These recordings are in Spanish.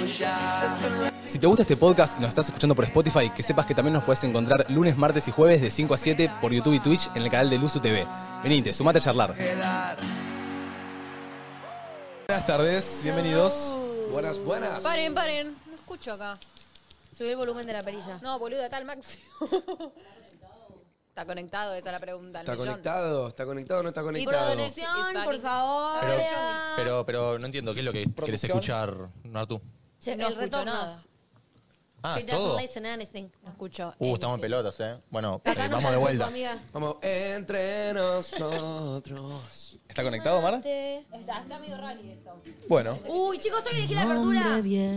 Si te gusta este podcast y nos estás escuchando por Spotify, que sepas que también nos puedes encontrar lunes, martes y jueves de 5 a 7 por YouTube y Twitch en el canal de Luzu TV. Venite, sumate a charlar. Buenas tardes, bienvenidos. Buenas. Paren. No escucho acá. Subí el volumen de la perilla. No, boluda, está al máximo. ¿Está conectado? Esa es la pregunta. ¿Está conectado? ¿Está conectado o no está Y conectado? producción, por favor. Pero no entiendo, ¿qué es lo que querés escuchar, Nartu? No el escucho retorno. nada. Ah, She ¿todo? doesn't listen anything. No escucho. Estamos en pelotas, Bueno, Acá no vamos de está vuelta. tu amiga. Vamos, entre nosotros. ¿Está conectado, Mara? Está medio raro esto. Bueno. Uy, chicos, hoy elegí la apertura.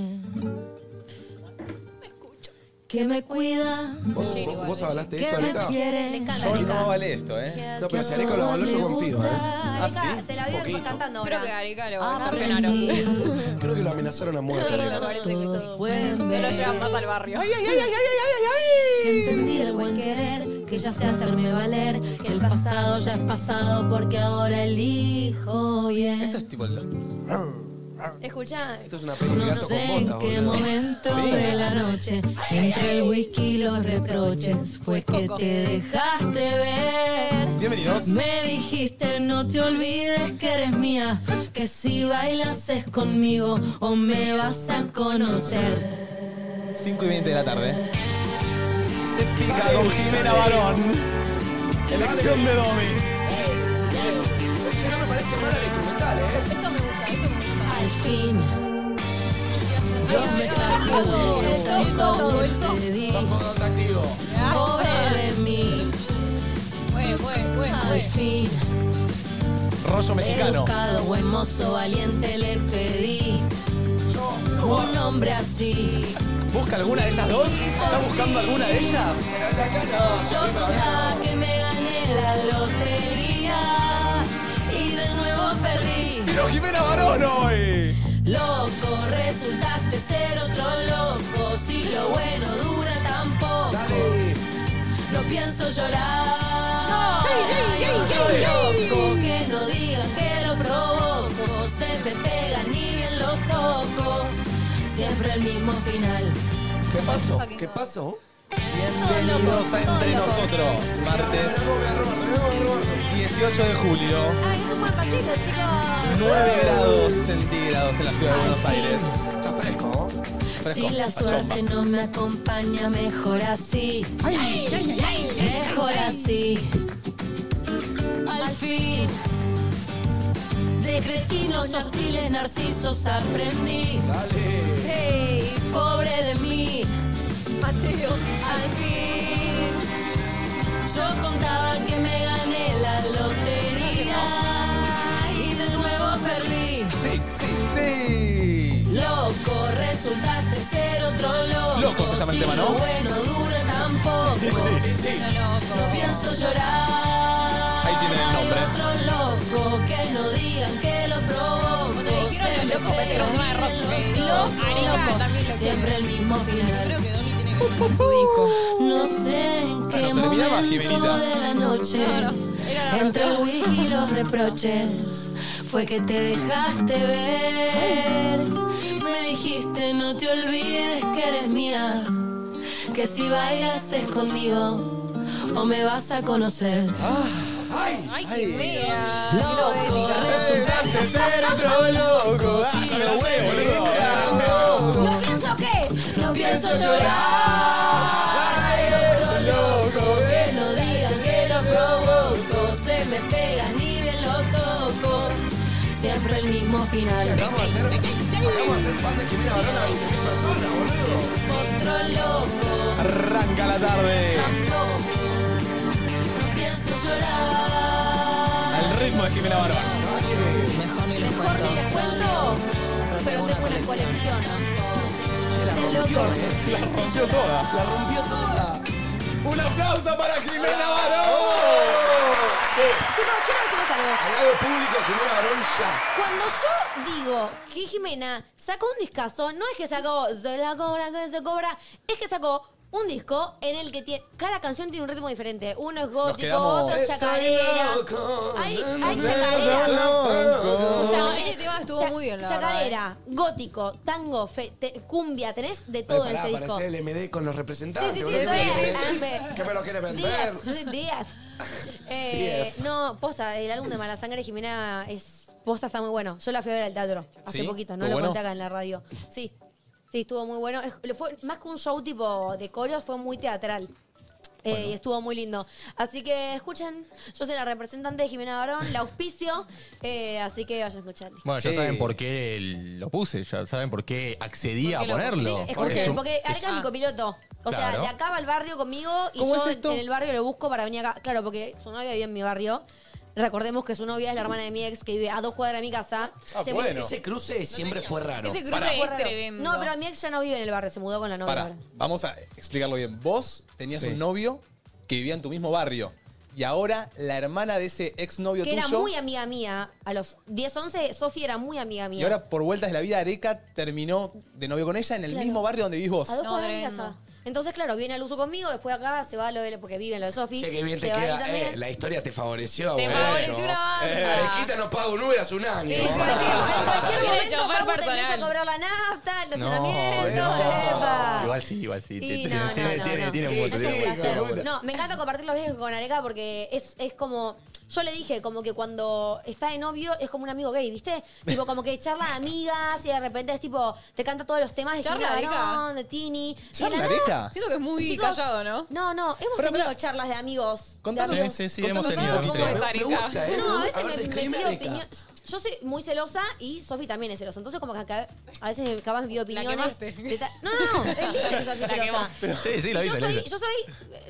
Que me cuida, ¿Vos hablaste de que esto, me Aleca? quiere. Le encanta, Yo le no encanta. vale esto, No, pero si Aleca lo habló, yo confío, ¿Ah, sí? Se la vive Poquito. cantando Creo ahora. que Arica lo extorsionaron. Aprendí, Creo que lo amenazaron a muerte, Me Aleca. parece que sí. todos pueden No lo ver llevan más al barrio. que entendí el buen querer, que ya sé hacerme valer, que el pasado ya es pasado porque ahora elijo bien. Esto es tipo el... Escuchá. Esto es una peli de No gato con sé en botas, qué boludo. momento de la noche, entre el whisky y los reproches, fue que te dejaste ver. Bienvenidos. Me dijiste no te olvides que eres mía, que si bailas es conmigo o me vas a conocer. 5:20 de la tarde. Se pica con Jimena Barón. Elección de Domi. Che, no me parece mal el instrumental, Esto me gusta. Al fin yo me cargo de todo que te di, Dos fondos activos. pobre de mí. Al fin Rollo mexicano. educado, buen mozo, valiente le pedí un hombre así. ¿Busca alguna de ellas dos? ¿Está buscando alguna de ellas? Yo contaba que me gané la lotería y de nuevo perdí. ¡Pero Jimena Barón hoy! Loco, resultaste ser otro loco. Si lo bueno dura tan poco, no pienso llorar. Yo loco, que no digan que lo provoco. Se me pega ni bien lo toco. Siempre el mismo final. ¿Qué pasó? ¿Qué pasó? Bienvenidos a Entre Nosotros. Martes 18 de julio. Ay, es un buen pasito, chicos. 9 grados centígrados en la ciudad de Buenos Aires. Está fresco, Si la suerte no me acompaña, mejor así. Mejor así. Al fin, de cretinos, hostiles, narcisos aprendí. Hey, pobre de mí. Mateo. Al fin, yo contaba que me gané la lotería y de nuevo perdí. Sí. Loco, resultaste ser otro loco. Loco se llama el Si tema, ¿no? lo bueno dura tampoco. No pienso llorar. Ahí tienen el nombre. Hay otro loco, que no digan que lo provoco. Cuando dijeron Se los me locos, pensé que era un tema de rock. pegan Los los Arica locos. también lo Siempre el mismo final. Creo que Domi tiene que poner su disco. No sé en qué Bueno, terminaba, momento Jimenita. de la noche, entre el whisky y los reproches, fue que te dejaste ver. Me dijiste no te olvides que eres mía, que si bailas es conmigo o me vas a conocer. Ay, Jimena. Loco, Resultaste ser otro loco. Sácame los huevos, boludo. ¿no pienso qué? No pienso llorar. Hay otro loco, que no digan que lo provoco. Se me pega ni bien lo toco. Siempre el mismo final. Vamos a hacer fan de Jimena Barón a 20.000 personas, boludo. Otro loco, Arranca la tarde. tampoco. No pienso llorar. Al ritmo de Jimena Barón. Mejor ni les Mejor ni les cuento, pero tengo una colección. La De rompió, locos. La rompió toda. La rompió toda. Un aplauso para Jimena Barón. Chicos, quiero decirles algo. Al lado público, Jimena Barón ya. Cuando yo digo que Jimena sacó un discazo, no es que sacó Se la cobra, que se cobra, es que sacó un disco en el que cada canción tiene un ritmo diferente. Uno es gótico, quedamos- otro es chacarera. Hay chacarera. Escuchame, este tema estuvo muy bien, la verdad. Chacarera, gótico, tango, cumbia, tenés de todo en este disco. Parece el MD con los representantes. Sí, boludo. sí. ¿Qué me lo quiere vender? Yo soy DF. No, posta, el álbum de Mala Sangre de Jimena es... Posta está muy bueno. Yo la fui a ver al teatro hace ¿Sí? poquito, no ¿Estuvo lo bueno? conté acá en la radio. Sí, estuvo muy bueno. Fue más que un show tipo de coreos, fue muy teatral. Y estuvo muy lindo. Así que escuchen, yo soy la representante de Jimena Barón, la auspicio, así que vayan a escuchar. Bueno, ya Sí. saben por qué lo puse, ya saben por qué accedí a ¿Por qué lo ponerlo. pusiste? Escuchen, porque Areca es mi copiloto. O sea, Claro. de acá va al barrio conmigo y ¿Cómo yo es esto? en el barrio lo busco para venir acá. Claro, porque su novia vive en mi barrio. Recordemos que su novia es la hermana de mi ex que vive a 2 cuadras de mi casa. bueno. Ese cruce siempre fue raro. Ese cruce Pará. es tremendo. No, pero mi ex ya no vive en el barrio, se mudó con la novia Para, ahora. vamos a explicarlo bien. Vos tenías Sí. un novio que vivía en tu mismo barrio. Y ahora la hermana de ese exnovio Que tuyo. era muy amiga mía. A los 10, 11, Sofía era muy amiga mía. Y ahora, por vueltas de la vida, Areca terminó de novio con ella en el Claro. mismo barrio donde vivís vos. A 2 No, cuadras de mi tremendo. casa. Entonces, claro, viene al uso conmigo, después acá se va a lo de porque vive en lo de Sofi. Che, qué bien te se va ahí queda. también. La historia te favoreció. Te bueno. favoreció una banda. Arequita no paga un Uber hace un año. Sí, sí, sí. En cualquier Tiene momento chofer Pabu te empieza a personal. cobrar la nafta, el No, estacionamiento. ¡Epa! Igual sí. Y no. Tiene un Es punto. un tiene un placer. punto. No, me encanta compartir los viajes con Areca porque es como... Yo le dije, como que cuando está de novio es como un amigo gay, ¿viste? Tipo, como que charla de amigas y de repente es tipo... Te canta todos los temas de ¿Charla Jimena Areca? Barón, de Tini. Y de ¿Charla la nada- Areca? Siento que es muy Chicos, callado, ¿no? No, hemos Pero, tenido pará. charlas de amigos. Contanos. De amigos. Sí, Contanos hemos tenido. ¿Cómo Mitre. es Me Areca? gusta, ¿eh? No, a veces ver, me describime pide Areca. opinión. Yo soy muy celosa y Sofi también es celosa. Entonces, como que a veces capaz me pide opiniones. quemaste. No, él dice que Sofi es La celosa. Sí, lo Y hice, lo hice. yo soy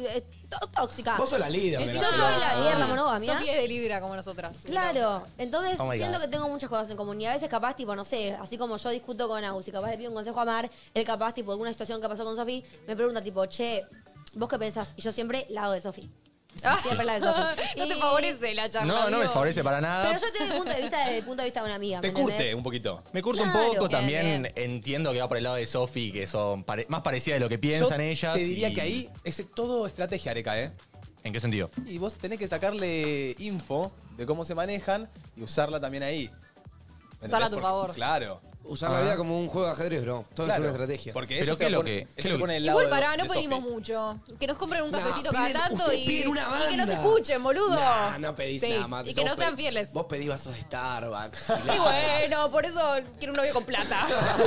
tóxica. Vos sos la líder de Yo la soy la líder, la monogamia. Sofía es de Libra como nosotras. Claro, entonces Oh my siento God. que tengo muchas cosas en común y a veces capaz, tipo, no sé, así como yo discuto con Agus y capaz le pido un consejo a Mar, él capaz, tipo, alguna situación que pasó con Sofi, me pregunta, tipo, che, ¿vos qué pensás? Y yo siempre la hago de Sofi. Siempre la de Sofi. No te Y- favorece la charla. No me amigo. favorece para nada. Pero yo te doy el punto de vista desde el punto de vista de una amiga, Te ¿me entendés? curte un poquito. Me curta Claro. un poco, Bien, también bien. entiendo que va por el lado de Sofi, que son más parecidas de lo que Yo piensan ellas. te diría y- que ahí es todo estrategia, Areca, ¿eh? ¿En qué sentido? Y vos tenés que sacarle info de cómo se manejan y usarla también ahí. ¿Me Usarla a entendés? tu Porque- favor. Claro. Usar la vida como un juego de ajedrez, bro. Todo Claro. es una estrategia. Porque Pero ellos ¿qué es lo que- ellos qué es se lo que- ponen el lado Igual pará, de no Sofi. pedimos mucho. Que nos compren un No, cafecito cada piden- tanto ustedes y, piden una y que nos banda. escuchen, boludo. No pedís Sí, nada más. y que no Vos sean pedís- fieles. Vos pedís vasos de Starbucks. Y bueno, por eso quiero un novio con plata.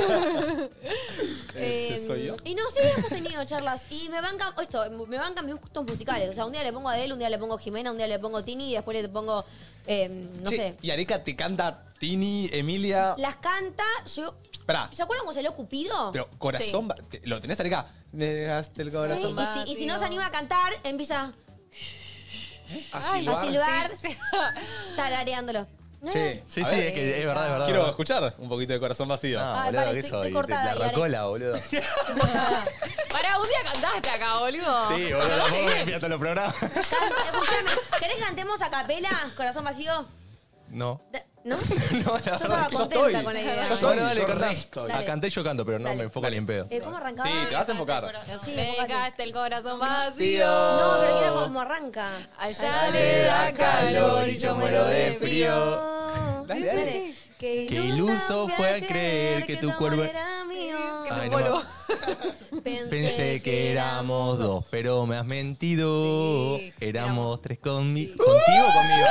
Ese soy yo. Y no, sí, hemos tenido charlas y me bancan mis gustos musicales. O sea, un día le pongo a Adele, un día le pongo Jimena, un día le pongo Tini y después le pongo, no Che, sé. Y Areca te canta Tini, Emilia. Las canta, yo... Esperá, ¿Se acuerdan cómo salió Cupido? pero corazón. ¿Lo tenés, Areca? Me dejaste el corazón. Sí, y si no se anima a cantar, empieza A a silbar. silbar, Sí. tarareándolo. Che, Sí, a sí, ver, es que es verdad, es verdad. Quiero es verdad. escuchar un poquito de corazón vacío. No, Ay, boludo, pará, ¿qué estoy soy? cortada De y rocola, boludo. Pará, un día cantaste acá, boludo. Sí, boludo, tampoco me fui a todos los programas. Escuchame, ¿querés que cantemos a capela? Corazón vacío. No. ¿No? No, la Yo verdad. estaba yo contenta estoy. con la idea. Yo estoy. Bueno, dale, yo cantá. re estoy. A canté yo canto, pero no Dale. me enfoco ni en pedo. ¿Cómo arrancaba? Sí, te vas a enfocar. Sí, Me enfócate. dejaste el corazón vacío. No, pero quiero cómo arranca. Allá le da calor y yo muero de frío. Dale, dale. Qué Qué iluso fue al creer que tu cuerpo era mío. Que Ay, tu no polvo. Pensé que éramos dos, pero me has mentido. Sí, éramos tres conmigo. ¿Contigo o conmigo?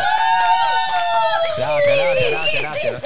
Gracias.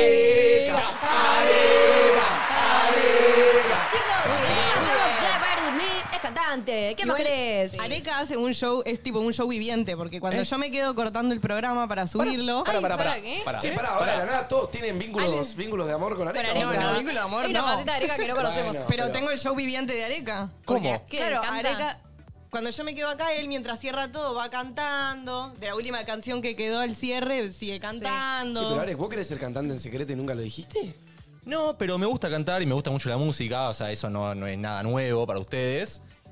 Es cantante. ¿Qué más Igual, crees? Areca hace un show, es tipo un show viviente, porque cuando yo me quedo cortando el programa para subirlo. ¿para qué? Che, pará, ahora de la nada todos tienen vínculos de amor con Areca. Con Areca. No, vínculo de amor Hay una no. faceta de Areca que no conocemos. Bueno. Pero pero- tengo el show viviente de Areca. ¿Cómo? Porque, ¿Qué? Claro, ¿Canta? Areca. Cuando yo me quedo acá, él mientras cierra todo va cantando. De la última canción que quedó al cierre, sigue cantando. Che, pero Arek, ¿vos querés ser cantante en secreto y nunca lo dijiste? No, pero me gusta cantar y me gusta mucho la música, o sea, eso no es nada nuevo para ustedes.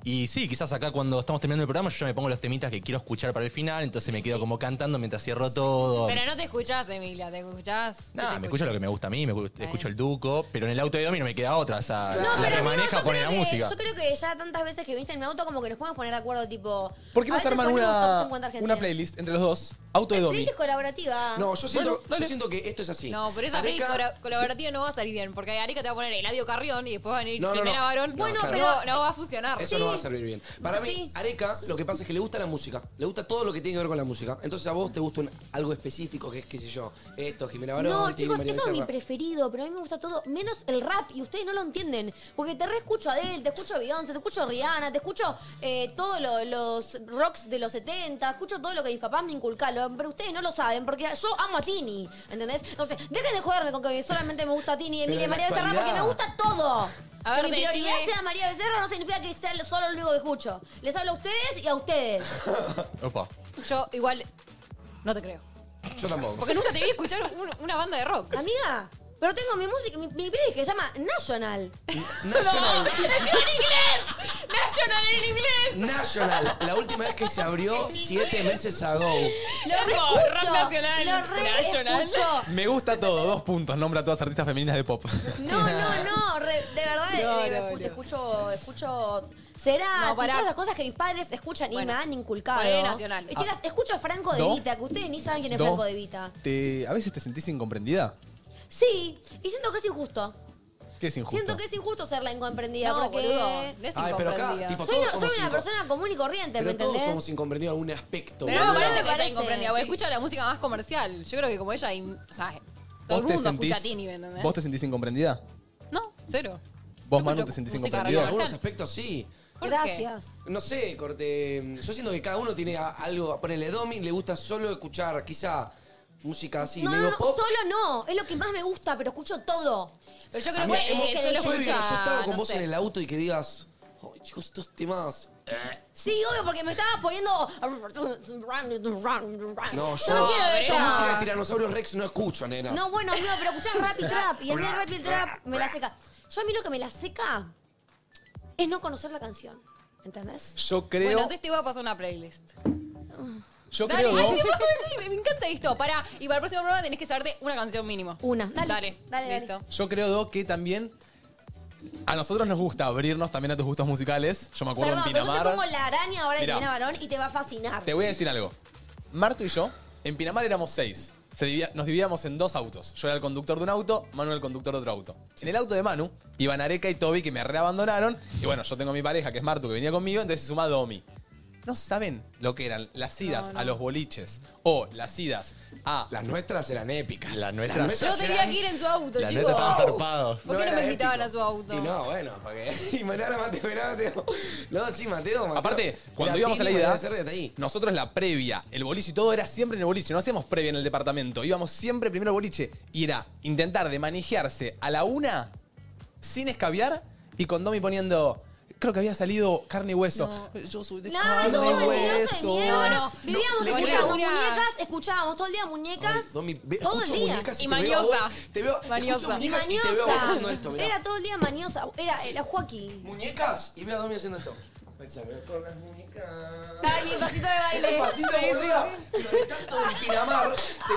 Y sí, quizás acá cuando estamos terminando el programa yo ya me pongo los temitas que quiero escuchar para el final, entonces me quedo como cantando mientras cierro todo. Pero no te escuchás, Emilia, ¿te escuchás? Nada, me escucho lo que me gusta a mí, escucho el Duco, pero en el auto de Domi no me queda otra, o sea, la pero que amigo, maneja yo pone creo la que- música. Yo creo que ya tantas veces que viniste en mi auto como que nos podemos poner de acuerdo, tipo... ¿Por qué no a se veces arman ponemos top una, 50 Argentina. una playlist entre los dos? Auto de Domi. Playlist colaborativa. No, yo siento, Bueno, dale. yo siento que esto es así. No, pero esa Areca- playlist colaborativa no va a salir bien, porque Areca te va a poner Eladio Carrión y después va a venir No, no, Jimena no. Barón. No, Bueno, claro. pero no va a funcionar. Eso no va a servir bien. Para mí, Sí. Areca, lo que pasa es que le gusta la música. Le gusta todo lo que tiene que ver con la música. Entonces a vos te gusta algo específico, que es, qué sé yo, esto, Jimena Barón, No, Tini, chicos, María eso es mi Becerra. preferido, pero a mí me gusta todo, menos el rap, y ustedes no lo entienden. Porque te reescucho a Adele, te escucho a Beyoncé, te escucho a Rihanna, te escucho todos los rocks de los 70, escucho todo lo que mis papás me inculcaron, pero ustedes no lo saben, porque yo amo a Tini, ¿entendés? Entonces, dejen de joderme con que solamente me gusta Tini, Emilia y en la María Becerra, porque me actualidad. gusta todo. A ver, que mi prioridad decime- sea María Becerra no significa que sea solo lo único que escucho. Les hablo a ustedes y a ustedes. Opa. Yo igual no te creo. Yo tampoco. Porque nunca te vi escuchar una banda de rock. Amiga, pero tengo mi música, mi playlist que se llama National. National. ¡Encima en inglés! ¡National en inglés! National. La última vez que se abrió 7 meses ago. Lo Tipo, reescucho. rock nacional, Lo nacional. reescucho. Me gusta todo, 2 puntos. Nombra a todas artistas femeninas de pop. No, de verdad, escucho Cerati, No, pará. todas esas cosas que mis padres escuchan y Bueno, me han inculcado. ponele Nacional. Chicas, escucho a Franco De ¿Do? Vita, que ustedes ni saben quién es ¿Do? Franco De Vita. ¿A veces te sentís incomprendida? Sí, y siento que es injusto. ¿Qué es injusto? Siento que es injusto ser la incomprendida, No, porque boludo, no es Ay, pero acá, incomprendida. tipo, soy todos somos una persona común y corriente, ¿me Pero todos entendés? somos incomprendidos en algún aspecto. Pero no me boluda. parece que sea parece. incomprendida, porque Sí. escucha la música más comercial. Yo creo que como ella, o sea, todo el ¿Vos te mundo sentís, escucha a Tini, ¿me entendés? ¿Vos te sentís incomprendida? No, cero. ¿Vos, Yo Manu, escucho te sentís música En incomprendida? comercial. algunos aspectos sí. ¿Por qué? Gracias. No sé, yo siento que cada uno tiene algo. Ponele, Domi le gusta solo escuchar quizá música así, No, medio no, pop. solo no. Es lo que más me gusta, pero escucho todo. Pero yo A creo mí, que es que solo yo Yo he escucha, estado con no vos sé. en el auto y que digas, ay, chicos, estos temas. Sí, obvio, porque me estabas poniendo... No, yo no quiero pero yo ella. música de Tiranosaurio Rex no escucho, nena. No, bueno, amigo, pero escuchar rap y trap. Y a mí el rap y el trap me la seca. Yo a mí lo que me la seca es no conocer la canción. ¿Entendés? Yo creo... Bueno, entonces te voy a pasar una playlist. yo Dale, creo, ay, ¿no? te paso una playlist, me encanta esto. Y para el próximo programa tenés que saberte una canción mínimo. Una. Dale. Listo. Yo creo, Do, que también a nosotros nos gusta abrirnos también a tus gustos musicales. Yo me acuerdo Perdón, en pero yo te Pinamar. pongo la araña ahora de Mirá. Jimena Barón y te va a fascinar. Te voy a decir algo. Marto y yo, en Pinamar éramos 6. Nos dividíamos en 2 autos. Yo era el conductor de un auto, Manu era el conductor de otro auto. En el auto de Manu iban Areca y Toby, que me reabandonaron. Y bueno, yo tengo a mi pareja, que es Martu, que venía conmigo, entonces se suma Domi. No saben lo que eran las idas a los boliches o las idas a... Las nuestras eran épicas. Las nuestras- Yo tenía que ir en su auto, La chicos. neta estaban zarpados. ¿Por qué no era me invitaban épico. a su auto? Y no, bueno, porque. Y mirá, Mateo. No, sí, Mateo. Aparte, cuando Mirá, íbamos a la Tini, ida, María Becerra, ahí. nosotros la previa, el boliche y todo era siempre en el boliche. No hacíamos previa en el departamento. Íbamos siempre primero al boliche. Y era intentar de manejarse a la 1 sin escabiar y con Domi poniendo... Creo que había salido carne y hueso. Yo soy de No, carne yo soy y mentirosa de mierda. No, Vivíamos le escuchando ponía una- muñecas, escuchábamos todo el día muñecas. Ay, Domi, todo el escucho día. muñecas Y te veo a vos, mañosa. Te veo. Mañosa. Escucho Y muñecas y te veo a vos haciendo mañosa. esto, mirá. Era todo el día mañosa. Era Joaquín. Muñecas y veo a Domi haciendo esto. Pensame con las muñecas. Ay, mi pasito de baile. Pasito, boluda. Pero de tanto en Pinamar,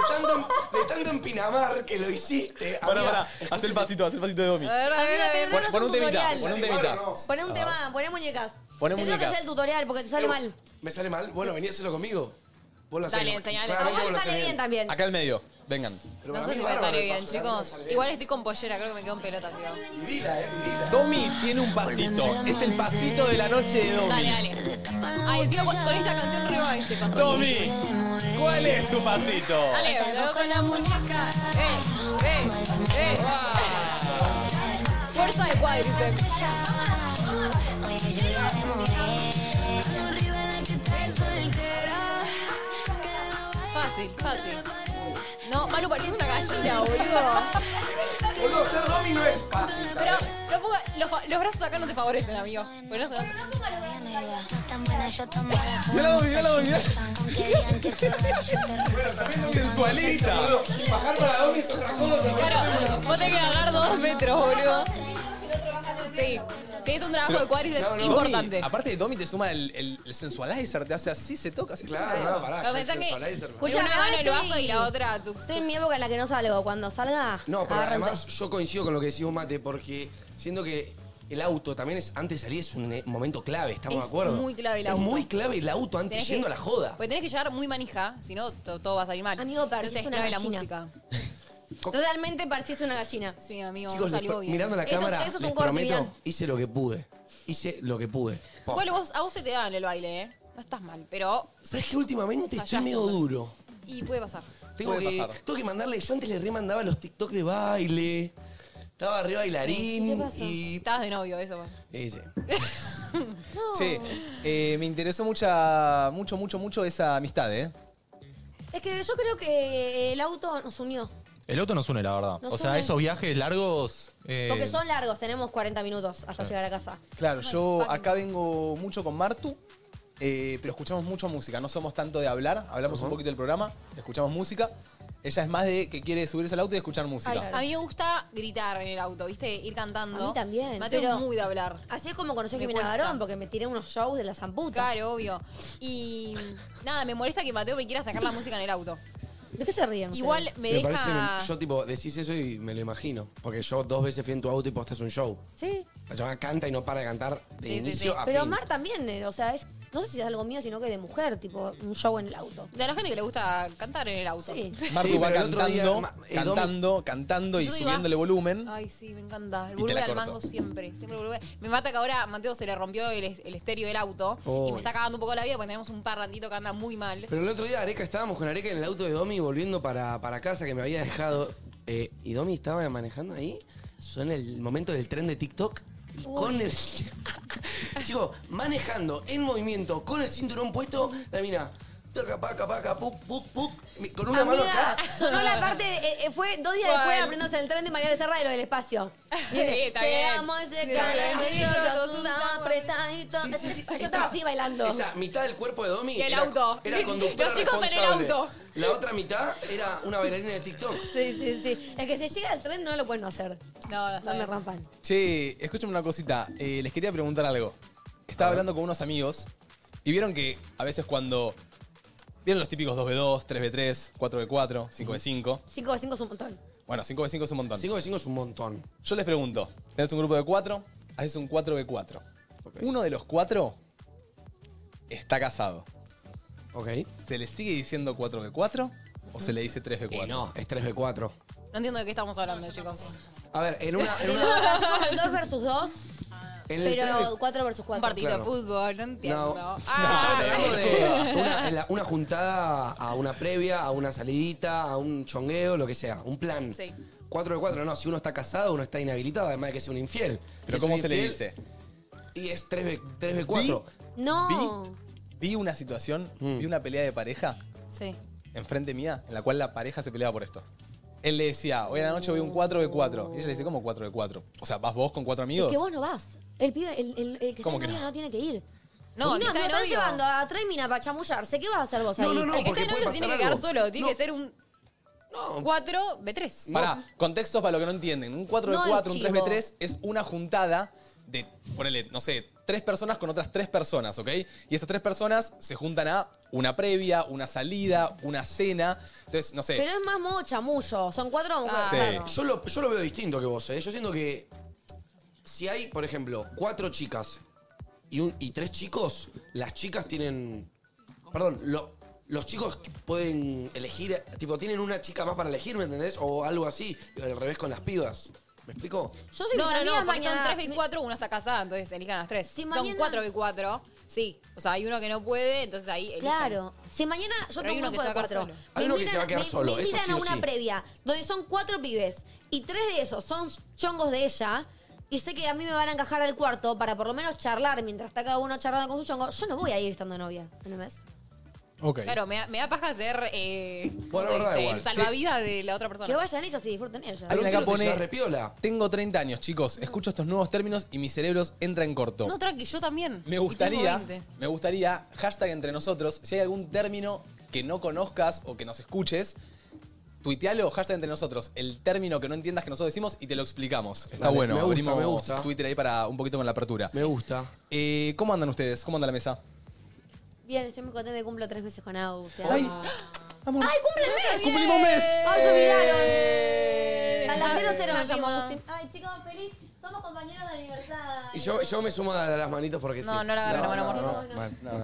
de tanto en Pinamar que lo hiciste. Pará, haz el pasito de Domi. A ver, Amiga, Pon un temita, tutorial. pon un temita. Poné un tema, poné muñecas. Poné Te tengo que muñecas. hacer el tutorial porque te sale mal. ¿Me sale mal? Bueno, vení a hacerlo conmigo. Vos lo hacés. Dale, enseñale. A Claramente vos vos lo te sale hacés bien también. Acá al medio, vengan. Pero No para sé mí si me bárbaro sale el bien, paso, a mí me chicos. sale bien. Igual estoy con pollera, creo que me quedo en pelotas, digo. Vivila, vivila. Domi tiene un pasito. Es el pasito de la noche de Domi. Dale, dale. Ay, encima con esta canción arriba este paso. Domi, ¿cuál es tu pasito? Dale, con la muñeca. Fuerza de cuádriceps. Fácil. No, Manu, parece una gallina, boludo. Boludo, ser Domi no es fácil, Pero ¿sabes? los brazos acá no te favorecen, amigo. Porque no se Mirá la Domi. Sensualiza. Boludo, bajar para Domi es otra cosa. Claro, vos tenés que agarrar 2 metros, boludo. Sí, sí, es un trabajo de cuádriceps no, importante. Domi, aparte de Domi te suma el sensualizer, te hace así, se toca. Claro, no, pará, Pero ya pensá es que sensualizer. Escucha, una mano el estoy- vaso y la otra tu. Estoy en mi época en la que no salgo. Cuando salga, No, pero agárrense. además yo coincido con lo que decís vos, Mate, porque siento que el auto también es, antes de salir es un momento clave, ¿estamos Es de acuerdo? muy clave el auto. Es muy clave el auto antes Tenés yendo a la joda. Porque tenés que llegar muy manija, si no todo va a salir mal. Amigo, pareciste Entonces es una clave la gallina. música. Realmente pareciste una gallina. Sí, amigo, Chicos, no salió después, bien. mirando la Eso es- cámara, eso es les un corte, prometo, bien. hice lo que pude. Hice lo que pude. Posta. Igual a vos se te da en el baile, ¿eh? No estás mal, pero. ¿Sabes qué? Últimamente estoy Fallaste, medio boludo. duro. Y puede pasar. Tengo Puede que, pasar. tengo que mandarle, yo antes le remandaba los TikTok de baile. Estaba re bailarín ¿Qué pasó? y... Estabas de novio, eso. Sí. Che, me interesó mucho esa amistad, ¿eh? Es que yo creo que el auto nos unió. El auto nos une, la verdad. Nos O sea, une. esos viajes largos. Porque son largos, tenemos 40 minutos hasta llegar a casa. Claro, yo fucking acá vengo mucho con Martu, pero escuchamos mucho música. No somos tanto de hablar, hablamos un poquito del programa, escuchamos música. Ella es más de que quiere subirse al auto y escuchar música. Ay, claro. A mí me gusta gritar en el auto, ¿viste? Ir cantando. A mí también, Mateo pero- es muy de hablar. Así es como conocí a Me Jimena cuesta. Barón, porque me tiré unos shows de la zamputa. Claro, obvio. Y nada, me molesta que Mateo me quiera sacar la música en el auto. ¿De qué se ríen? Igual ustedes? me parece, deja. yo tipo, decís eso y me lo imagino. Porque yo 2 veces fui en tu auto y postaste un show. Sí. La chabona canta y no para de cantar de Sí, sí, inicio sí. a Pero fin. Mar también, o sea, es. No sé si es algo mío, sino que de mujer, tipo, un show en el auto. De la gente que le gusta cantar en el auto. Sí. Martu Sí, va pero el otro día, cantando y Yo soy subiéndole más- volumen. Ay, sí, me encanta. El Y te volumen la al corto. mango siempre. Siempre el volumen. Me mata que ahora a Mateo se le rompió el estéreo del auto. Y Uy. me está cagando un poco la vida porque tenemos un parlantito que anda muy mal. Pero el otro día estábamos con Areca en el auto de Domi volviendo para casa que me había dejado. Y Domi estaba manejando ahí. Suena el momento del tren de TikTok. Y con el. Chicos, manejando en movimiento, con el cinturón puesto, la mina. Taca, paca, paca, puc, puc, puc. Con una mano Amiga, acá. sonó la parte, fue 2 días ¿Cuál? después aprendiéndose el tren de María Becerra de lo del espacio. Dice, está bien. llegamos a ese calendario, todos estamos apretaditos. Yo estaba así bailando. Esa mitad del cuerpo de Domi Y el era, auto. era conductora Los chicos en el responsable. auto. La otra mitad era una bailarina de TikTok. Sí, sí, sí. Es que si llega el tren no lo pueden hacer. No, No me rompan. Che, escúchame una cosita. Les quería preguntar algo. Estaba hablando con unos amigos y vieron que a veces cuando... ¿Vieron los típicos 2v2, 3v3, 4v4, 5v5? 5 de 5 es un montón. Bueno, 5v5 es un montón. 5 de 5 es un montón. Yo les pregunto, tenés un grupo de 4, haces un 4v4. Ok. Uno de los 4 está casado. Ok. ¿Se le sigue diciendo 4v4 o se le dice 3v4? No, es 3v4. No entiendo de qué estamos hablando, chicos. A ver, en una. De 2 versus 2, En el pero 4 versus Un 4. partido Claro. de fútbol, no entiendo. No. Ah, Estamos hablando de una juntada a una previa, a una salidita, a un chongueo, lo que sea. Un plan. Sí. 4 de 4, no. Si uno está casado, uno está inhabilitado, además de que sea un infiel. ¿Pero Si cómo es se le infiel, dice? Y es 3v4. No. Vi una situación, vi una pelea de pareja sí. enfrente mía en la cual la pareja se peleaba por esto. Él le decía, hoy a la noche voy un 4v4. Y ella le dice, ¿cómo 4v4? O sea, ¿vas vos con 4 Es amigos? que vos no vas. El pibe, el que está ¿Cómo en que novio no? no tiene que ir. No, Y el que está de están novio. llevando a 3 minas para chamullarse. ¿Qué vas a hacer vos ahí? No, no, no. El que porque está de puede novio se tiene pasar que quedar algo. solo. Tiene No. que ser un No. 4v3. Pará, contextos para lo que no entienden. Un 4v4, No un es 3v3 es una juntada de, ponele, no sé, 3 personas con otras 3 personas, ¿ok? Y esas 3 personas se juntan a una previa, una salida, una cena. Entonces, no sé. Pero es más modo chamullo. Son 4 mujeres. Ah, Sí. claro. Yo lo veo distinto que vos, ¿eh? Yo siento que si hay, por ejemplo, 4 chicas y 3 chicos, las chicas tienen... Perdón, los chicos pueden elegir, tipo, tienen una chica más para elegir, ¿me entendés? O algo así, al revés con las pibas. ¿Me explico? Yo soy No, mis no, amigas no, porque mañana. son 3v4, una está casada, entonces elijan las 3. Si Son mañana- 4v4, sí. O sea, hay uno que no puede, entonces ahí elijan. Claro. Si mañana yo Pero hay tengo uno un que grupo se va de a quedar 4. solo. Hay uno que se va a quedar solo, Me eso invitan sí a o una sí. previa donde son 4 pibes y 3 de esos son chongos de ella. Y sé que a mí me van a encajar al cuarto para por lo menos charlar mientras está cada uno charlando con su chongo. Yo no voy a ir estando de novia, ¿entendés? Ok. Claro, me da paja ser Bueno, ¿cómo se verdad, dice? igual. el salvavidas de la otra persona. Que vayan ellas y disfruten ellas. Alguien acá Al otro te pone, llevas repiola. tengo 30 años, chicos. Escucho estos nuevos términos y mi cerebro entra en corto. No, tranqui, yo también. Me Y tengo gustaría, 20. hashtag entre nosotros, si hay algún término que no conozcas o que nos escuches, tuitealo, hashtag entre nosotros, el término que no entiendas que nosotros decimos y te lo explicamos. Está Dale, bueno. me gusta, Abrimos me gusta. Twitter ahí para un poquito con la apertura. Me gusta. ¿Cómo andan ustedes? ¿Cómo anda la mesa? Bien, estoy muy contenta de cumplo 3 meses con Agus. Te ¡Ay! amo. Amor. ¡Ay, cumple el mes! ¡Cumplimos mes! ¡Ay, se olvidaron! A las 00 me Happy llamó month. Agustín. Ay, chicos, feliz. Somos compañeros de aniversario. Y yo me sumo a las manitos porque sí. No, no la agarro la mano, amor. No. Bueno, no.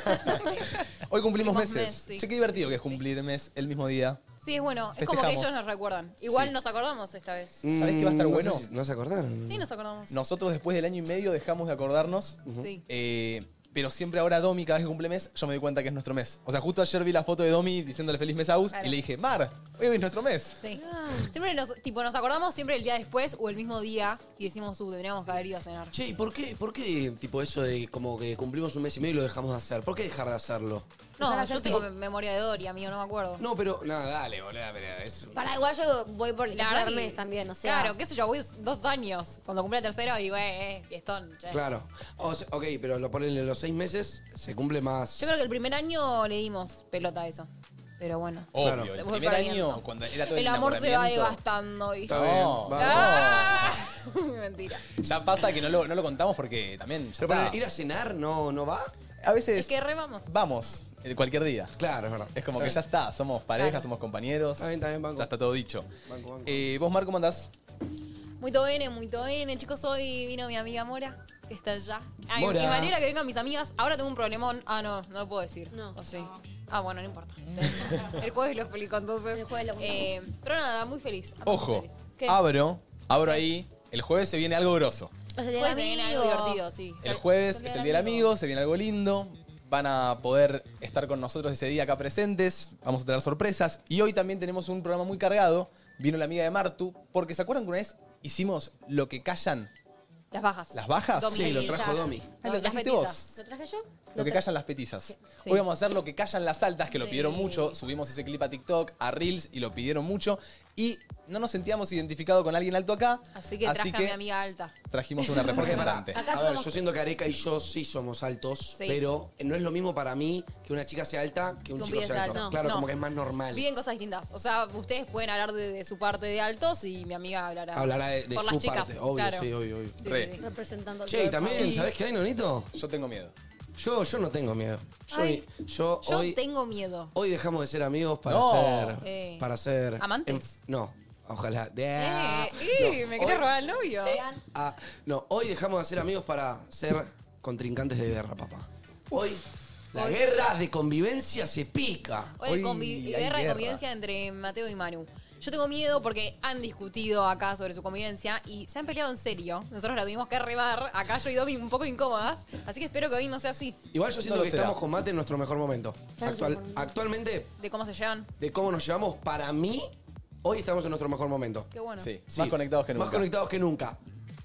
Hoy cumplimos Cumplimos meses. mes, sí. Che, qué divertido que es cumplir mes el mismo día. Sí, es bueno. Es como que Festejamos. ellos nos recuerdan. Igual Sí. nos acordamos esta vez. ¿Sabés qué va a estar No bueno? sé si- ¿No se acordaron? Sí, nos acordamos. Nosotros después del año y medio dejamos de acordarnos. Sí. Pero siempre ahora Domi, cada vez que cumple mes, yo me doy cuenta que es nuestro mes. O sea, justo ayer vi la foto de Domi diciéndole feliz mes a Agus Claro. y le dije, Mar, hoy es nuestro mes. Sí. Siempre nos acordamos siempre el día después o el mismo día y decimos, tendríamos que haber ido a cenar. Che, ¿y por qué tipo eso de como que cumplimos un mes y medio y lo dejamos de hacer? ¿Por qué dejar de hacerlo? No, Para yo hacer tengo tipo- memoria de Dory, amigo, no me acuerdo. No, pero... No, dale, boluda, pero es... Para igual yo voy por el La verdad tercer que- mes también, o sea. Claro, qué sé yo, voy 2 años. Cuando cumple el tercero digo, fiestón, che. Claro. Ok, pero lo ponen en los 6 meses, se cumple más... Yo creo que el primer año le dimos pelota a eso. Pero bueno. Obvio, Claro. el Se fue primer perdiendo. año, cuando era todo el El amor se va enamoramiento, desgastando, ¿viste? Está bien, No. vamos. ¡Ah! Mentira. Ya pasa que no lo contamos porque también ya Pero para está. ir a cenar no va. A veces Es que re vamos. vamos, cualquier día. Claro, es verdad. Es como que ya está, somos pareja, Claro. somos compañeros. Está bien, banco. Ya está todo dicho. Banco. ¿Vos, Mar, cómo andás? Muy bien. Chicos, hoy vino mi amiga Mora, que está allá. Ay, Mora. y manera que vengan mis amigas. Ahora tengo un problemón. Ah, no lo puedo decir. No. ¿O sí? Ah, bueno, no importa. El jueves lo explico entonces. El jueves lo contamos. Pero nada, muy feliz. Ando muy Ojo, feliz. ¿Qué? abro ahí. El jueves se viene algo grosso. O sea, Jueves se viene algo divertido, sí. El jueves es el Día del Amigo, se viene algo lindo. Van a poder estar con nosotros ese día acá presentes. Vamos a tener sorpresas. Y hoy también tenemos un programa muy cargado. Vino la amiga de Martu. Porque ¿se acuerdan que una vez hicimos lo que callan Las bajas. las bajas? Domi. Sí, lo trajo Ellas. Domi. Ah, ¿lo Las trajiste petizas. vos? ¿Lo traje yo? Lo que callan las petizas. Sí. Hoy vamos a hacer lo que callan las altas, que lo Sí. pidieron mucho. Subimos ese clip a TikTok, a Reels y lo pidieron mucho. Y no nos sentíamos identificados con alguien alto acá. Así que traje a mi amiga alta. trajimos una representante. Acá A ver, somos- yo siento que Areca y yo sí somos altos, Sí. pero no es lo mismo para mí que una chica sea alta que un Que un chico pibe sea sea alto. alto. Claro, No. como que es más normal. Viven cosas distintas. O sea, ustedes pueden hablar de su parte de altos y mi amiga hablará. Hablará de por su las chicas. parte, obvio, claro. sí, obvio. Sí, Re. sí. representando al Che, y todo el también, ¿sabés qué hay, Nonito? Yo tengo miedo. Yo no tengo miedo. Ay. Yo Yo hoy, tengo miedo. hoy dejamos de ser amigos para No. ser... Para ser... ¿Amantes? No, ojalá. ¿Me querés robar al novio? No, hoy dejamos de ser amigos para ser contrincantes de guerra, papá. Hoy la Hoy- guerra de convivencia se pica. Hoy Hoy hay hay guerra de guerra. convivencia entre Mateo y Manu. Yo tengo miedo porque han discutido acá sobre su convivencia y se han peleado en serio. Nosotros la tuvimos que remar, acá yo y Domi un poco incómodas, así que espero que hoy no sea así. Igual yo siento No lo que será. estamos con Mate en nuestro mejor momento. Claro, sí. Actualmente, De cómo se llevan. de cómo nos llevamos, para mí, hoy estamos en nuestro mejor momento. Qué bueno. Sí, más conectados que nunca. Más conectados que nunca.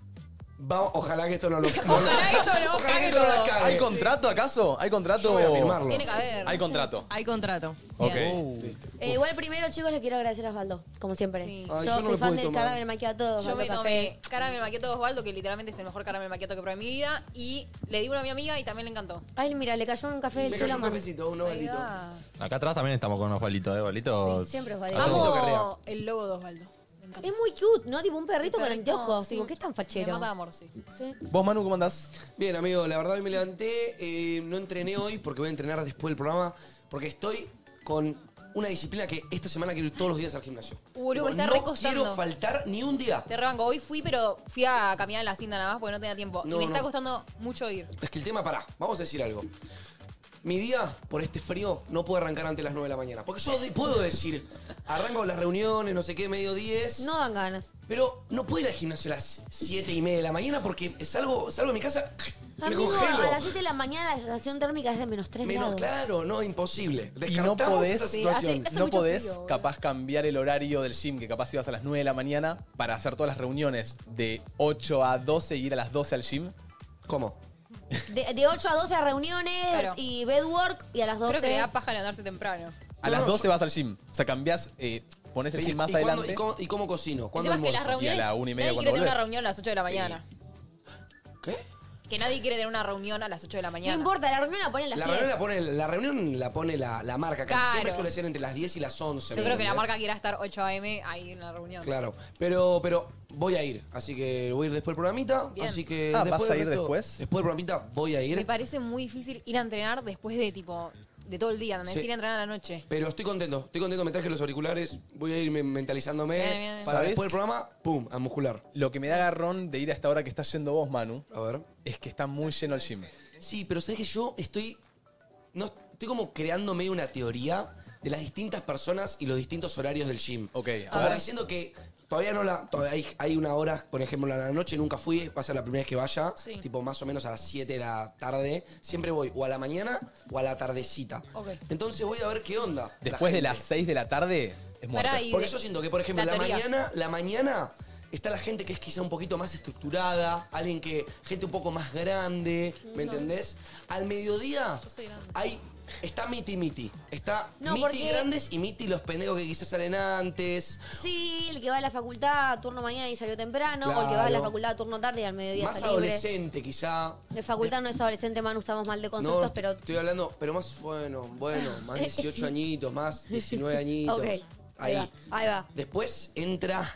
Vamos, ojalá que esto no lo... Ojalá esto no ojalá que cague esto no la todo. cague. ¿Hay contrato acaso? ¿Hay contrato? Yo voy a firmarlo. Tiene que haber. Hay contrato. Hay contrato. Ok. Igual primero, chicos, les quiero agradecer a Osvaldo, como siempre. Sí. Ay, yo yo no soy me fan pude del tomar. caramel macchiato. Yo Osvaldo me Café. tomé caramel macchiato de Osvaldo, que literalmente es el mejor caramel macchiato que probé en mi vida. Y le di uno a mi amiga y también le encantó. Ay, mira, le cayó un café del Me cielo cayó a un Manu. cafecito, un Ahí ovalito. va. Acá atrás también estamos con Osvaldito, Osvaldito. Sí, siempre Osvaldo. Osvaldo Carrea. Amo el logo de Osvaldo. Me encanta. Es muy cute, ¿no? Tipo un perrito con Perrito, anteojos. sí. Como que es tan Me fachero. mata de amor, sí. Sí. ¿Vos, Manu, cómo andás? Bien, amigo, la verdad hoy me levanté, no entrené hoy porque voy a entrenar después del programa, porque estoy con una disciplina que esta semana quiero ir todos los días al gimnasio. Boludo, Tipo, me está no recostando. quiero faltar ni un día. Te rebanco. Hoy fui, pero fui a caminar en la cinta nada más porque no tenía tiempo. No, y me está no. costando mucho ir. Es que el tema, vamos a decir algo. Mi día, por este frío, no puede arrancar antes de las 9 de la mañana. Porque yo puedo decir, arranco las reuniones, no sé qué, medio 10. No dan ganas. Pero no puedo ir al gimnasio a las 7:30 de la mañana porque salgo de mi casa y me Amigo, congelo. a las 7 de la mañana la sensación térmica es de menos 3 Menos, grados. claro, no, imposible. Y no Descartamos podés, esa Sí, situación. hace no mucho podés frío, boludo. capaz cambiar el horario del gym, que capaz ibas a las 9 de la mañana para hacer todas las reuniones de 8 a 12 y ir a las 12 al gym. ¿Cómo? De 8 a 12 a reuniones Claro. y bedwork y a las 12. Creo que le da paja levantarse temprano. A las 12 vas al gym. O sea, cambiás, pones el gym más ¿Y cuándo- adelante. ¿Y cómo cocino? El ¿Cuándo tema es que las almuerzo? reuniones. Y a la 1:30 nadie cuando quiere tener una volvés. reunión a las 8 de la mañana. ¿Qué? que nadie quiere tener una reunión a las 8 de la No mañana. importa, la reunión la ponen las La 10. reunión la pone la marca, casi Claro. siempre suele ser entre las 10 y las 11. Yo creo que la ¿entendés? marca quiera estar 8 a.m. ahí en la reunión. Claro, pero voy a ir, así que voy a ir después del programita, Bien. así que Ah, después ¿vas a del ir resto- después? Después del programita voy a Me ir, parece muy difícil ir a entrenar después de de todo el día, ¿entendés? Sí. Ir a entrenar a la noche. pero estoy contento, me traje los auriculares, voy a ir mentalizándome Bien, bien, bien. para ¿Sabés? después del programa, pum, a muscular. Lo que me da garrón de ir a esta hora que estás yendo vos, Manu, A ver. es que está muy lleno el gym. Sí, pero sabes que yo estoy como creándome una teoría de las distintas personas y los distintos horarios del gym. Ok, a Como ver. diciendo que todavía hay una hora, por ejemplo, a la noche nunca fui, va a ser la primera vez que vaya, Sí. tipo más o menos a las 7 de la tarde. Siempre voy o a la mañana o a la tardecita. Ok. Entonces voy a ver qué onda. la Después de gente. las 6 de la tarde, es muerto. Pará, y Porque de- yo siento que, por ejemplo, la teoría. la mañana está la gente que es quizá un poquito más estructurada, gente un poco más grande, ¿me entendés? Al mediodía Yo soy grande. está Miti. Está No, Miti porque- grandes y Miti los pendejos que quizás salen antes. Sí, el que va a la facultad turno mañana y salió temprano, o el que va a la Claro. facultad turno tarde y al mediodía Más está libre. adolescente quizá. De facultad no es adolescente, Manu, estamos mal de conceptos, No, pero... estoy hablando, pero más, bueno, más 18 añitos, más 19 añitos. Ok, ahí va. Después entra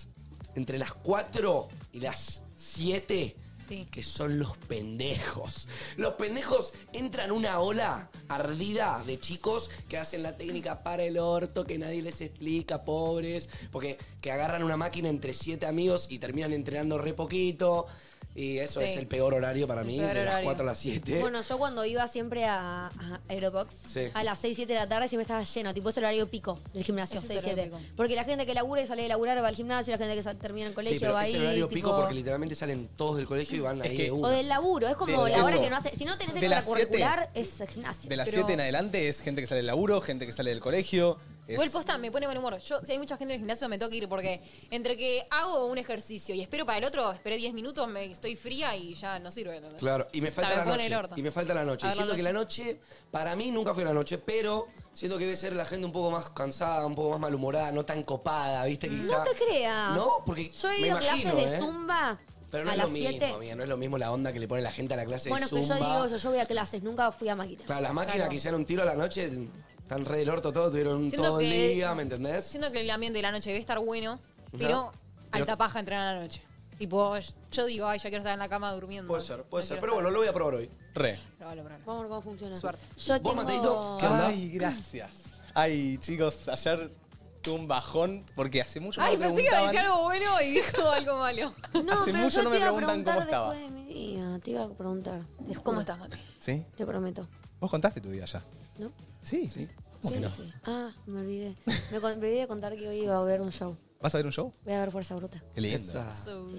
entre las 4 y las 7, Sí. que son los pendejos. Los pendejos entran una ola ardida de chicos que hacen la técnica para el orto, que nadie les explica, pobres, porque que agarran una máquina entre 7 amigos y terminan entrenando re poquito. Y eso Sí. es el peor horario para El mí, peor de las horario. 4 a las 7. Bueno, yo cuando iba siempre a Aerobox, Sí. a las 6, 7 de la tarde siempre estaba lleno, tipo ese horario pico del gimnasio, Ese 6, es el 7. horario pico. Porque la gente que labura y sale de laburar va al gimnasio, la gente que termina el colegio Sí, pero va es ahí. el horario tipo- pico porque literalmente salen todos del colegio y van ahí que- de O una. del laburo, es como De la hora eso. que no hace. Si no tenés De las extracurricular, es gimnasio. De las Pero- 7 en adelante es gente que sale del laburo, gente que sale del colegio. es- Igual posta me pone buen humor. Yo, si hay mucha gente en el gimnasio, me tengo que ir porque entre que hago un ejercicio y espero para el otro, esperé 10 minutos, estoy fría y ya no sirve. ¿entendés? Claro, y me falta O sea, la me pone noche. el orto. Y me falta la noche. A ver, Siento la que la noche, para mí nunca fue la noche, pero siento que debe ser la gente un poco más cansada, un poco más malhumorada, no tan copada, ¿viste? Que quizá- No te creas. No, porque Yo he me ido a imagino, clases de ¿eh? Zumba Pero no a es las lo mismo, 7. amiga, no es lo mismo la onda que le pone la gente a la clase Bueno, de que Zumba. yo digo eso, yo voy a clases, nunca fui a máquina. Claro, las máquinas Claro. que hicieron un tiro a la noche están re del orto todo, tuvieron Siento todo el que- día, ¿me entendés? Siento que el ambiente de la noche debe estar bueno, Ajá. pero Pero- alta paja entrenar a la noche. Tipo, yo digo, ay, ya quiero estar en la cama durmiendo. Puede ser, puede No ser. quiero Pero bueno, estar- lo voy a probar hoy. Re. Probalo, probalo. Vamos a ver cómo funciona. Suerte. Yo ¿Vos, tengo... Mateito? ¿Qué onda? Ay, gracias. Ay, chicos, ayer tuve un bajón porque hace mucho Ay, me pensé que iba a decir preguntaban. algo bueno y dijo algo malo. No, Hace pero mucho yo no te me iba a preguntan preguntar cómo estaba. después de mi día. Te iba a preguntar. Te juro. ¿Cómo estás, Mate? ¿Sí? Te prometo. ¿Vos contaste tu día ya? ¿No? Sí, sí. ¿Cómo Sí, que no? sí. Ah, me olvidé. Me olvidé de contar que hoy iba a ver un show. ¿Vas a ver un show? Voy a ver Fuerza Bruta. Qué lindo. Esa.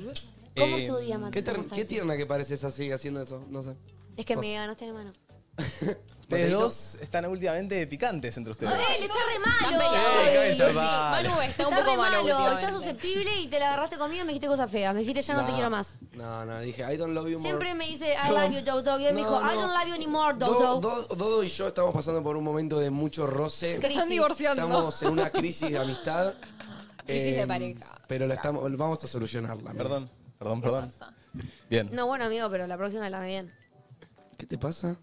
¿Cómo Eh, es tu día, Mati? Qué, ¿Cómo estás? qué tierna que pareces así haciendo eso, no sé. Es que me ganaste de mano. Ustedes Mateito. dos están últimamente picantes entre ustedes. ¡Él está re Están malo! peleados. cabeza, Sí, vale. Manu está un Está poco re malo malo, estás últimamente. susceptible y te la agarraste conmigo y me dijiste cosas feas. Me dijiste ya no te quiero más. No, dije, I don't love you more. Siempre me dice, I love you, Dodo. Y él me dijo, I don't love you anymore, Dodo. Dodo y yo estamos pasando por un momento de mucho roce. Se están divorciando. Estamos en una crisis de amistad. Crisis de pareja. Pero vamos a solucionarla. amigo. Perdón. Bien. No, bueno, amigo, pero la próxima la ve bien. ¿Qué te pasa?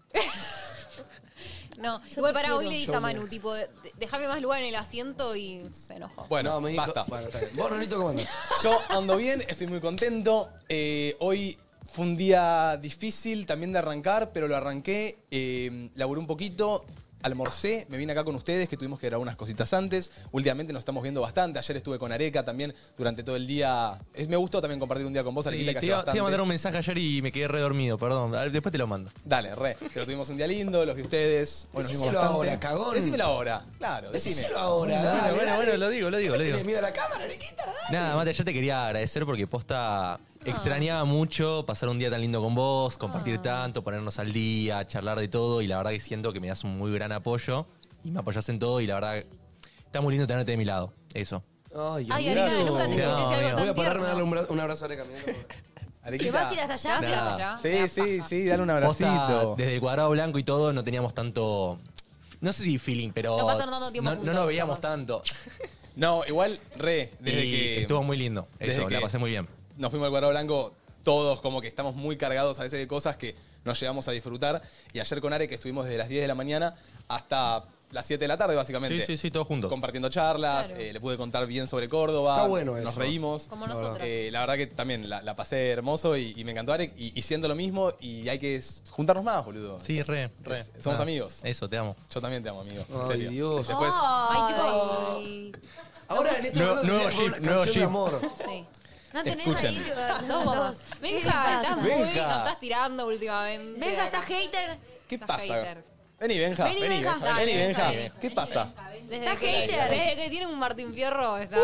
No, Yo igual te para hoy quiero. le dije a Manu, tipo, déjame más lugar en el asiento y se enojó. Bueno, No, me dijo- basta. Bueno, está bien. Vos, Nonito, ¿cómo andás? Yo ando bien, estoy muy contento. Hoy fue un día difícil también de arrancar, pero lo arranqué, laburé un poquito, almorcé, me vine acá con ustedes, que tuvimos que grabar unas cositas antes. Últimamente nos estamos viendo bastante. Ayer estuve con Areca también durante todo el día. Me gustó también compartir un día con vos, Sí, Arequita, que te hace iba a bastante. mandar un mensaje ayer y me quedé redormido, perdón. Después te lo mando. Dale, re. Pero tuvimos un día lindo, los vi ustedes. Bueno, nos vimos Decíselo bastante. ahora, cagón. Decímelo ahora, claro, decime. Decíselo ahora, Bueno, dale, bueno, dale. bueno, lo digo. ¿No le lo digo. tenés miedo a la cámara, Arequita? Dale. Nada, Mate, yo te quería agradecer porque posta extrañaba mucho pasar un día tan lindo con vos, compartir tanto, ponernos al día, charlar de todo y la verdad que siento que me das un muy gran apoyo y me apoyás en todo y la verdad está muy lindo tenerte de mi lado. Eso. Ay, Ay, amigo. Areca, nunca te Te escuché amo, decir algo amigo. tan Voy a pararme a darle tierno. un abrazo a Areca. mirá. Arequita. ¿Te vas a ir hasta ¿Te vas a ir allá? hasta allá? Sí, Me da sí, paja. sí, dale un Posta, abracito. desde el cuadrado blanco y todo no teníamos tanto, no sé si feeling, pero No pasaron tanto tiempo no juntos, nos veíamos digamos. tanto. No, igual, desde Y que estuvo muy lindo. desde Eso, que- la pasé muy bien. nos fuimos al cuadrado blanco, todos como que estamos muy cargados a veces de cosas que nos llegamos a disfrutar. Y ayer con Are, que estuvimos desde las 10 de la mañana hasta las 7 de la tarde, básicamente. Sí, todos juntos. Compartiendo charlas, Claro. le pude contar bien sobre Córdoba. Está bueno Nos eso. reímos. Como nosotros. La verdad que también la pasé hermoso y me encantó Are. Y siendo lo mismo, y hay que juntarnos más, boludo. Sí, re. Somos amigos. Eso, te amo. Yo también te amo, amigo. En Ay, serio. Dios. Después, Ay, chicos. Ay. Ahora en este Nuevo- momento nuevo tenés jeep, una nuevo canción de jeep. amor. Sí. No tenés Escuchen. ahí. Dos gomas. ¿Qué Venga, pasa? estás muy. Benja. Nos estás tirando últimamente. Venga, ¿estás hater? ¿qué Estás pasa? hater. Vení, Benja. Vení, Benja. Dale, Vení, Benja. dale. ¿Qué pasa? Desde ¿Estás que, hater? desde que tiene un Martín Fierro, está.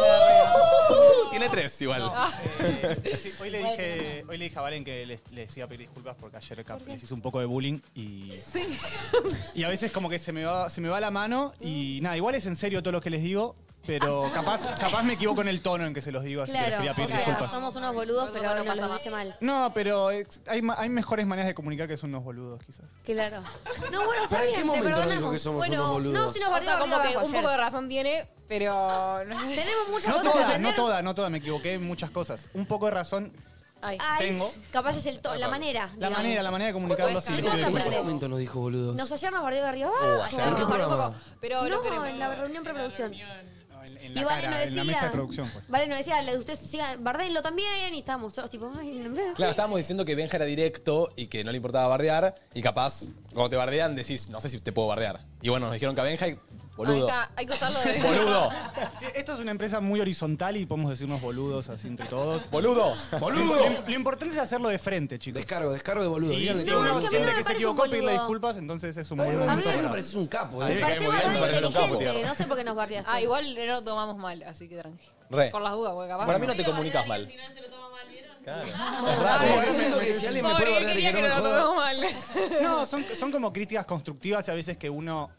Tiene 3 igual. Sí, hoy le dije a Valen que les iba a pedir disculpas porque ayer les hice un poco de bullying y. Sí. Y a veces como que se me va la mano y nada, igual es en serio todo lo que les digo, pero capaz me equivoco en el tono en que se los digo, así que les Claro, quería o pedir sea, disculpas. somos unos boludos, pero No nos pasa lo más. dice mal. No, pero hay mejores maneras de comunicar que son unos boludos, quizás. Claro. No, bueno, está ¿Para en bien, qué te momento nos dijo perdonamos. que somos Bueno, unos boludos? No, si nos O sea, bardeó como que abajo un poco de ayer. razón tiene, pero. Tenemos muchas No cosas que toda, aprender. no toda, me equivoqué en muchas cosas. Un poco de razón, Ay. Ay, tengo. capaz es el la manera. la digamos. manera de comunicarlo sí. Chicos, les pido ¿En qué disculpas. momento nos dijo boludos? Nos ayer nos bardeó de arriba abajo. No, ¿En qué nos paró un programa? poco, pero no No, queremos. en la reunión preproducción. No, en Y la Vale cara, nos en la decía. mesa de producción fue. Vale nos decía, usted siga, bardéenlo también. Y estábamos todos tipo, ay, no. Claro, estábamos diciendo que Benja era directo y que no le importaba bardear. Y capaz, cuando te bardean, decís, no sé si te puedo bardear. Y bueno, nos dijeron que a Benja y. Ahí Boludo. está, hay que usarlo de. Boludo. Sí, esto es una empresa muy horizontal y podemos decirnos boludos así entre todos. Boludo. Lo importante es hacerlo de frente, chicos. Descargo de boludo. Y Díganle si todo. No, uno es que a mí no siente me que se parece un equivocó, pedirle boludo. disculpas, entonces es un A buen mí momento me para... pareces un capo, A mí ¿eh? me Parece cae muy bien, me bastante parece un capo, inteligente. tío. No sé por qué nos bardeaste. Ah, igual no lo tomamos mal, así que tranqui. Re. Por las dudas, porque capaz. Para mí no te comunicas mal. Si no se lo toma mal, ¿vieron? Es raro. Yo siento que si alguien me puede Pobre, bardear y quería que que no no me lo tomemos joda... mal. No, son como críticas constructivas y a veces que uno...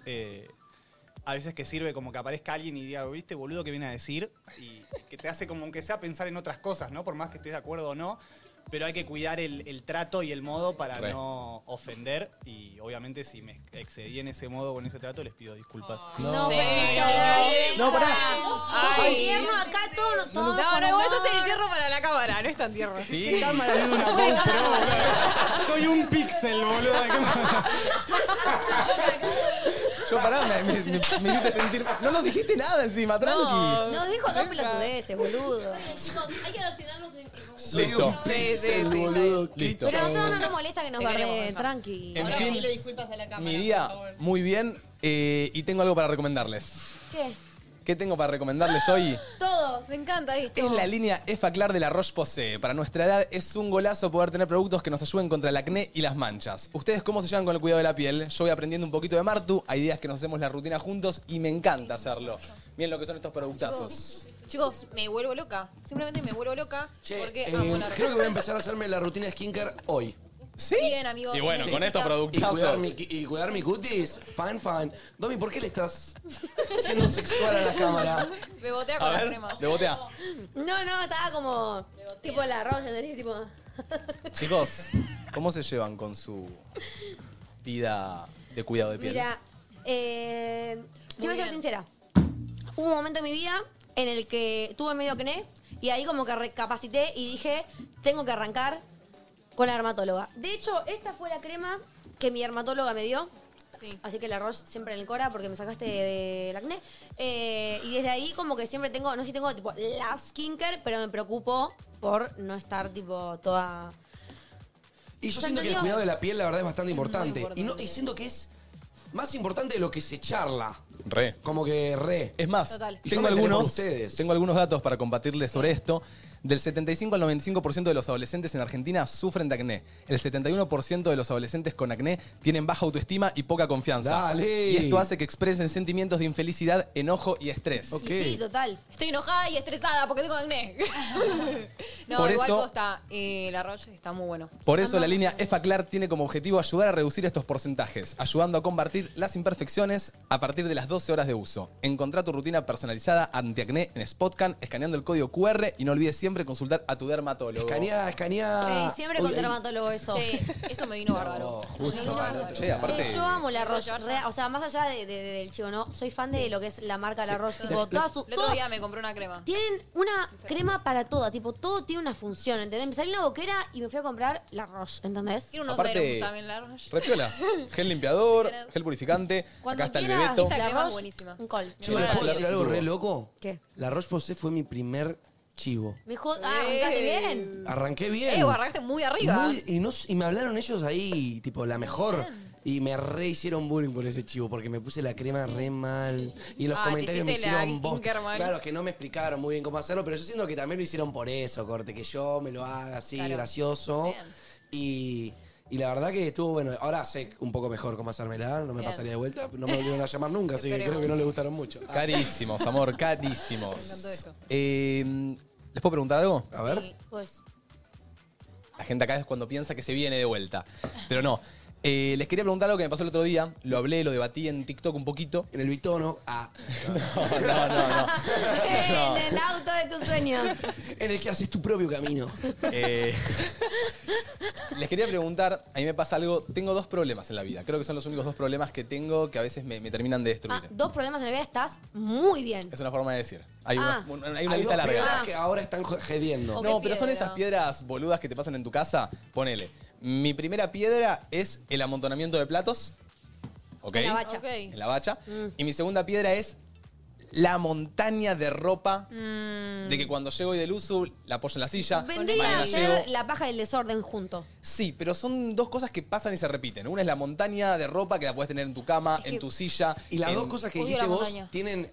a veces que sirve como que aparezca alguien y diga, ¿viste, boludo, que viene a decir? Y que te hace como aunque sea pensar en otras cosas, ¿no? Por más que estés de acuerdo o no. Pero hay que cuidar el trato y el modo para Re. no ofender. Y obviamente si me excedí en ese modo o en ese trato, les pido disculpas. No, Sí. Benito. No, pará. Sos Ay. tierno acá, todos No, con no, vos sos humor. el tierno para la cámara, no es tan tierno. Sí. Cámara de una GoPro, boludo. Soy un píxel, boludo. Yo pará, me hiciste sentir. No lo dijiste nada encima, tranqui. Nos dijo dos pelotudeces, boludo. Chicos, hay que adoctrinarnos en Listo. Sí, boludo. Listo. Pero a nosotros no nos molesta que nos Te queremos, bardeen, Benja. tranqui. En Ahora fin, pídele disculpas a la cámara, mi por día favor. muy bien y tengo algo para recomendarles. ¿Qué? ¿Qué tengo para recomendarles hoy? Todos. Me encanta esto. Es la línea Effaclar de la Roche-Posay. Para nuestra edad es un golazo poder tener productos que nos ayuden contra el acné y las manchas. ¿Ustedes cómo se llevan con el cuidado de la piel? Yo voy aprendiendo un poquito de Martu. Hay días que nos hacemos la rutina juntos y me encanta hacerlo. Miren lo que son estos productazos. Chicos, me vuelvo loca. Simplemente me vuelvo loca Che, porque amo la creo que voy a empezar a hacerme la rutina de skincare hoy. ¿Sí? Bien, amigos. Y bueno, con estos necesitas- productazos. Y cuidar mi cutis, fine. Domi, ¿por qué le estás siendo sexual a la cámara? Me botea A con las ver, cremas. de botea. No, estaba como tipo la roya, ¿entendés? Tipo... Chicos, ¿cómo se llevan con su vida de cuidado de piel? Mira, te voy a ser sincera. Hubo un momento en mi vida en el que tuve medio acné y ahí como que recapacité y dije, tengo que arrancar con la dermatóloga. De hecho, esta fue la crema que mi dermatóloga me dio. Sí. Así que la Roche siempre en el Cora porque me sacaste del acné. Y desde ahí como que siempre tengo, no sé si tengo tipo la skincare, pero me preocupo por no estar tipo toda... Y yo ¿Se siento que el entendió? cuidado de la piel, la verdad, es bastante Es muy importante. importante. Y siento que es más importante de lo que se charla. Re. Como que re. Es más, Total. Y yo tengo me enteré por algunos, ustedes. tengo algunos datos para compartirles sobre esto. Del 75 al 95% de los adolescentes en Argentina sufren de acné. El 71% de los adolescentes con acné tienen baja autoestima y poca confianza. Dale. Y esto hace que expresen sentimientos de infelicidad, enojo y estrés. Ok. Y sí, total. Estoy enojada y estresada porque tengo acné. No, Por igual eso- posta, la Roche está muy bueno. Por eso la línea Effaclar tiene como objetivo ayudar a reducir estos porcentajes, ayudando a combatir las imperfecciones a partir de las 12 horas de uso. Encontrá tu rutina personalizada antiacné en Spotcan escaneando el código QR y no olvides siempre siempre consultar a tu dermatólogo. Escaneá. Siempre con dermatólogo eso. Che, eso me vino bárbaro. Justo mal. Che, aparte... Che, yo amo la Roche. O sea, más allá del chivo, ¿no? Soy fan de lo que es la marca La Roche. Tipo, El otro día me compré una crema. tienen una crema para todo. Tipo, todo tiene una función, ¿entendés? Me salí una boquera y me fui a comprar La Roche, ¿entendés? Quiero unos Aparte- serums también, la Roche. Repiola. Gel limpiador, gel purificante. Cuando Acá está el quieras, Bebeto. Esa La crema es Roche, buenísima. un col. Chicos, ¿les puedo decir algo re loco? ¿Qué? La Roche-Posay fue mi primer chivo. Me arrancaste bien. Arranqué bien. Arrancaste muy arriba. Y me hablaron ellos ahí, tipo, la mejor. Y me re hicieron bullying por ese chivo, porque me puse la crema re mal. Y en los te comentarios me hiciste la hicieron bosta. skincare mal. Claro, que no me explicaron muy bien cómo hacerlo, pero yo siento que también lo hicieron por eso, corte, que yo me lo haga así, Claro. gracioso. Bien. Y la verdad que estuvo bueno. Ahora sé un poco mejor cómo hacérmela, no me Bien. pasaría de vuelta, no me volvieron a llamar nunca, así que Esperemos. creo que no le gustaron mucho. Carísimos, amor, carísimos. Me encantó eso. ¿Les puedo preguntar algo? A ver. Sí. Pues, La gente acá es cuando piensa que se viene de vuelta. Pero no. Les quería preguntar algo que me pasó el otro día. Lo hablé, lo debatí en TikTok un poquito. En el bitono, No. en el auto de tus sueños. en el que haces tu propio camino. Les quería preguntar, a mí me pasa algo, tengo dos problemas en la vida. Creo que son los únicos dos problemas que tengo que a veces me terminan de destruir. Dos problemas en la vida, estás muy bien. Es una forma de decir. Hay Ah. una Hay lista dos larga. piedras que ahora están jediendo. Ok. No, ¿Qué pero son piedra? esas piedras boludas que te pasan en tu casa. Ponele. Mi primera piedra es el amontonamiento de platos. ¿Ok? En la bacha. Ok. En la bacha. Y mi segunda piedra es la montaña de ropa. De que cuando llego y del uso, la apoyo en la silla. Vendría mañana a ser llego. la paja y el desorden junto. Sí, pero son dos cosas que pasan y se repiten. Una es la montaña de ropa que la puedes tener en tu cama, en tu silla. Y las en- dos cosas que Odio dijiste la vos montaña. tienen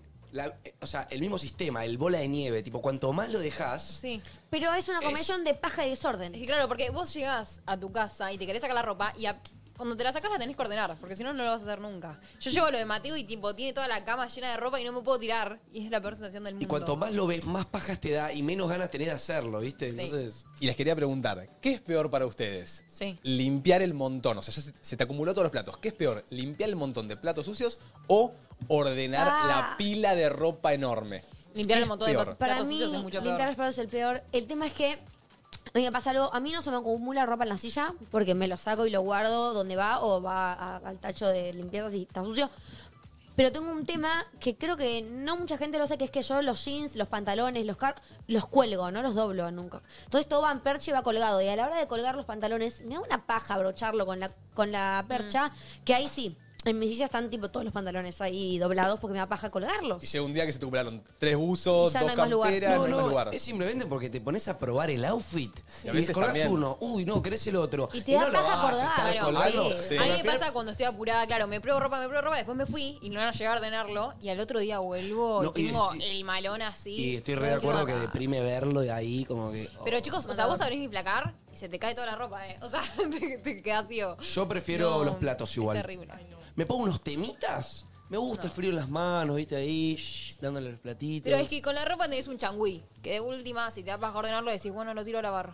el mismo sistema, el bola de nieve. Tipo, cuanto más lo dejás, Sí. Pero es una combinación de paja y desorden. Es que claro, porque vos llegás a tu casa y te querés sacar la ropa y cuando te la sacás la tenés que ordenar, porque si no, no lo vas a hacer nunca. Yo llego a lo de Mateo y tipo tiene toda la cama llena de ropa y no me puedo tirar. Y es la peor sensación del mundo. y cuanto más lo ves, más pajas te da y menos ganas tenés de hacerlo, ¿viste? Sí. Entonces, Y les quería preguntar, ¿qué es peor para ustedes? Sí. Limpiar el montón. O sea, ya se te acumuló todos los platos. ¿Qué es peor? ¿Limpiar el montón de platos sucios o ordenar la pila de ropa enorme? Limpiar ¿Qué el es montón de peor? Para platos mí, sucios es mucho limpiar peor. los platos es el peor. El tema es que a mí me pasa algo. A mí no se me acumula ropa en la silla porque me lo saco y lo guardo donde va o va al tacho de limpieza si está sucio. Pero tengo un tema que creo que no mucha gente lo sabe, que es que yo los jeans, los pantalones, los cuelgo, no los doblo nunca. Entonces todo va en percha y va colgado. Y a la hora de colgar los pantalones, me da una paja abrocharlo con la percha, que ahí sí. En mi silla están tipo todos los pantalones ahí doblados porque me da paja colgarlos. Y llega un día que se te acumularon 3 buzos, Y ya 2 no hay más lugar. camperas, no, hay más lugar. es simplemente porque te pones a probar el outfit Y a y veces descolgás también. uno. Uy, no, querés el otro. Y te da no lo paja vas a acordar. estar Claro, colgando. sí. A mí me Prefiero- pasa cuando estoy apurada, claro, me pruebo ropa, después me fui y no van a llegar a ordenarlo y al otro día vuelvo No, y y tengo sí. el malón así. Y estoy re de Todo acuerdo que encima. deprime verlo de ahí, como que. Pero chicos, o sea, vos abrís mi placar y se te cae toda la ropa, O sea, te quedas ciego. Yo prefiero No, los platos igual. Es terrible. Me pongo unos temitas. Me gusta el frío en las manos, viste ahí, dándole los platitos. Pero es que con la ropa tenés un changüí, que de última, si te da para ordenarlo, decís, bueno, lo tiro a lavar.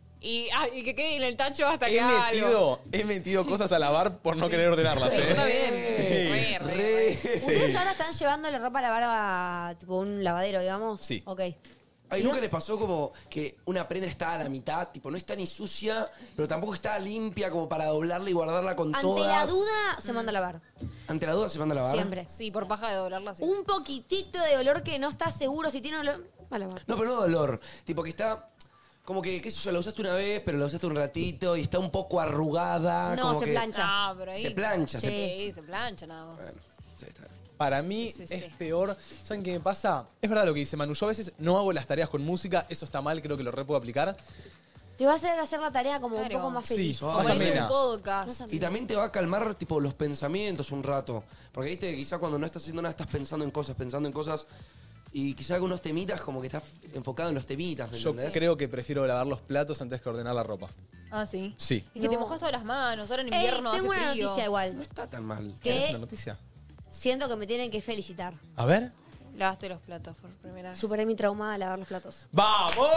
Y que quede en el tacho hasta que haga algo. He metido cosas a lavar por no querer ordenarlas, Sí, yo también. Re, Re. ¿Ustedes ahora están llevando la ropa a lavar a tipo un lavadero, digamos? Sí. Ok. Ay, ¿nunca les pasó como que una prenda está a la mitad? Tipo, no está ni sucia, pero tampoco está limpia como para doblarla y guardarla con Ante todas. la duda, se manda a lavar. Ante la duda se manda a lavar. Siempre. Sí, por paja de doblarla, sí. Un poquitito de olor que no estás seguro si tiene olor, va a lavar. No, pero no dolor. Tipo que está. Como que, qué sé yo, la usaste una vez, pero la usaste un ratito y está un poco arrugada. No, como se que- plancha. No, pero ahí... Se plancha, se- Sí, se plancha nada más. Sí, está bien. Para mí Sí, sí, es sí. peor. ¿Saben qué me pasa? Es verdad lo que dice Manu. Yo a veces no hago las tareas con música. Eso está mal, creo que lo re puedo aplicar. Te va a hacer la tarea como Claro. un poco más Sí, feliz. más Ponete amena. un podcast. Y también te va a calmar, tipo, los pensamientos un rato. Porque, viste, quizá cuando no estás haciendo nada estás pensando en cosas. Y quizá algunos temitas como que estás enfocado en los temitas, ¿me Yo entendés? creo que prefiero lavar los platos antes que ordenar la ropa. Ah, sí. Sí. Y que te No. mojas todas las manos, ahora en invierno tengo hace una frío. noticia No igual. está tan mal. ¿Qué? ¿Querés una noticia? Siento que me tienen que felicitar. A ver. Lavaste los platos por primera vez. Superé mi trauma de lavar los platos. ¡Vamos!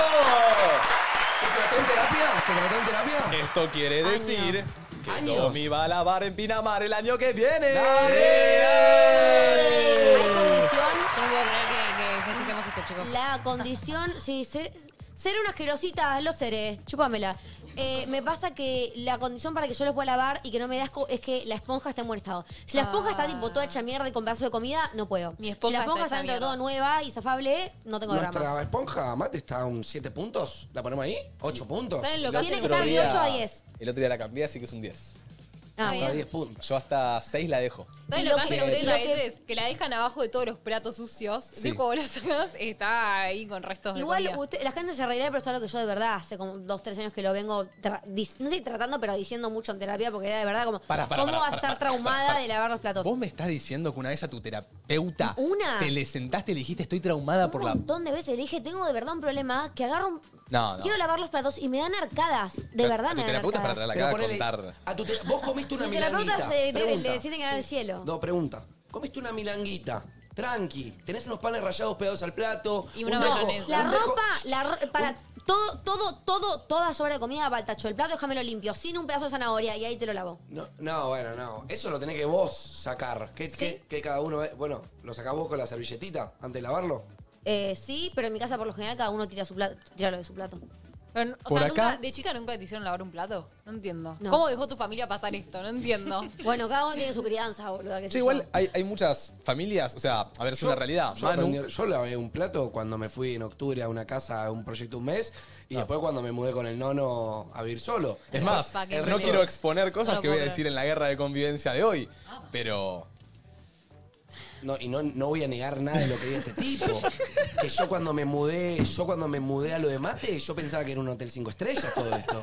¿Se trató en terapia? ¿Se trató en terapia? Esto quiere Años. decir que Años. Domi va a lavar en Pinamar el año que viene. ¿Hay condición? Yo no puedo creer que festejemos esto, chicos. La condición, sí, ser una asquerosita, lo seré, chúpamela. Me pasa que la condición para que yo los pueda lavar y que no me dé asco es que la esponja esté en buen estado. Si la esponja está tipo toda hecha mierda y con pedazo de comida, no puedo. Mi Si esponja la esponja está está hecha dentro de todo mierda. nueva y zafable, no tengo drama. Nuestra esponja, Mate, está a un 7 puntos. ¿La ponemos ahí? ¿8 puntos? ¿Saben lo que Tiene que Otro estar de día- 8 a 10. El otro día la cambié, así que es un 10. Ah, Está Está a bien. 10 puntos. Yo hasta 6 la dejo. ¿Saben Y lo lo que hacen que- ustedes lo a que- veces? Que la dejan abajo de todos los platos sucios. Sí. De cuando la sacas, está ahí con restos Igual de comida. la gente se reirá, pero es algo que yo de verdad hace como 2, 3 años que lo vengo, no sé, tratando, pero diciendo mucho en terapia, porque era de verdad como, ¿cómo vas a estar traumada de lavar los platos? ¿Vos me estás diciendo que una vez a tu terapeuta ¿Una? te le sentaste y le dijiste estoy traumada por Un la... montón de veces le dije, tengo de verdad un problema, que agarro un... No, no. Quiero lavar los platos y me dan arcadas. De verdad a tu me dan terapeuta para arcadas. traer la Pero cara a ponele, contar. vos comiste una Mi terapeuta milanguita. le Pregunta. sienten ganar el cielo. No, pregunta. Comiste una milanguita. Tranqui. Tenés unos panes rallados pegados al plato. Y una un dejo- mayonesa. La un dejo- ropa, para toda sobra de comida va al tacho. El plato déjamelo limpio, sin un pedazo de zanahoria y ahí te lo lavo. No, bueno, no. Eso lo tenés que vos sacar. Que cada uno... Bueno, ¿lo sacás vos con la servilletita antes de lavarlo? Sí, pero en mi casa por lo general cada uno tira lo de su plato. Pero, o Por sea, acá- ¿de chica nunca te hicieron lavar un plato? No entiendo. No. ¿Cómo dejó tu familia pasar esto? No entiendo. Bueno, cada uno tiene su crianza, boluda. qué sé Sí, yo. igual hay muchas familias, o sea, a ver, es una realidad. Manu, Yo lavé un plato cuando me fui en octubre a una casa, a un proyecto un mes, y después cuando me mudé con el nono a vivir solo. es más, Pa' que no no quiero exponer cosas no lo que voy a puedo decir en la guerra de convivencia de hoy, pero... No voy a negar nada de lo que diga este tipo. Que yo cuando me mudé a lo de Mate, yo pensaba que era un hotel 5 estrellas todo esto.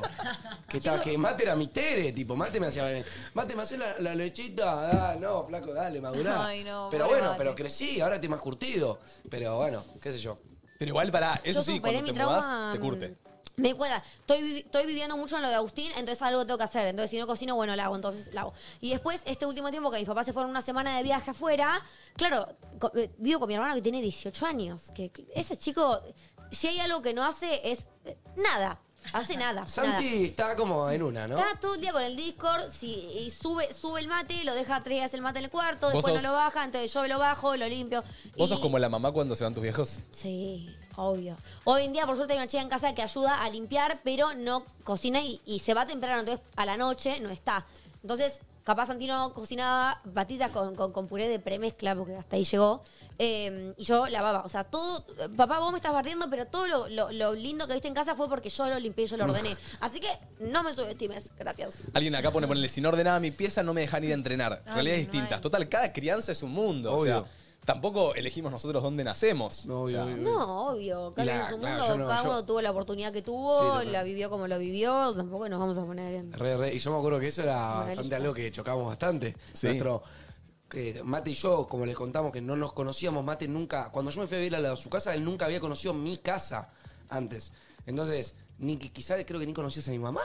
Que Mate era mi Tere, tipo, Mate me hacía, Mate, me hace la lechita, no, flaco, dale, madurá. Ay, no, pero pobre bueno, Mate. pero crecí, ahora estoy más curtido. Pero bueno, qué sé yo. Pero igual para eso Yo sí, superé cuando mi te mudás, trauma, te curte. Me di cuenta, estoy viviendo mucho en lo de Agustín, entonces algo tengo que hacer. Entonces, si no cocino, bueno, la hago, entonces la hago. Y después, este último tiempo que mis papás se fueron una semana de viaje afuera, claro, vivo con mi hermano que tiene 18 años. Que ese chico, si hay algo que no hace, es nada. Hace nada. Santi nada. está como en una, ¿no? Está todo el día con el Discord, y sube el mate, lo deja 3 días el mate en el cuarto, Vos después sos- no lo baja, entonces yo lo bajo, lo limpio. ¿Vos Y- sos como la mamá cuando se van tus viejos? Sí, obvio. Hoy en día, por suerte, hay una chica en casa que ayuda a limpiar, pero no cocina y se va temprano, entonces a la noche no está. Entonces, capaz Santino cocinaba patitas con puré de premezcla, porque hasta ahí llegó, y yo lavaba. O sea, todo, papá, vos me estás partiendo, pero todo lo lindo que viste en casa fue porque yo lo limpié y yo lo ordené. Así que no me subestimes, gracias. Alguien acá ponerle, si no ordenaba mi pieza no me dejan ir a entrenar. Ay, Realidades mal. distintas. Total, cada crianza es un mundo. Obvio. O sea, tampoco elegimos nosotros dónde nacemos. No, O sea, obvio. No, obvio. Cada uno en su mundo, cada uno tuvo la oportunidad que tuvo, Sí, total. la vivió como lo vivió. Tampoco nos vamos a poner en... Y yo me acuerdo que eso era Moralistas. bastante algo que chocábamos bastante. Sí. Mate y yo, como les contamos que no nos conocíamos, Mate nunca, cuando yo me fui a vivir a su casa, él nunca había conocido mi casa antes. Entonces, quizás creo que ni conocías a mi mamá.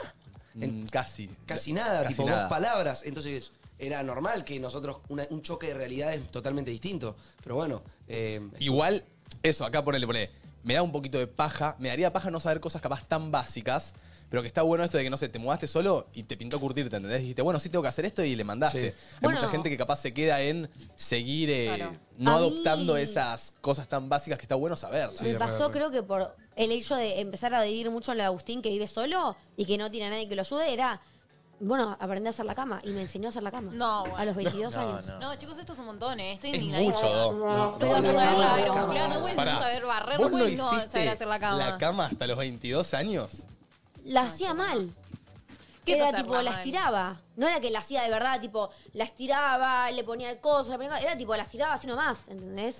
casi. Casi nada, Casi tipo nada. 2 palabras. Entonces, era normal que nosotros, un choque de realidades totalmente distinto. Pero bueno, Igual, eso, acá ponele. Me da un poquito de paja. Me daría paja no saber cosas capaz tan básicas. Pero que está bueno esto de que, no sé, te mudaste solo y te pintó curtirte, ¿entendés? Dijiste, bueno, sí tengo que hacer esto y le mandaste. Sí. Hay Bueno. mucha gente que capaz se queda en seguir Claro. no A mí- adoptando esas cosas tan básicas que está bueno saberlas. Me Sí, pasó, re. creo que por el hecho de empezar a vivir mucho en lo de Agustín, que vive solo y que no tiene a nadie que lo ayude, era, bueno, aprender a hacer la cama. Y me enseñó a hacer la cama. No, bueno. A los 22 años. No, chicos, esto es un montón, ¿eh? Estoy Es indignadísima. mucho, No puedes no saber lavar un plato, no puedes Pará, no saber barrer, ¿vos no puedes no hiciste saber hacer la cama. la cama hasta los 22 años? La hacía mal. ¿Qué es Era hacerla tipo, la mal? estiraba. No era que la hacía de verdad, tipo, la estiraba, le ponía el coso, la ponía- era tipo, la estiraba así nomás, ¿entendés?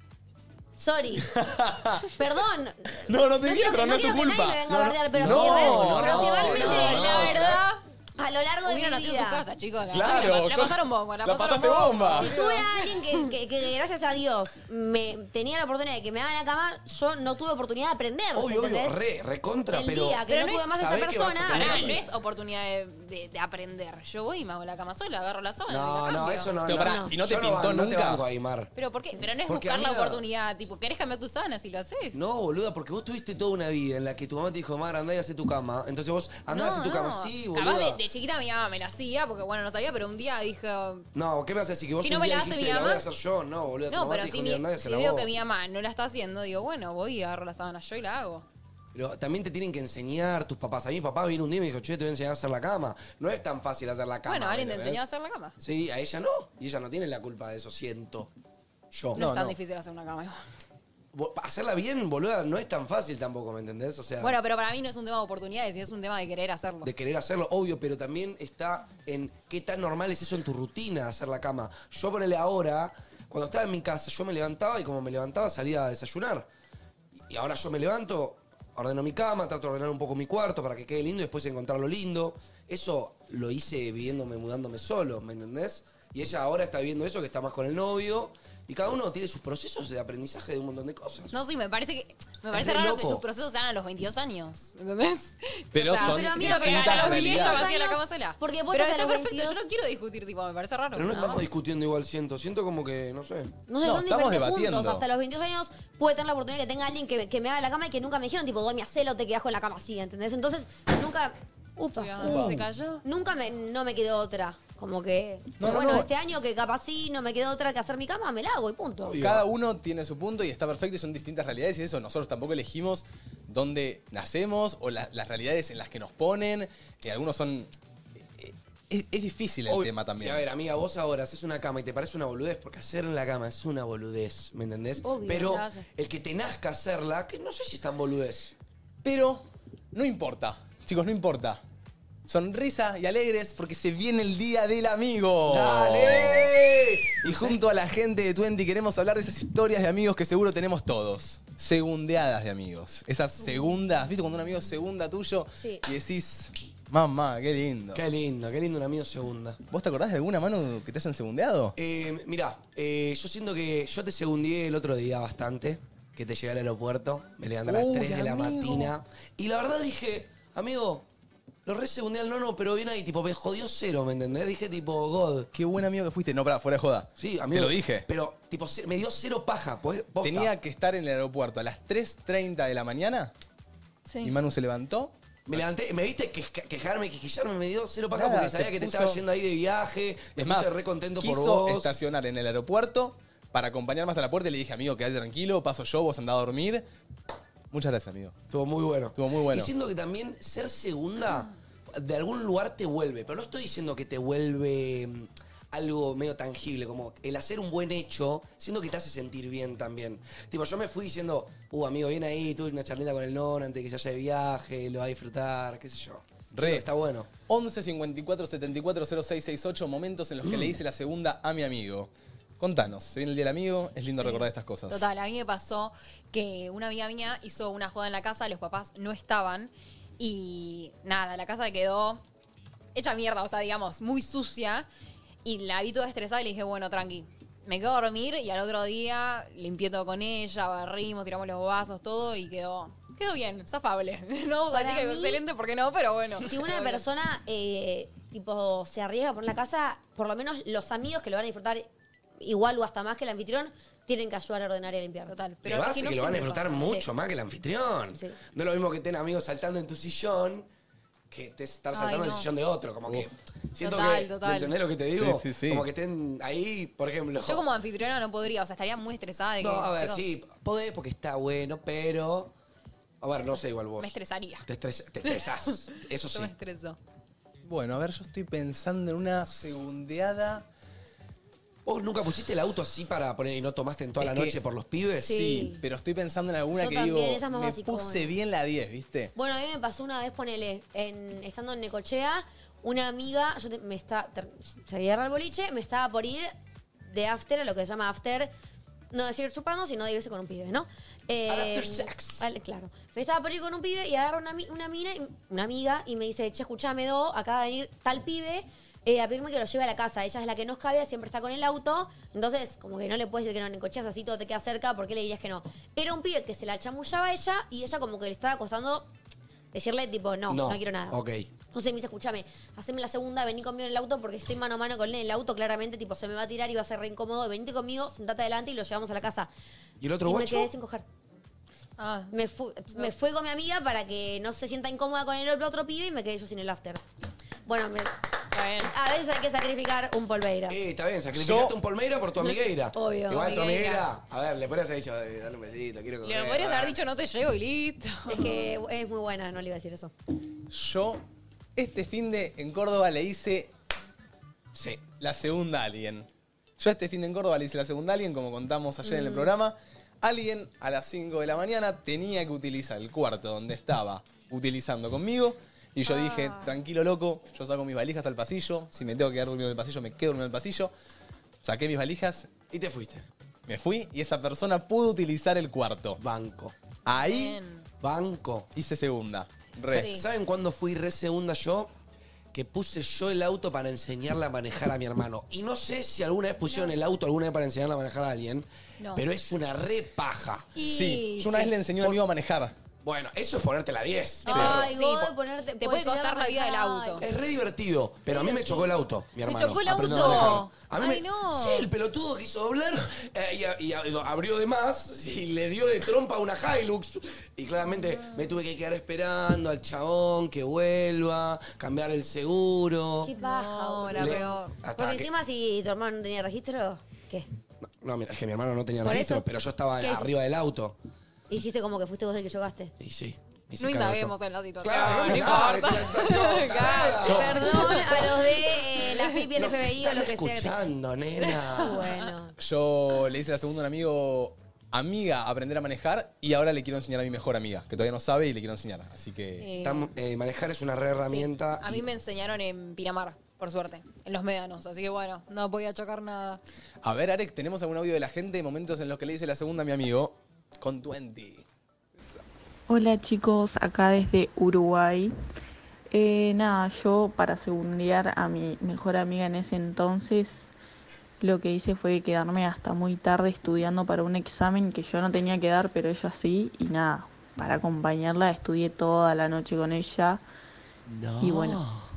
Sorry. Perdón. No, no te quiero quiero, que- no es tu quiero que culpa. nadie me venga a bardear, pero No, sí, no, pero si no, realmente, no, la verdad, a lo largo de hubieran mi nacido vida. en su casa, chicos. Claro, La pasaron bomba, la pasaron pasaste bomba. Si tuve a alguien que gracias a Dios me tenía la oportunidad de que me haga la cama, yo no tuve oportunidad de aprender. obvio, ¿entendés? recontra, El pero... día que Pero no no tuve es- más a esa sabés que vas a persona, tener- Pará, ahí- no es oportunidad de de aprender. Yo voy y me hago la cama sola, agarro la sábana y No, la no, cambio. eso no. Pero no. pará, ¿y no te Yo pintó no te nunca? banco ahí, Mar. ¿Pero por qué? Pero no es Porque, buscar la amiga- oportunidad. Tipo, ¿querés cambiar tus sábanas y lo haces? No, boluda, porque vos tuviste toda una vida en la que tu mamá te dijo, Mar, andá y hacé tu cama. Entonces vos andás y hacé tu cama. Sí, boluda. Capaz de chiquita mi mamá me la hacía porque, bueno, no sabía, pero un día dije... No, ¿qué me haces decir? Que vos Si un no me día la hace dijiste, mi la voy mamá. a hacer yo. No, boluda, tu No, mamá pero te dijo, si, "Mira, andá y si hacela veo vos". que mi mamá no la está haciendo, digo, bueno, voy y agarro la sábana yo y la hago. Pero también te tienen que enseñar tus papás. A mi papá vino un día y me dijo, che, te voy a enseñar a hacer la cama. No es tan fácil hacer la cama. Bueno, alguien te ¿entendés? enseñó a hacer la cama. Sí, a ella no. Y ella no tiene la culpa de eso, siento. Yo. No, es tan difícil hacer una cama. igual. Hacerla bien, boluda, no es tan fácil tampoco, ¿me entendés? O sea, Bueno, pero para mí no es un tema de oportunidades, sino es un tema de querer hacerlo. de querer hacerlo, obvio, pero también está en qué tan normal es eso en tu rutina, hacer la cama. Yo ponele ahora, cuando estaba en mi casa, yo me levantaba y como me levantaba salía a desayunar. Y ahora yo me levanto, ordeno mi cama, trato de ordenar un poco mi cuarto para que quede lindo y después encontrar lo lindo. Eso lo hice viviéndome, mudándome solo, ¿me entendés? Y ella ahora está viviendo eso, que está más con el novio. Y cada uno tiene sus procesos de aprendizaje de un montón de cosas. No, sí, me parece re raro que loco. sus procesos sean a los 22 años, ¿entendés? Pero O sea, son pero a mí siento que me a distintas los 10 ella realidades. me hacía la cama sola. Porque vos pero estás a está los perfecto, 22. yo no quiero discutir, tipo, me parece raro. Pero no nada estamos más. discutiendo igual, siento como que, no sé. No sé, No, son estamos diferentes debatiendo. puntos. Hasta los 22 años puede tener la oportunidad de que tenga alguien que me haga la cama y que nunca me dijeron, tipo, Domi, hacelo, te quedas con la cama así, ¿entendés? Entonces, nunca... Upa. ¿Se cayó? Nunca no me quedó otra. Como que, No, no, bueno, no. este año que capaz sí no me quedó otra que hacer mi cama, me la hago y punto. Cada uno tiene su punto y está perfecto y son distintas realidades y eso nosotros tampoco elegimos dónde nacemos o las realidades en las que nos ponen. Algunos son... Es difícil el Obvio. tema también. Y a ver, amiga, vos ahora haces una cama y te parece una boludez, porque hacer en la cama es una boludez, ¿me entendés? Obvio. Pero La hace. el que te nazca hacerla, que no sé si es tan boludez. Pero no importa, chicos, no importa. Sonrisa y alegres porque se viene el día del amigo. ¡Dale! Y junto a la gente de Twenty queremos hablar de esas historias de amigos que seguro tenemos todos. Segundeadas de amigos. Esas segundas, ¿viste cuando un amigo es segunda tuyo? Sí. Y decís, mamá, qué lindo. Qué lindo un amigo segunda. ¿Vos te acordás de alguna mano que te hayan segundeado? Mirá, yo siento que yo te segundié el otro día bastante, que te llegué al aeropuerto, me levanté a las 3 de la amigo. mañana. Y la verdad dije, amigo, lo re segundé al nono, pero bien ahí, tipo, me jodió cero, ¿me entendés? Dije, tipo, God. Qué buen amigo que fuiste. No, pará, fuera de joda. Sí, amigo. Te lo dije. Pero, tipo, me dio cero paja, pues, posta. Tenía que estar en el aeropuerto a las 3:30 de la mañana Sí. y Manu se levantó. Me levanté, me viste quejarme, me dio cero paja Nada, porque sabía se que te puso- estabas yendo ahí de viaje. Me Es más, puse re contento por quiso vos. estacionar en el aeropuerto para acompañarme hasta la puerta y le dije, amigo, quédate tranquilo, paso yo, vos andá a dormir. Muchas gracias, amigo. Estuvo muy bueno. Estuvo muy bueno. Y siento que también ser segunda de algún lugar te vuelve. Pero no estoy diciendo que te vuelve algo medio tangible. Como el hacer un buen hecho, siento que te hace sentir bien también. Tipo, yo me fui diciendo, amigo, viene ahí, tuve una charlita con el non antes de que se vaya de viaje, lo va a disfrutar, qué sé yo. Siento Re. que está bueno. 11 54 74 06 68, momentos en los que le hice la segunda a mi amigo. Contanos, se viene el día del amigo, es lindo recordar estas cosas. Total, a mí me pasó que una amiga mía hizo una joda en la casa, los papás no estaban y nada, la casa quedó hecha mierda, o sea, digamos, muy sucia y la vi toda estresada y le dije, bueno, tranqui, me quedo a dormir y al otro día limpié todo con ella, barrimos, tiramos los vasos, todo y quedó bien, zafable. No, Para así que mí, excelente, porque no, pero bueno. Si una persona tipo se arriesga por la casa, por lo menos los amigos que lo van a disfrutar igual o hasta más que el anfitrión, tienen que ayudar a ordenar y a limpiar. Total. Pero Pero de es base que no que lo van a siempre disfrutar pasa. mucho más que el anfitrión. Sí. No es lo mismo que estén amigos saltando en tu sillón que te estar saltando en el no. sillón de otro. Como que siento Total, que. total. ¿Me entendés lo que te digo? Sí, sí, sí. Como que estén ahí, por ejemplo. Yo como anfitriona no podría, o sea, estaría muy estresada de que... No, a ver, chicos, sí, podés porque está bueno, pero. A ver, no sé, igual vos. me estresaría. Te estresás. Eso sí. Yo me estreso. Bueno, a ver, yo estoy pensando en una segundeada. ¿Vos nunca pusiste el auto así para poner y no tomaste en toda Es la que- noche por los pibes? Sí. Pero estoy pensando en alguna Yo que también, digo, esa es más me basicona. puse bien la 10, ¿viste? Bueno, a mí me pasó una vez, ponele, estando en Necochea, una amiga, se agarra el boliche, me estaba por ir de after, a lo que se llama after, no decir chupando, sino de irse con un pibe, ¿no? Al after sex. Claro. Me estaba por ir con un pibe y agarra una amiga y me dice, che, escuchame, Do, acaba de venir tal pibe a pedirme que lo lleve a la casa. Ella es la que nos cabe, siempre está con el auto. Entonces, como que no le puedes decir que no, en Necochea así todo te queda cerca, ¿por qué le dirías que no? Era un pibe que se la chamullaba a ella y ella como que le estaba costando decirle tipo, no quiero nada. Ok. Entonces me dice, escúchame, haceme la segunda, vení conmigo en el auto porque estoy mano a mano con él en el auto, claramente, tipo, se me va a tirar y va a ser re incómodo. Venite conmigo, sentate adelante y lo llevamos a la casa. ¿Y el otro Y me guacho? quedé sin coger. Me fui con mi amiga para que no se sienta incómoda con el otro pibe y me quedé yo sin el after. Bueno, a veces hay que sacrificar un polveira. Está bien, sacrificaste un polmeira por tu amigueira. Obvio. Igual tu Amigueira. amigueira, a ver, le podrías haber dicho, dale un besito, quiero comer. Le podrías haber dicho no te llego y listo. Es que es muy buena, no le iba a decir eso. Yo, este finde en Córdoba le hice Sí. la segunda Alien. Yo este finde en Córdoba le hice la segunda Alien, como contamos ayer en el programa. Alguien a las 5 de la mañana tenía que utilizar el cuarto donde estaba utilizando conmigo. Y yo dije, tranquilo loco, yo saco mis valijas al pasillo. Si me tengo que quedar durmiendo en el pasillo, me quedo durmiendo en el pasillo. Saqué mis valijas. Y te fuiste. Me fui y esa persona pudo utilizar el cuarto. Banco. Ahí Banco. hice segunda. Re. ¿Saben cuándo fui re segunda yo? Que puse yo el auto para enseñarle a manejar a mi hermano. Y no sé si alguna vez pusieron el auto alguna vez para enseñarle a manejar a alguien, pero es una re paja. Sí, yo una vez le enseñé a un amigo a manejar. Bueno, eso es ponerte la 10. Ay, Sí, te puede costar la vida del auto. Es re divertido, pero a mí me chocó el auto, mi hermano. chocó el aprendiendo auto. a manejar. A mí Ay, no. Sí, el pelotudo quiso doblar y abrió de más y le dio de trompa a una Hilux. Y claramente me tuve que quedar esperando al chabón que vuelva, cambiar el seguro. Qué paja, No, boludo. era peor. Hasta Porque que- encima si tu hermano no tenía registro, ¿qué? No, mira, es que mi hermano no tenía Por registro, eso, pero yo estaba ¿qué es? arriba del auto. Hiciste como que fuiste vos el que chocaste. Y sí. me hice No cargo de indaguemos eso. en la situación. Claro, no no indagues importa. en la situación, Claro. Perdón a los de la FIP y el Nos FBI o lo están que sea. escuchando, nena. Bueno. Yo le hice la segunda a un amiga a aprender a manejar y ahora le quiero enseñar a mi mejor amiga, que todavía no sabe y le quiero enseñar. Así que... Manejar es una re herramienta. A mí me enseñaron en Pinamar, por suerte, en los médanos. Así que bueno, no podía chocar nada. A ver, Arek, ¿tenemos algún audio de la gente? Momentos en los que le hice la segunda a mi amigo con 20. Hola chicos, acá desde Uruguay. Nada, yo para segundear a mi mejor amiga en ese entonces, lo que hice fue quedarme hasta muy tarde estudiando para un examen que yo no tenía que dar, pero ella sí. Y nada, para acompañarla estudié toda la noche con ella. No. Y bueno.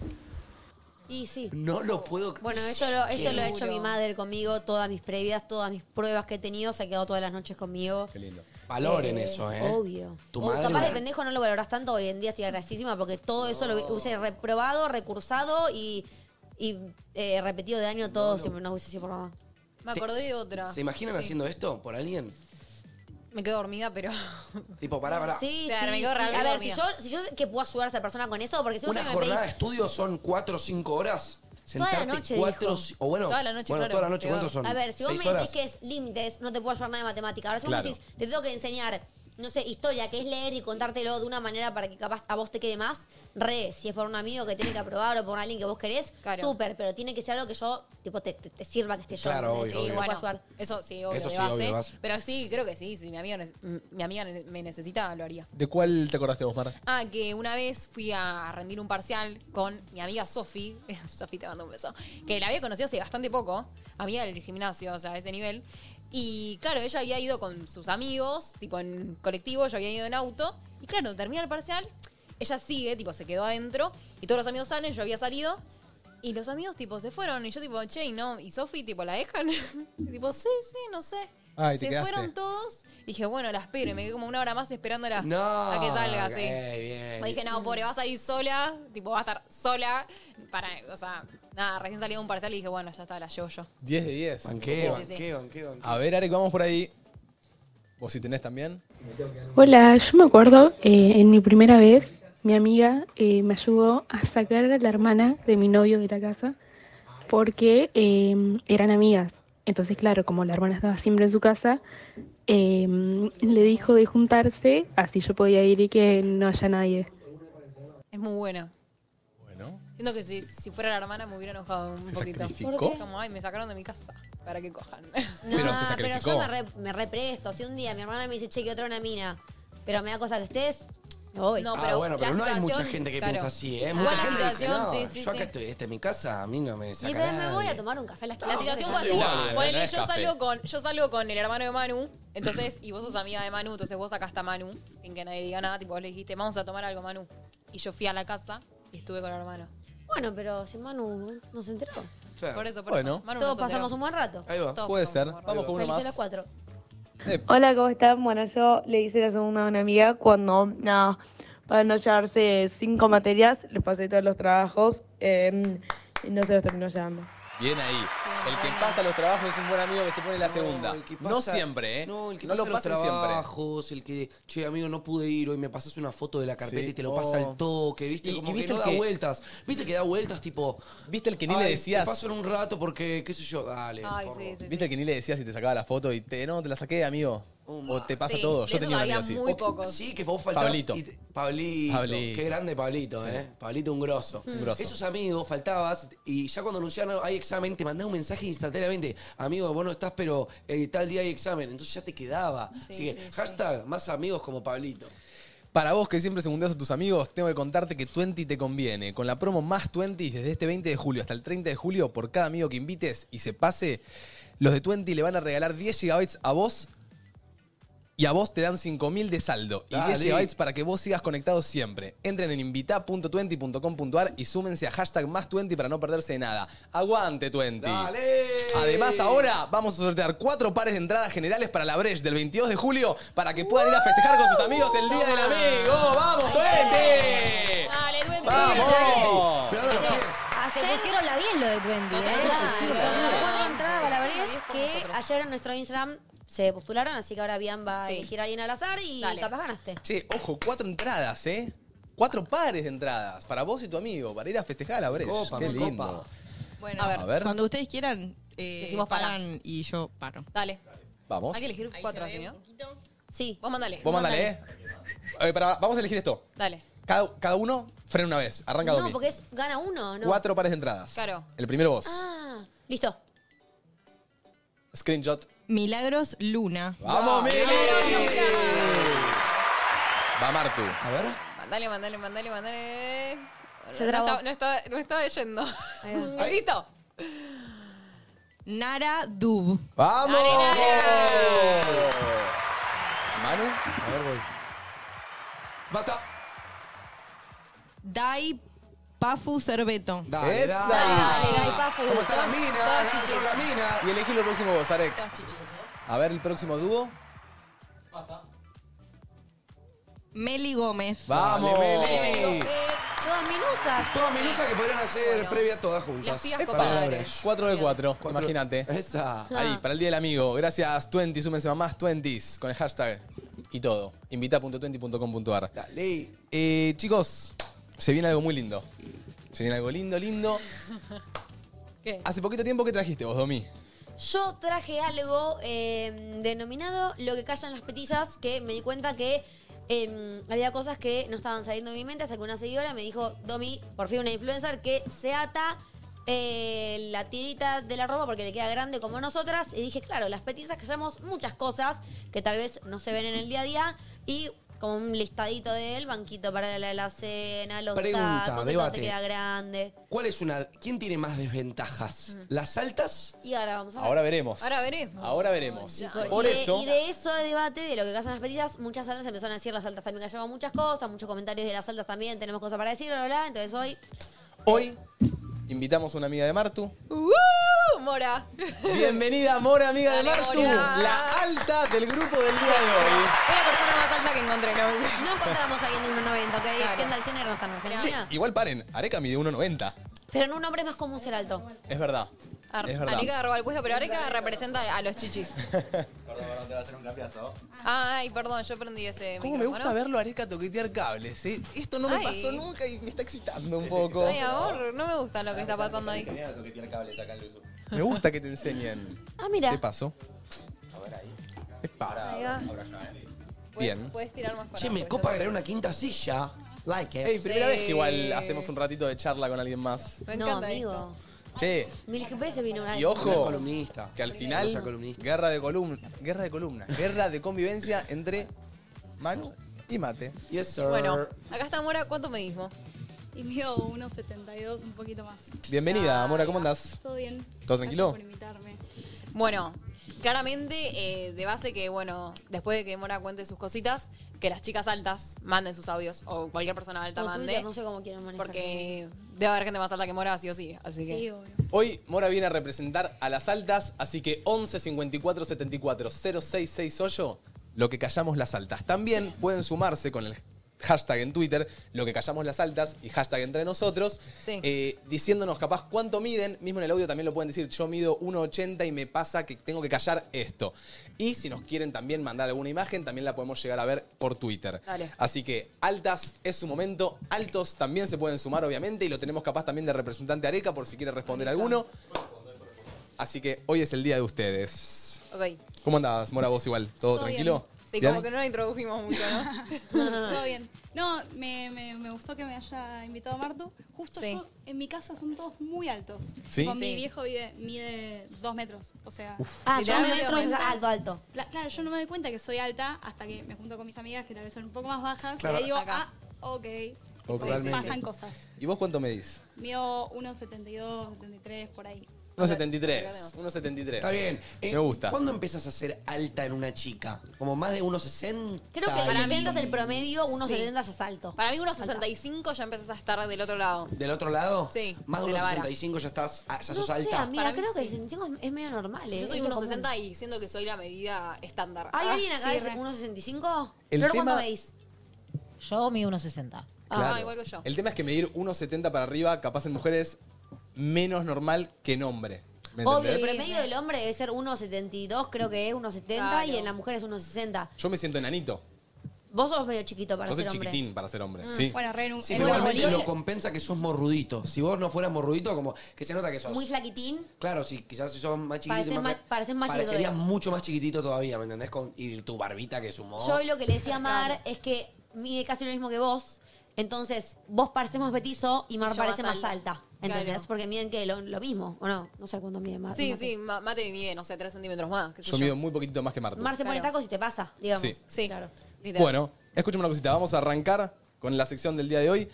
Y sí. No lo puedo creer. Bueno, esto lo ha hecho mi madre conmigo, todas mis previas, todas mis pruebas que he tenido, se ha quedado todas las noches conmigo. Qué lindo. Valoren eso, ¿eh? Obvio. Tu madre Capaz de me- pendejo no lo valorás tanto, hoy en día estoy agradecidísima porque todo eso lo hubiese reprobado, recursado y repetido de año todo siempre nos hubiese sido por mamá. Me acordé de otra. ¿Se imaginan haciendo esto por alguien? Me quedo dormida, pero... Tipo, pará. Sí, Claro, sí, me quedo sí. realmente A ver, dormida. si yo que puedo ayudar a esa persona con eso, porque si vos ¿Una me jornada de pedís estudio son 4 o 5 horas? Toda la noche, dijo. o bueno, Toda la noche, bueno, claro, toda la noche, peor. ¿cuántos son? A ver, si vos 6 me horas. decís que es límites, no te puedo ayudar nada de matemática. Ahora, si vos Claro. me decís, te tengo que enseñar, no sé, historia, que es leer y contártelo de una manera para que capaz a vos te quede más, si es por un amigo que tiene que aprobar o por alguien que vos querés, Claro. súper, pero tiene que ser algo que yo, tipo, te sirva que esté yo. Claro, ¿entendés? obvio, Y obvio. me puedo ayudar. Eso sí, obvio, Eso de sí, base. obvio, de base. Pero sí, creo que sí. Si mi amiga me necesita, lo haría. ¿De cuál te acordaste vos, Mar? Ah, que una vez fui a rendir un parcial con mi amiga Sofi. Sofi, te mando un beso. Que la había conocido hace bastante poco. Amiga del gimnasio, o sea, a ese nivel. Y claro, ella había ido con sus amigos, tipo en colectivo, yo había ido en auto. Y claro, termina el parcial, ella sigue, tipo, se quedó adentro. Y todos los amigos salen, yo había salido. Y los amigos, tipo, se fueron. Y yo, tipo, che, ¿y no? ¿Y Sofi, tipo, la dejan? Y tipo, sí, no sé. Ah, ¿y te se quedaste? fueron todos. Y dije, bueno, la espero. Y me quedé como una hora más esperándola No. a que salga, sí. Bien. Me dije, no, pobre, va a salir sola, tipo, va a estar sola. O sea, nada, recién salí de un parcial y dije, bueno, ya está, la llevo yo. 10 de 10. Banqué. A ver, Arek, vamos por ahí. ¿Vos si tenés también? Hola, yo me acuerdo, en mi primera vez, mi amiga me ayudó a sacar a la hermana de mi novio de la casa porque eran amigas. Entonces, claro, como la hermana estaba siempre en su casa, le dijo de juntarse, así yo podía ir y que no haya nadie. Es muy buena. Bueno. Siento que si fuera la hermana me hubiera enojado un poquito. sacrificó? ¿Por qué? Como, ay, me sacaron de mi casa para que cojan. Pero se sacrificó. Pero yo me represto. Si un día mi hermana me dice, che, que otra una mina, pero me da cosa que estés, me voy. No, Bueno, pero la no hay mucha situación, gente que claro. piensa así, ¿eh? Igual Mucha la gente dice, situación, no, sí, yo acá sí. estoy, esta es mi casa, a mí no me Y saca pero me voy nadie. a tomar un café a la La situación fue así. igual, Ponele, no es café. yo salgo con el hermano de Manu, entonces, y vos sos amiga de Manu, entonces vos sacaste a Manu, sin que nadie diga nada, tipo, vos le dijiste, vamos a tomar algo, Manu. Y yo fui a la casa y estuve con el hermano. Bueno, pero si Manu no se enteró. Claro. Por eso, Bueno. Manu Todos no se enteró. pasamos un buen rato. Ahí va. Todos Puede pasamos ser. un buen rato. Vamos con uno Felices más. las 4. Hola, ¿cómo están? Bueno, yo le hice la segunda a una amiga cuando, para no llevarse 5 materias, le pasé todos los trabajos y no se los terminó llevando. Bien ahí. El que bueno. pasa los trabajos es un buen amigo que se pone la segunda. el que No pasa- siempre, ¿eh? No, el que no pasa lo los pasen siempre. trabajos, el que, che, amigo, no pude ir hoy, me pasas una foto de la carpeta Sí. y te lo Oh. pasa al toque, ¿viste? Y Como viste que no el da que- vueltas. ¿Viste que da vueltas, tipo... ¿Viste el que ni le "Ay, decías? Te paso en un rato porque, qué sé yo, dale. Ay, forro". sí, sí. ¿Viste el que ni le decías si te sacaba la foto y no, te la saqué, amigo? O te pasa Sí, todo. de Yo esos tenía un amigo había así. muy pocos. Sí, que vos faltabas. Pablito. Pablito. Pablito. Qué grande Pablito, ¿eh? Pablito un grosso. Un grosso. Esos amigos faltabas y ya cuando anunciaron hay examen te mandaba un mensaje instantáneamente. Amigo, vos no estás, pero tal día hay examen. Entonces ya te quedaba. Sí, Así que sí, sí. hashtag más amigos como Pablito. Para vos que siempre segundeas a tus amigos, tengo que contarte que Twenty te conviene. Con la promo más Twenty, desde este 20 de julio hasta el 30 de julio, por cada amigo que invites y se pase, los de Twenty le van a regalar 10 GB a vos y a vos te dan 5.000 de saldo. Y Dale. 10 GB para que vos sigas conectado siempre. Entren en invita.twenty.com.ar y súmense a hashtag más Twenty para no perderse de nada. ¡Aguante, Twenty! ¡Dale! Además, ahora vamos a sortear 4 pares de entradas generales para la Breche del 22 de julio para que puedan ir a festejar con sus amigos el Día del Amigo. ¡Vamos, Twenty! Dale, Twenty. ¡Vamos! Pero no lo pies. Se pusieron la bien lo de Twenty, ¿eh? Sí, Son sí, las sí. 4 entradas para la Sí, Breche sí, por que nosotros. ayer en nuestro Instagram se postularon, así que ahora Bian va a Sí. elegir a alguien al azar y Dale. capaz ganaste. Che, ojo, 4 entradas, ¿eh? 4 pares de entradas para vos y tu amigo, para ir a festejar a la Breche. Copa, ¡Qué me lindo! copa. Bueno, A ver. cuando ustedes quieran, Decimos para. paran y yo paro. Dale. Vamos. Hay que elegir 4 así, ¿no? Sí. Vos mandale. Vos mandale, ¿eh? Vamos a elegir esto. Dale. Cada uno frena una vez. Arranca No, Domi. porque gana uno, ¿no? 4 pares de entradas. Claro. El primero vos. Ah, listo. Screenshot. Milagros Luna. ¡Vamos, Mili! Milagros, Va Martu. A ver. Mandale. Se trabó. No estaba leyendo. Ahí va. ¿Listo? Nara Dub. ¡Vamos! Dale, Manu. A ver, voy. Basta. Dai Pafu Cerveto. Dale, Esa. Dale, Gai Pafu. ¿Cómo está la Todas mina? chichis. ¿Cómo la mina? Y elegí el próximo vos, Arek. Todas chichis. A ver el próximo dúo. Meli Gómez. ¡Vamos! Meli. Todas minusas. Todas minusas que podrían hacer Bueno. previa todas juntas. Las pibas Epa. copadres. 4 de 4, imagínate. Esa. Ahí, para el Día del Amigo. Gracias, Twenty. Súmense a más Twenties con el hashtag y todo. Invita.twenty.com.ar. Dale. Chicos, se viene algo muy lindo. Se viene algo lindo. ¿Qué? Hace poquito tiempo que trajiste vos, Domi. Yo traje algo denominado lo que callan las petillas, que me di cuenta que había cosas que no estaban saliendo de mi mente hasta que una seguidora me dijo, Domi, por fin una influencer, que se ata la tirita de la ropa porque le queda grande como nosotras. Y dije, claro, las petizas callamos muchas cosas que tal vez no se ven en el día a día y como un listadito del banquito para la cena, los Pregunta, tacos, que todo debate. te queda grande. ¿Cuál es ¿Quién tiene más desventajas? ¿Las altas? Y ahora vamos a ver. Ahora veremos. Ahora veremos. Por eso. Y de eso de debate, de lo que callan las petillas, muchas altas empezaron a decir las altas también callamos muchas cosas, muchos comentarios de las altas también, tenemos cosas para decir, bla, bla, bla. Entonces Hoy invitamos a una amiga de Martu. Mora. Bienvenida, Mora, amiga de Dale, Martu. Mora. La alta del grupo del día de hoy. Una persona más alta que encontré, ¿no? no encontramos a alguien de 1,90, ¿ok? Claro. Kendall Jenner no está en Che, Argentina. igual paren. Areca mide 1,90. Pero en un hombre es más común ser alto. Es verdad. Es verdad. Areca agarró el puesto, pero Areca representa a los chichis. Perdón, te va a hacer un cambiazo. Ay, perdón, yo prendí ese ¿Cómo me micrófono. gusta verlo a Areca toquetear cables? Esto no me Ay. pasó nunca y me está excitando un poco. Ay, amor, no me gusta lo que está pasando ahí. Enseñar a toquetear cables acá en Luzu. Me gusta que te enseñen. Ah, mira. ¿Qué pasó? A ver ahí. Epa. Ahí va. Ahora ya, Bien. Puedes tirar más para Che, me abajo, copa eso. agregar una quinta silla. Like it. Ey, primera vez que igual hacemos un ratito de charla con alguien más. Me No, encanta amigo. esto. Che, Mil veces vino una vez. y Una ojo, columnista. que al final, Una columnista. guerra de columnas, guerra de convivencia entre Manu y Mate. Yes, sir. Bueno, acá está Mora, ¿cuánto medís vos? Y mido 1,72, un poquito más. Bienvenida, Mora, ¿cómo andás? ¿Todo bien? ¿Todo tranquilo? Gracias por invitarme. Bueno, claramente, de base que, bueno, después de que Mora cuente sus cositas, que las chicas altas manden sus audios, o cualquier persona alta O mande. Twitter, no sé cómo quieren manejar. Porque debe haber gente más alta que Mora, sí o sí. Así que. Sí, obvio. Hoy Mora viene a representar a las altas, así que 11 54 74 0668, lo que callamos las altas. También pueden sumarse con el hashtag en Twitter, lo que callamos las altas y hashtag entre nosotros, Sí. diciéndonos capaz cuánto miden. Mismo en el audio también lo pueden decir, yo mido 1,80 y me pasa que tengo que callar esto. Y si nos quieren también mandar alguna imagen, también la podemos llegar a ver por Twitter. Dale. Así que altas es su momento, altos también se pueden sumar obviamente y lo tenemos capaz también de representante Areca por si quiere responder alguno. Así que hoy es el día de ustedes. Ok. ¿Cómo andás, Mora, vos igual? ¿Todo Todo tranquilo? Sí, ¿Bien? como que no la introdujimos mucho, ¿no? Todo bien. No, me gustó que me haya invitado Martu. Justo Sí. yo, en mi casa son todos muy altos. ¿Sí? Tipo, Sí. Mi viejo mide 2 metros. O sea, Ah, 2 Literalmente metros es aumentas. alto, alto. Claro, yo no me doy cuenta que soy alta hasta que me junto con mis amigas que tal vez son un poco más bajas. Claro. Y ahí digo, Acá. ok. Totalmente. Pasan cosas. ¿Y vos cuánto medís? Mido 1,72, 73, por ahí. 1,73. 1,73. Está bien. Me gusta. ¿Cuándo empezás a ser alta en una chica? ¿Como más de 1,60? Creo que Para el mí- 60 es el promedio, 1,70 Sí. ya es alto. Para mí, 1,65 ya empezás a estar del otro lado. ¿Del otro lado? Sí, Más de de la vara. 1,65 ya estás, ya No sos sé, alta. amiga, Para mí creo que sí. el 65 es medio normal. Yo soy es lo 1,60 común. y siento que soy la medida estándar. ¿Hay Ah, alguien acá sí, de re. 1,65? El ¿Flor, tema- cuánto medís? Yo mido 1,60. Ah, igual que yo. El tema es que medir 1,70 para arriba, capaz en mujeres, menos normal que en hombre. ¿Me Obvio, el entendés? promedio del hombre debe ser 1,72, creo que es 1,70 Claro. y en la mujer es 1,60. Yo me siento enanito. Vos sos medio chiquito para Yo soy ser hombre. chiquitín para ser hombre. Sí. Bueno, re Sí, en pero un igualmente boliche. lo compensa que sos morrudito. Si vos no fueras morrudito, como que se nota que sos. Muy flaquitín. Claro, si quizás si sos más chiquitito. Pareces más chiquito Parecerías de- mucho más chiquitito todavía, ¿me entendés? Y tu barbita que sumó. Yo hoy lo que le decía a Mar es que mide casi lo mismo que vos. Entonces, vos pareces más petizo y Mar yo parece más más alta. alta. ¿Entendés? Claro. Porque miden que lo mismo, ¿o no? No sé cuánto mide Mar. Sí, no sé. sí, Mate mide, no sé, 3 centímetros más. Qué sé Yo mido muy poquito más que Martu. Mar se pone Claro. tacos y te pasa, digamos. Sí. Sí, Claro. literal. Bueno, escúchame una cosita. Vamos a arrancar con la sección del día de hoy.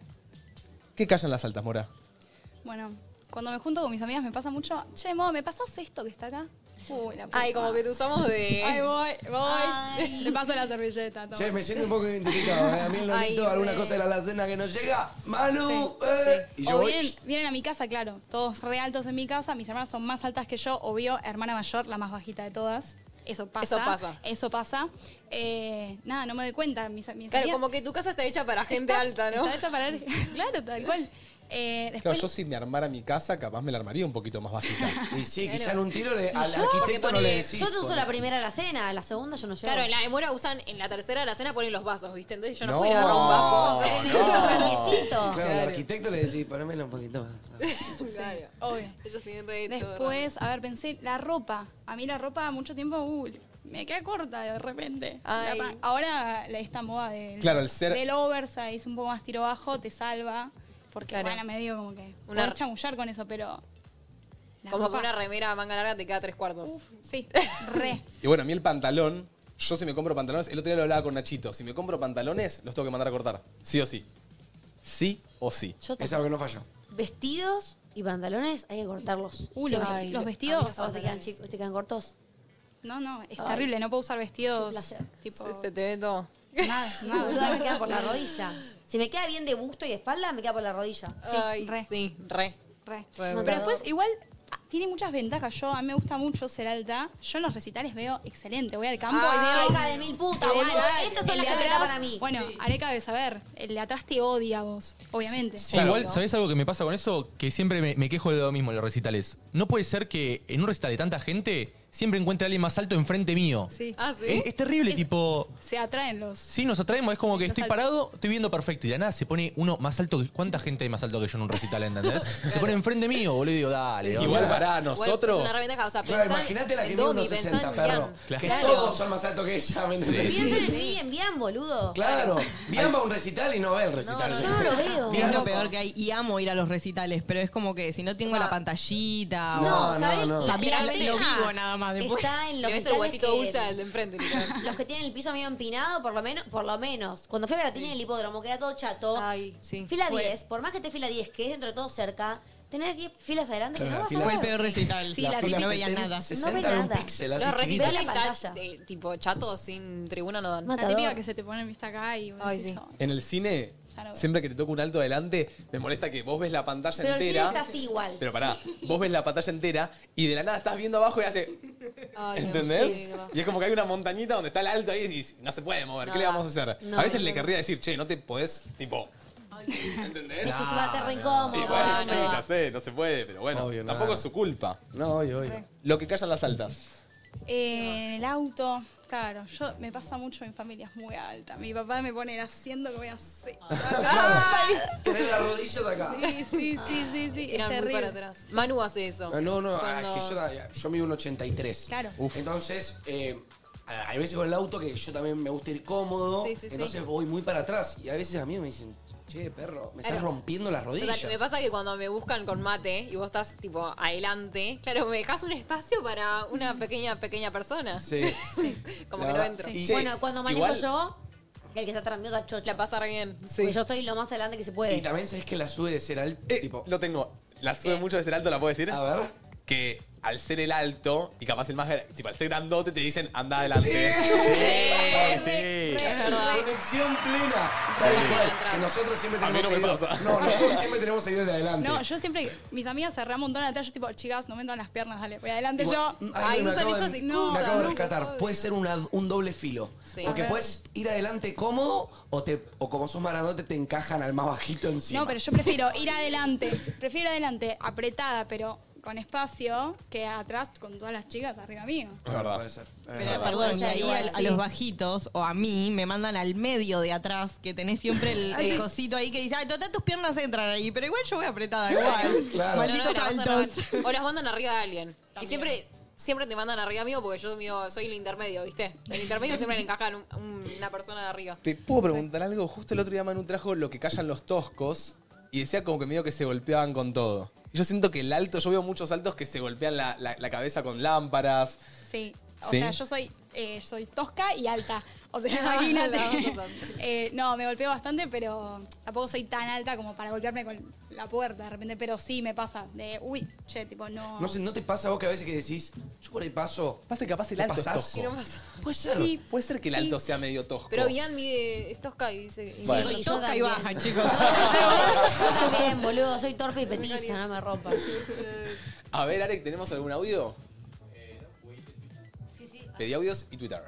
¿Qué callan las altas, Mora? Bueno, cuando me junto con mis amigas me pasa mucho. Che, Mo, ¿me pasas esto que está acá? Uy, la puta Ay, como madre. que te usamos de. Ay, voy. Ay. Te paso la servilleta. toma. Che, me siento un poco identificado. A mí el Lolito, Ay, alguna re. cosa de la alacena que nos llega. Manu, Y yo O voy. vienen a mi casa, claro. Todos re altos en mi casa. Mis hermanas son más altas que yo. Obvio, hermana mayor, la más bajita de todas. Eso pasa. Eso pasa. Eso pasa. Nada, no me doy cuenta. Mis Claro, amigas- como que tu casa está hecha para gente Está- alta, ¿no? Está hecha para... Claro, tal cual. Después, Claro, yo si me armara mi casa, capaz me la armaría un poquito más bajita. Y sí, quizá en un tiro al yo? arquitecto Porque no pone- le decís. Yo te uso pone. la primera a la cena, la segunda yo no llevo. Claro, en la de Mora usan, en la tercera de la cena ponen los vasos, ¿viste? Entonces yo no, No, puedo ir a agarrar un vaso. Carniecito. Claro, al arquitecto le decís, ponémelo un poquito más. Claro. obvio. Ellos tienen reto. Después, a ver, pensé, la ropa. A mí la ropa mucho tiempo, me queda corta de repente. Ay. Ahora esta moda Claro, el ser- del oversize, un poco más tiro bajo, te salva. Porque Claro. bueno, medio como que Una- podés chamullar con eso, pero... la Como que ropa- una remera manga larga te queda 3/4. Sí, re. Y bueno, a mí el pantalón, yo si me compro pantalones, el otro día lo hablaba con Nachito, si me compro pantalones, los tengo que mandar a cortar. Sí o sí. Sí o sí. Yo Es algo que no falló. Vestidos y pantalones hay que cortarlos. Los, Ay, los ¿A vestidos... vos te quedan chicos, te quedan cortos? No, es Ay. terrible, no puedo usar Qué vestidos placer. tipo... Se te ve todo. Nada, Boluda, nada. me queda por la rodilla. Si me queda bien de busto y de espalda, me queda por la rodilla. Ay, re. Sí, re. Re. Re, No, Pero no. después, igual, tiene muchas ventajas. A mí me gusta mucho ser alta. Yo en los recitales veo excelente. Voy al campo y veo... hija de mil putas, el de boludo. atrás- Estas son el las de que atrás- para mí. Bueno, Areca debe saber. El de atrás te odia a vos, obviamente. Sí, igual, ¿sabés algo que me pasa con eso? Que siempre me quejo de lo mismo en los recitales. No puede ser que en un recital de tanta gente siempre encuentre a alguien más alto enfrente mío. Sí. Ah, sí. Es terrible, tipo... Se atraen los... Sí, nos atraemos, es como que los estoy altos. parado, estoy viendo perfecto y de la nada se pone uno más alto que... ¿Cuánta gente hay más alto que yo en un recital, entendés? Se pone enfrente mío, boludo, y digo, dale. Igual dale. para Igual nosotros. es una reventaja. O sea, Claro, pensá imagínate la que en mide Domi, unos pensá 60, en perro. Bian. Que Claro. todos son más altos que ella, ¿me entendés? Piensen en mí, en bien, boludo. Claro. Bian va a un recital y no ve el recital. Yo no lo veo. Es lo peor que hay y amo ir a los recitales, pero es como que si no tengo O sea, la pantallita No, no, ¿sabés? no. o sea, La mira, lo lenteja. vivo nada más. más después. Está en los Le ves el recitales huesito que- dulce al de enfrente, literal. Los que tienen el piso medio empinado, por lo menos. Cuando fui a Brasil en el hipódromo, que era todo chato, Ay, sí. fila Fue- 10, por más que esté fila 10, que es dentro de todo cerca, tenés 10 filas adelante Claro, que no la vas fila- a Fue ver. el peor recital. Sí, la la fila no típica. veía nada. 60 ve en un nada. píxel, Los así chiquito. recitales La pantalla. tipo chatos sin tribuna no dan. Mata. La Matador. típica que se te pone vista acá y vos Ay, decís, sí. "Oh". En el cine, Ya no veo. siempre que te toca un alto adelante, me molesta que vos ves la pantalla Pero el cine entera. está así igual. Pero pará, vos ves la pantalla entera y de la nada estás viendo abajo y hace. Ay, no, ¿Entendés? sí, capaz. Y es como que hay una montañita donde está el alto ahí y no se puede mover. ¿Qué le vamos a hacer? No, a veces no, le no. querría decir, che, no te podés, tipo. ¿Entendés? Es que se va a hacer re incómodo, Y bueno, hombre. ya sé, no se puede, pero bueno, Obvio, tampoco nada. es su culpa. No, obvio. Lo que callan las altas. En el auto, claro, me pasa mucho en familia, es muy alta. Mi papá me pone haciendo que voy así. Tenés las rodillas acá. Sí, es Tiran muy terrible. para atrás. Manu hace eso. No, Cuando- es que yo mido un 83. Claro. Entonces, hay veces con el auto que yo también me gusta ir cómodo. Sí, sí, sí. Entonces voy muy para atrás. Y a veces a mí me dicen, che, perro, me estás Claro. rompiendo las rodillas. Total, me pasa que cuando me buscan con mate y vos estás tipo adelante, claro, me dejas un espacio para una pequeña persona. Sí. Como La que no verdad. entro. Y- Bueno, cuando manejo igual- yo, el que está atrás mío está chocho. La pasa re bien. Porque yo estoy lo más adelante que se puede. Y también sabes que la sube de ser alto. tipo, Lo tengo. La sube mucho desde el alto, ¿la puedo decir? a ver. Que al ser el alto y capaz el más tipo al ser grandote te dicen anda adelante. Sí. Conexión plena. Tal cual, que nosotros siempre A mí tenemos no me seguido- pasa. No, nosotros siempre tenemos seguido de adelante. No, yo siempre, mis amigas se un montón atrás, yo tipo, chicas, no me entran las piernas, dale, voy adelante Igual, yo. ay, me usan acabo esas de- excusas. me acabo de No, rescatar. obvio. Puede ser un doble filo. Sí. Porque A ver. puedes ir adelante cómodo o como sos grandote te encajan al más bajito encima. No, pero yo prefiero ir adelante. Prefiero adelante apretada, pero con espacio, que atrás con todas las chicas arriba mío. Es verdad. Puede ser. Pero, perdón, y ahí igual, a sí. los bajitos o a mí me mandan al medio de atrás, que tenés siempre el cosito ahí que dice, ay, total tus piernas entran ahí, pero igual yo voy apretada igual. Claro. Malditos las mandan altos. o las mandan arriba de alguien. Y También. siempre te mandan arriba mío porque yo soy el intermedio, ¿viste? El intermedio siempre le encajan una persona de arriba. ¿Te puedo preguntar algo? Justo el otro día Manu trajo lo que callan los toscos y decía como que medio que se golpeaban con todo. Y yo siento que el alto, yo veo muchos altos que se golpean la cabeza con lámparas. Sí. O ¿Sí? sea, yo soy tosca y alta. O sea, La imagínate. dos son. No, me golpeo bastante, pero tampoco soy tan alta como para golpearme con la puerta de repente. Pero sí me pasa de, uy, che, tipo, no. No sé, ¿no te pasa a vos que a veces que decís, yo por ahí paso? Pasa que capaz el ¿Te alto es pasás? tosco. Y no pasa. Puede ser. Sí. Puede ser que el Sí. alto sea medio tosco. Pero Ian mide, es tosca y dice... y Bueno. Soy yo tosca y también. baja, chicos. Yo también, boludo, soy torpe y petiza, no me rompas. A ver, Arek, ¿tenemos algún audio? Sí, sí. Pedí audios y Twitter.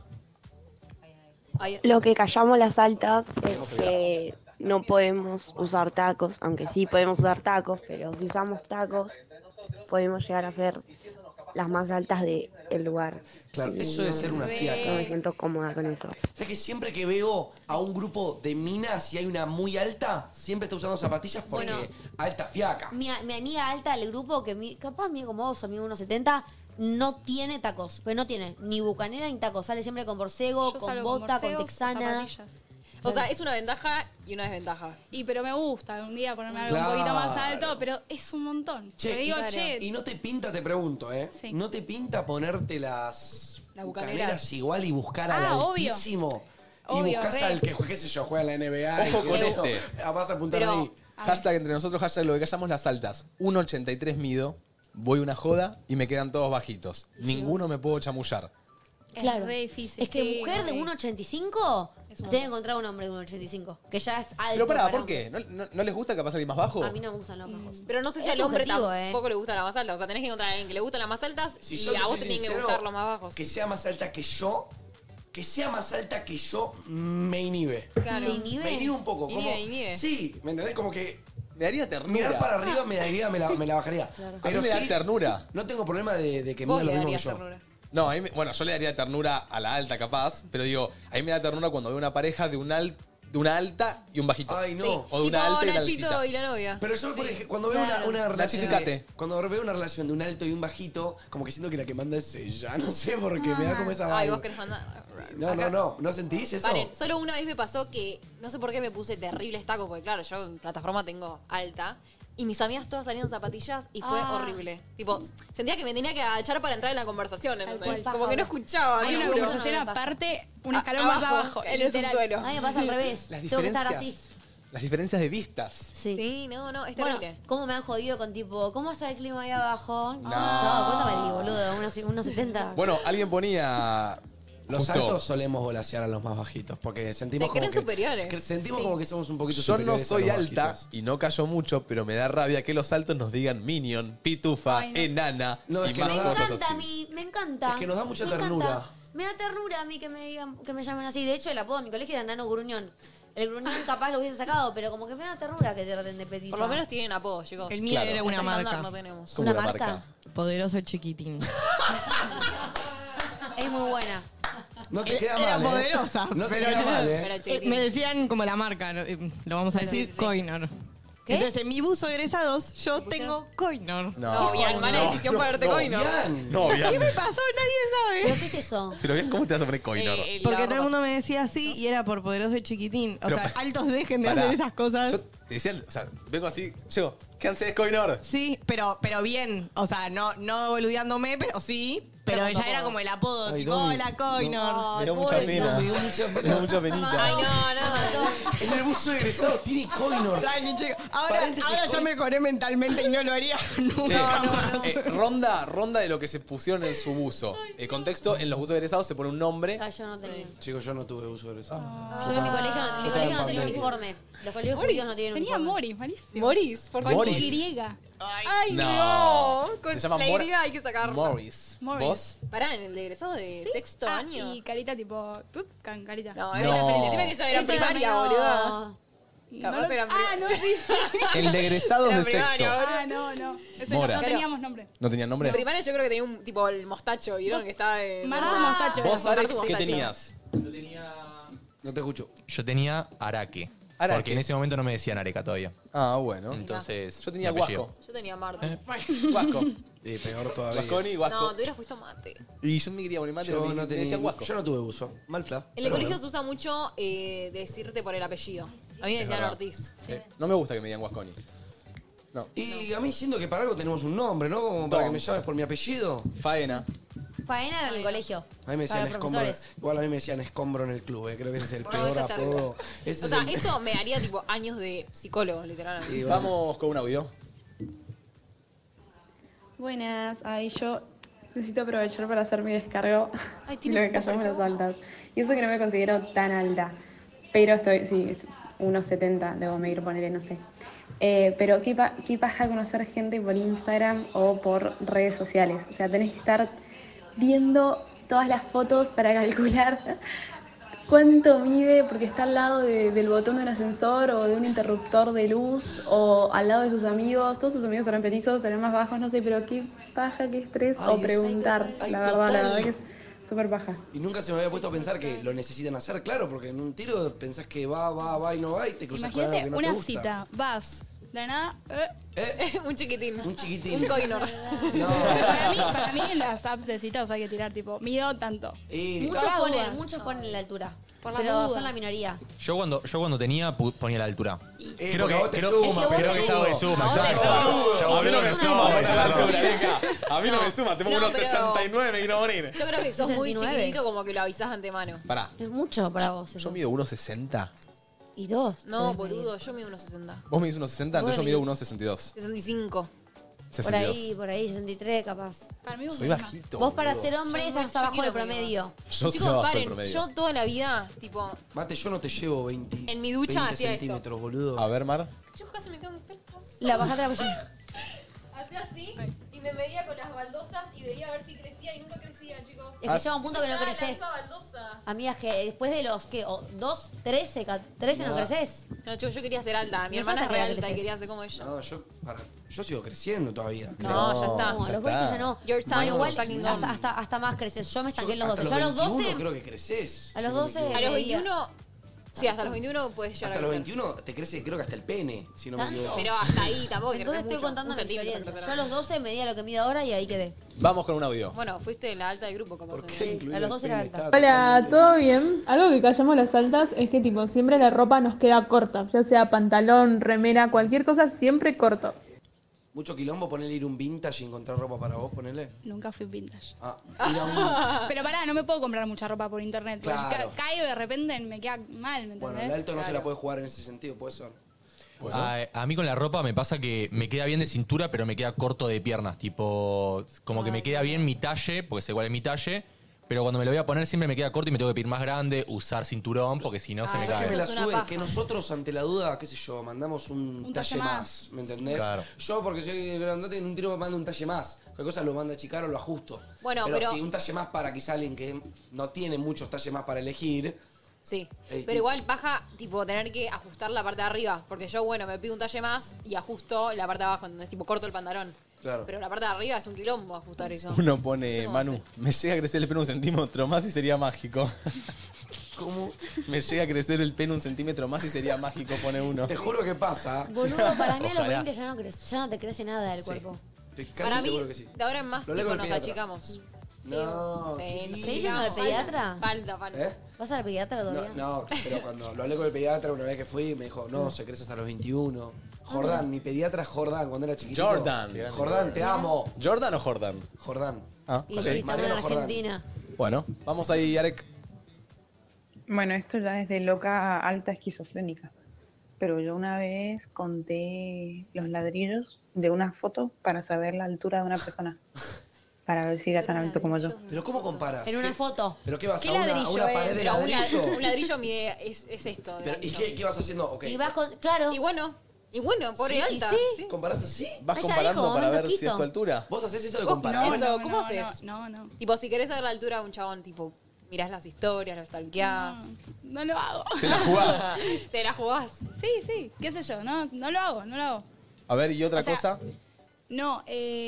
Ay, Lo que callamos las altas es Hacemos el que no podemos usar tacos, aunque sí podemos usar tacos, pero si usamos tacos podemos llegar a ser las más altas del lugar. Claro, Y eso debe ser una fiaca. No me siento cómoda con eso. O sea que siempre que veo a un grupo de minas y hay una muy alta, siempre está usando zapatillas porque Bueno. alta fiaca. Mi amiga alta del grupo, que capaz mide como vos, o mide 1,70, no tiene tacos. Pero no tiene ni bucanera ni tacos. Sale siempre con borcego, Yo con salgo bota, con borseos o texana. zapatillas. o sea, es una ventaja y una desventaja. Y pero me gusta un día ponerme algo Claro. un poquito más alto, pero es un montón. Che, Te digo, claro. che, Y no te pinta, te pregunto, Sí. ¿no te pinta ponerte las Las bucaneras bucaneras. igual y buscar al Obvio. altísimo? Y Obvio, buscas re. al que, qué sé yo, juega en la NBA. Ojo y con bueno, este. vas a apuntar Pero- ahí. Hashtag entre nosotros, hashtag lo que callamos las altas. 1,83 mido, voy a una joda y me quedan todos bajitos. Ninguno me puedo chamullar. es Claro. re difícil. Es que sí, mujer de sí. 1,85 Es un se debe encontrar un hombre de 1,85. Que ya es alto. Pero pará, para ¿por un- qué? ¿No les gusta capaz alguien más bajo? A mí no me gustan los bajos. Pero no sé si Es al hombre subjetivo, tampoco le gusta la más alta. O sea, tenés que encontrar a alguien que le gusta las más altas Si y yo te a vos soy te tienen que sincero, gustar los más bajos. Que sea más alta que yo, me inhibe. Claro. ¿Te inhibe? Me inhibe un poco. Inhibe, como, inhibe. Sí, ¿me entendés? Como que Me daría ternura. mirar para arriba me la bajaría. A mí me da ternura. No tengo problema de que Vos mida lo le mismo que darías yo. ternura. No, bueno, yo le daría ternura a la alta capaz, pero digo, a mí me da ternura cuando veo una pareja de una alta y un bajito. Ay, no. Sí. O de una Tipo alta y una Nachito altita. y la novia. Pero yo, por ejemplo, cuando veo Claro. una relación Nachito y Kate. cuando veo una relación de un alto y un bajito, como que siento que la que manda es ella. No sé por qué, me da como esa Ay, vibe. vos querés mandar. ¿No sentís eso? Paren, solo una vez me pasó que no sé por qué me puse terribles tacos, porque claro, yo en plataforma tengo alta. y mis amigas todas salían en zapatillas y fue horrible. Tipo, sentía que me tenía que agachar para entrar en la conversación, ¿entendés? cual. Como que no escuchaba. Hay una ¿no? conversación aparte, un escalón más abajo. en el literal. subsuelo. A mí me pasa al revés. Las Tengo que estar diferencias. así. Las diferencias de vistas. Sí. Sí, no, es Bueno, terrible. ¿cómo me han jodido con tipo, ¿cómo está el clima ahí abajo? No. ¿Cuánto me di, boludo? Unos 70. Bueno, alguien ponía... Los justo, altos solemos volasear a los más bajitos porque sentimos Se como creen que, superiores. sentimos como que somos un poquito Yo no superiores a soy los alta bajitos. y no callo mucho, pero me da rabia que los altos nos digan minion, pitufa, Ay, no. enana No, es y que más nos Me da- cosas encanta a así. mí, me encanta. Es que nos da mucha Me ternura. encanta. Me da ternura a mí que me digan, que me llamen así. De hecho, el apodo de mi colegio era Nano Gruñón. El gruñón capaz lo hubiese sacado, pero como que me da ternura que te traten de petiza. Por lo menos tienen apodo, chicos. El mío Claro. era una Ese estándar marca. no tenemos. ¿Cómo ¿Una la marca? Poderoso chiquitín. Es muy buena. No te queda Era mal, poderosa, No te pero queda no. mal, Pero chiquitín. Me decían como la marca, lo vamos a decir, Coinor. ¿Qué? Entonces, en mi buzo de egresados, yo tengo Coinor. No, bien, mala decisión ponerte coino. Bien. No, bien. ¿Qué me pasó? Nadie ¿Pero sabe. qué es eso? Pero bien, ¿cómo te vas a poner coinor? Porque todo el mundo me decía así y era por poderoso chiquitín. O Pero sea, pa- altos dejen de Pará. hacer esas cosas. Yo te decía, o sea, vengo así, llego, ¿qué haces, coinor? Sí, pero bien. O sea, no boludeándome, pero sí. Pero Pero ya con era apodo. como el apodo, Ay, tipo, Domi. hola Coinor. Me dio mucha pobre pena. Me dio mucha Me pena. dio mucha penita. Ay, no. En el buzo de egresados tiene Coinor. Tranqui, chico. Ahora Paréntesis, yo mejoré mentalmente y no lo haría nunca Che, más. ronda de lo que se pusieron en su buzo. Contexto, en los buzos egresados se pone un nombre. Ah, yo no tenía. Chicos, yo no tuve buzo de egresados. Yo en mi colegio no, mi Yo colegio estaba no en tenía pandemia. uniforme. Los colegios judíos no tienen Tenía uniforme. Moris, malísimo. Moris, ¿por Con Moris. Y. Ay, No. no. Con Se llama la Mora- Y hay que sacarlo. Morris. Morris. ¿Vos? Pará, en el de egresado de sexto año. Y carita tipo, con carita. No, No. es diferente. Decime que eso era Eso era primaria, medio- boluda. Y Capaz no lo- eran Ah, no, sí. El de egresados Era de sexto. primaria, boludo. Ah, no. Ese Mora. no teníamos nombre. ¿No tenían nombre? En primaria yo creo que tenía un tipo el mostacho, ¿vieron? Que estaba de. Marto Mostacho. ¿Vos, era. Alex, Marto qué Mostacho. tenías? No te escucho. Yo tenía Araque. Araque. Porque en ese momento no me decían Areca todavía. Ah, bueno. Entonces. Yo tenía mi apellido. Guasco. Yo tenía Marto. Guasco. Peor todavía. Guasconi, Guasco. No, te hubieras puesto mate. Y yo me quería poner mate, pero Yo no me tenía. decían Guasco. Yo no tuve buzo. Malfla. En el colegio se usa mucho decirte por el apellido. A mí me decían verdad. Ortiz. Sí. No me gusta que me digan Guasconi. No. Y a mí siento que para algo tenemos un nombre, ¿no? Como para que me Toms. llames por mi apellido. Faena. Faena era en el colegio. A mí me Para decían los escombro. profesores. Igual a mí me decían escombro en el club, Creo que ese es el No, peor ese es terrible. apodo. Ese O es sea, el- eso me haría tipo años de psicólogo, literalmente. Y bueno. Vamos con un audio. Buenas, ay, yo necesito aprovechar para hacer mi descargo Ay, de tiene lo que callamos poco las altas. Y eso que no me considero tan alta, pero estoy, sí, es unos 70, debo medir, ponerle, no sé. Pero qué paja conocer gente por Instagram o por redes sociales. O sea, tenés que estar viendo todas las fotos para calcular cuánto mide, porque está al lado del botón de un ascensor o de un interruptor de luz o al lado de sus amigos. Todos sus amigos serán petizos, serán más bajos, no sé, pero qué paja, qué estrés. Ay, O es- preguntar, ay, la verdad total. que es súper paja. Y nunca se me había puesto a pensar que lo necesitan hacer, claro, porque en un tiro pensás que va y no va y te cruzas con algo Imagínate que no una te gusta. cita, vas, de la nada. Un chiquitín. Un chiquitín. Un coinor. No. Para mí en las apps de citas hay que tirar tipo, mido tanto. Y Por las dudas. Muchos ponen la altura. Por las Pero dudas. son la minoría. Yo cuando tenía ponía la altura. creo que creo- suma, creo que es algo de suma, exacto. A mí no me suma, Yo- poner la altura, hija. A mí no me suma, te pongo No, unos pero- 69, me quiero morir. Yo creo que sos muy 69. chiquitito como que lo avisás antemano. Pará, Es mucho para vos yo eso. mido 1,60. Y dos. No, boludo, yo mido unos 60. Vos midís 1,60, entonces yo mido 1,62. 65. Por ahí, 62. 63 capaz. Para mí vos Soy sos más. bajito. Vos para boludo. ser hombre Yo estás abajo del quiero medir promedio. Yo Chicos, estoy abajo del paren, promedio. yo toda la vida, tipo, Mate, yo no te llevo 20. En mi ducha 20 hacía esto. centímetros, boludo. A ver, Mar. chicos casi me quedan peltas. La bajate la pollera. Hacía así y me medía con las baldosas y veía a ver si crecía y nunca crecía, chicos. Es que llega un punto que no Estaba creces. la misma baldosa. Amigas, que después de los, ¿qué? 2, 13 no No. creces. No, chicos, yo quería ser alta. Mi No hermana sos es re alta, alta y creces. quería ser como ella. No, yo sigo creciendo todavía. No, ya está. No, a ya los 20 está. ya no. Your time Bueno, igual is fucking gone. hasta más creces. Yo me estanqué en los hasta 12. Yo a los 21 12, creo que creces. a los si no me 12 equivoco. A los medía. 21 Sí, hasta los 21 puedes llegar Hasta a los crecer. 21 te crece, creo que hasta el pene, si no me equivoco. Pero hasta ahí tampoco. Entonces estoy contando mi experiencia. Yo a los 12 medía lo que mido ahora y ahí quedé. Vamos con un audio. Bueno, fuiste la alta del grupo, capaz. A los 12 era alta. Hola, ¿todo bien? Algo que callamos las altas es que tipo siempre la ropa nos queda corta, ya sea pantalón, remera, cualquier cosa, siempre corto. Mucho quilombo ponerle ir un vintage y encontrar ropa para vos, ponerle. Nunca fui vintage. Ah, ir a un... Pero pará, no me puedo comprar mucha ropa por internet. porque Claro. Caigo y de repente me queda mal, ¿me entendés? Bueno, el alto no se la puede jugar en ese sentido, puede ser. A mí con la ropa me pasa que me queda bien de cintura, pero me queda corto de piernas. Tipo, como que me queda bien mi talle, porque sé cuál es mi talle, pero cuando me lo voy a poner siempre me queda corto y me tengo que pedir más grande, usar cinturón, porque si no se me ¿Sabes cae. que me la sube? Que nosotros, ante la duda, qué sé yo, mandamos un talle más, ¿me entendés? Claro. Yo, porque soy grandote, en un tiro me mando un talle más. ¿Qué cosa lo manda a achicar o lo ajusto? Bueno, pero- si un talle más para quizá alguien que no tiene muchos talles más para elegir... Sí, distinto. pero igual baja, tipo, tener que ajustar la parte de arriba. Porque yo, bueno, me pido un talle más y ajusto la parte de abajo, ¿entendés? Tipo, corto el pantalón. Claro. Pero la parte de arriba es un quilombo ajustar eso. Uno No pone, sé cómo Manu, me llega a crecer el pelo 1 centímetro más y sería mágico. ¿Cómo? Me llega a crecer el pelo 1 centímetro más y sería mágico, pone uno. Te juro que pasa. Boludo, para mí a los Ojalá. 20 ya no te crece nada del cuerpo. Estoy casi Para mí, seguro que sí. de ahora en más, Lo leo tipo, con nos el pediatra. achicamos. No. Sí, nos ¿Seguís yendo al achicamos. pediatra? Falta, falta. ¿Eh? ¿Vas al pediatra todavía? No, pero cuando lo hablé con el pediatra una vez que fui, me dijo, no, se crece hasta los 21. Jordán, mi pediatra es Jordán, cuando era chiquitito. Jordan. Jordán, te amo. ¿Jordan o Jordan? Jordán. Ah, Y ok. sí, estamos en Mariano Jordán. Argentina. Bueno, vamos ahí, Arek. Bueno, esto ya es de loca alta esquizofrénica. Pero yo una vez conté los ladrillos de una foto para saber la altura de una persona. Para ver si era tan alto como yo. ¿Pero cómo comparas? En una foto. ¿Pero qué vas ¿Qué a una ladrillo pared es? de Pero ladrillo? un ladrillo mide, es esto. de Pero, ¿y ladrillo. qué vas haciendo? Ok. Y vas con. Claro. Y bueno, pobre Sí, alta. sí. ¿sí? ¿Comparás así? ¿Vas Ella comparando dijo, para ver momento si es quiso. tu altura? ¿Vos haces eso de ¿Vos comparar? no, eso, ¿cómo haces? No. Tipo, si querés saber la altura de un chabón, tipo, mirás las historias, lo stalkeás. No lo hago. Te la jugás. Te la jugás. Sí, qué sé yo, no lo hago. A ver, ¿y otra O sea, cosa? No,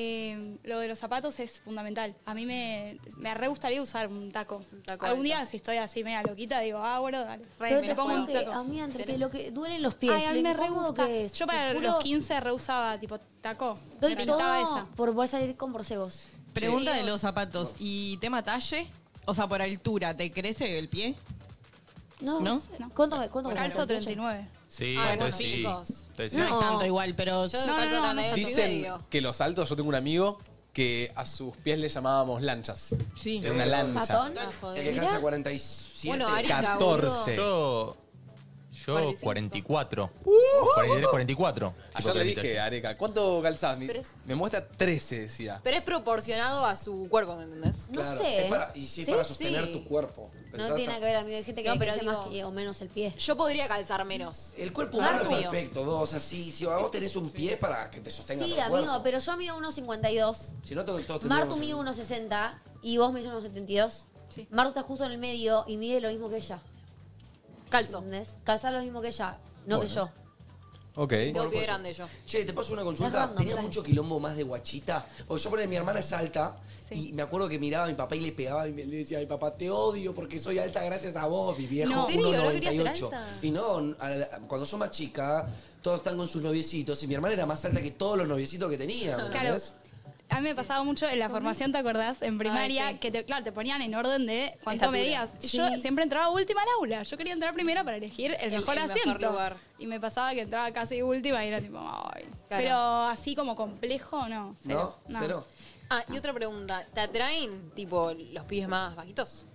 lo de los zapatos es fundamental. A mí me re gustaría usar un taco. taco Algún alto. día, si estoy así media loquita, digo, bueno, dale. Pero me te pongo pongo un que taco. a mí entre que lo que duelen los pies, Ay, a lo mí me re incómodo gusta. que es. Yo para te los juro, 15 reusaba tipo taco. doy Me reventaba todo esa. por poder salir con borcegos. Pregunta de los zapatos. ¿Y tema talle? O sea, por altura, ¿te crece el pie? No, ¿No? sé. ¿Cuánto Calzo 39. Sí, Ah, entonces bueno, sí. chicos. Entonces sí. No es tanto igual, pero... Yo No, calzo no, 38 y Dicen medio. que los altos, yo tengo un amigo que a sus pies le llamábamos lanchas. Sí. Era una lancha. ¿Patón? Ah, El joder. que Mirá. calza 47. Bueno, Arica, 14. boludo. Yo 45. 44. 43, 44. Tipo Ayer le cremita dije yo. a Areca, ¿cuánto calzás? Pero es- Me muestra 13, decía. Pero es proporcionado a su cuerpo, ¿me entendés? No Claro, sé. es para, y sí, es Sí, para sostener sí. tu cuerpo. No Pensá, tiene nada que ver, amigo. Hay gente que No, le pero crece digo- más o menos el pie. Yo podría calzar menos. El cuerpo humano Martu. es perfecto, vos. O sea, si vos tenés un pie para que te sostenga Sí, tu amigo, cuerpo. pero yo mido 1,52. Si no, todos Martu tendríamos- mide 1,60 y vos medís 1,72. Sí. Martu está justo en el medio y mide lo mismo que ella. Calzo. ¿Entendés? Calzás lo mismo que ella, no que yo. Ok. Tengo pie grande yo. Che, te paso una Es consulta. random, ¿Tenías dale. mucho quilombo más de guachita? Porque yo, mi hermana es alta Sí. y me acuerdo que miraba a mi papá y le pegaba y le decía, ay papá, te odio porque soy alta gracias a vos, mi viejo. No. ¿En serio? ¿No 1,98. querías ser alta? Y no, cuando son más chicas, todos están con sus noviecitos y mi hermana era más alta que todos los noviecitos que tenía. ¿me Claro. entendés? A mí me pasaba mucho en la formación, ¿te acordás? En primaria, sí. que claro, te ponían en orden de cuánto Estatura. medías. Y Sí. yo siempre entraba última al aula. Yo quería entrar primera para elegir el mejor mejor asiento. lugar. Y me pasaba que entraba casi última y era tipo, ay. Claro. Pero así como complejo, no. Cero. ¿No? ¿Cero? Ah, y otra pregunta. ¿Te atraen, tipo, los pibes más bajitos?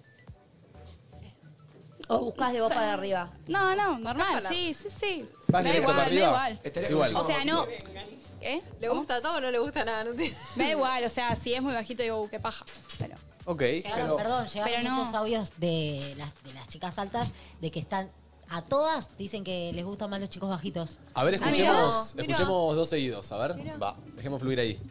O buscas de vos para arriba. No, normal, Ojalá. sí. ¿Vas Me da directo igual, para me da arriba? igual. Estaría Igual. O sea, no. ¿Eh? ¿Le gusta todo o no le gusta nada? No te... Me da igual, o sea, si es muy bajito digo, qué paja. Pero Ok. Llegaron, perdón, llegaron pero no. muchos audios de las chicas altas de que están. A todas dicen que les gustan más los chicos bajitos. A ver, Ah, escuchemos, mirá. escuchemos dos seguidos. A ver. Mirá. Va, dejemos fluir ahí.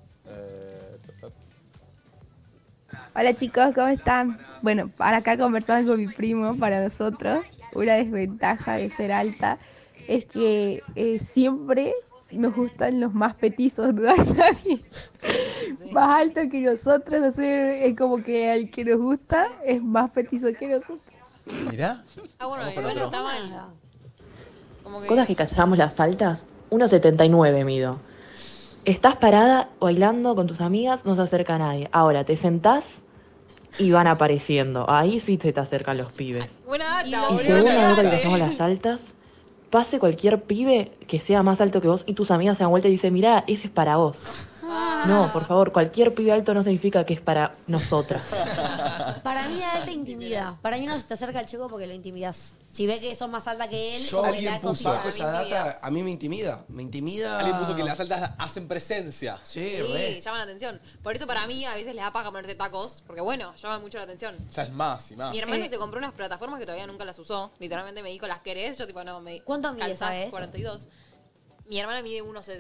Hola chicos, ¿cómo están? Bueno, para acá conversando con mi primo, para nosotros, una desventaja de ser alta es que siempre nos gustan los más petizos, no hay nadie más alto que nosotros, no sé, es como que al que nos gusta es más petizo que nosotros. Mirá. Ah, bueno, Vamos para igual no otro. está mal. Como que... Cosas que cazamos las altas, 1,79 mido. Estás parada bailando con tus amigas, no se acerca nadie. Ahora te sentás y van apareciendo. Ahí sí se te acercan los pibes. Buena data, Y boludo. segunda nota que cazamos las altas, pase cualquier pibe que sea más alto que vos y tus amigas se dan vuelta y dicen, mirá, ese es para vos. No, por favor, cualquier pibe alto no significa que es para nosotras. Para mí la alta intimida. Para mí no se te acerca al chico porque lo intimidas. Si ve que sos más alta que él, Yo como que alguien la puso cosita. bajo esa data, a mí me intimida. Me intimida. Alguien puso que las altas hacen presencia. Sí, Sí, llaman la atención. Por eso para mí a veces les da paja ponerse tacos, porque bueno, llaman mucho la atención. Ya es más y más. Mi hermano se compró unas plataformas que todavía nunca las usó. Literalmente me dijo, ¿las querés? Yo tipo, no, me ¿Cuánto mide, calzás sabes? 42. Mi hermana mide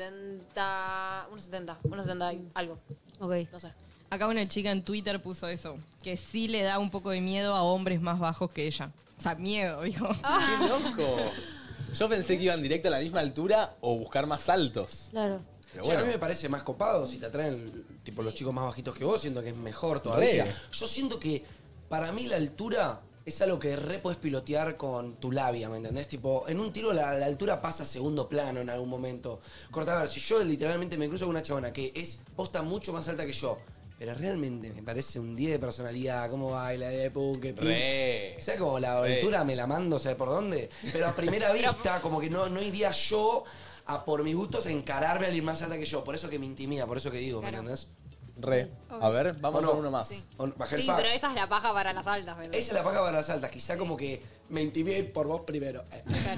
1,70 y algo. Ok. No sé. Acá una chica en Twitter puso eso, que sí le da un poco de miedo a hombres más bajos que ella. O sea, miedo, dijo. ¡Qué loco! Yo pensé que iban directo a la misma altura o buscar más altos. Claro. Pero Che, a bueno. mí me parece más copado si te atraen tipo los chicos más bajitos que vos, siento que es mejor todavía. Re. Yo siento que para mí la altura es algo que re podés pilotear con tu labia, ¿me entendés? Tipo, en un tiro la altura pasa a segundo plano en algún momento. Corta, a ver, si yo literalmente me cruzo con una chabona que es posta mucho más alta que yo, pero realmente me parece un 10 de personalidad, cómo baila, de pum, que pim. Re. O sea, como la Re. altura me la mando, ¿sabes por dónde? Pero a primera vista, como que no iría yo a por mis gustos encararme al ir más alta que yo. Por eso que me intimida, por eso que digo, ¿me entendés? Re. A ver, vamos ¿O no? con uno más. Sí. Bajé el Sí, fa. pero esa es la paja para las altas, ¿verdad? Esa es la paja para las altas. Quizá como que me intimide por vos primero. Claro.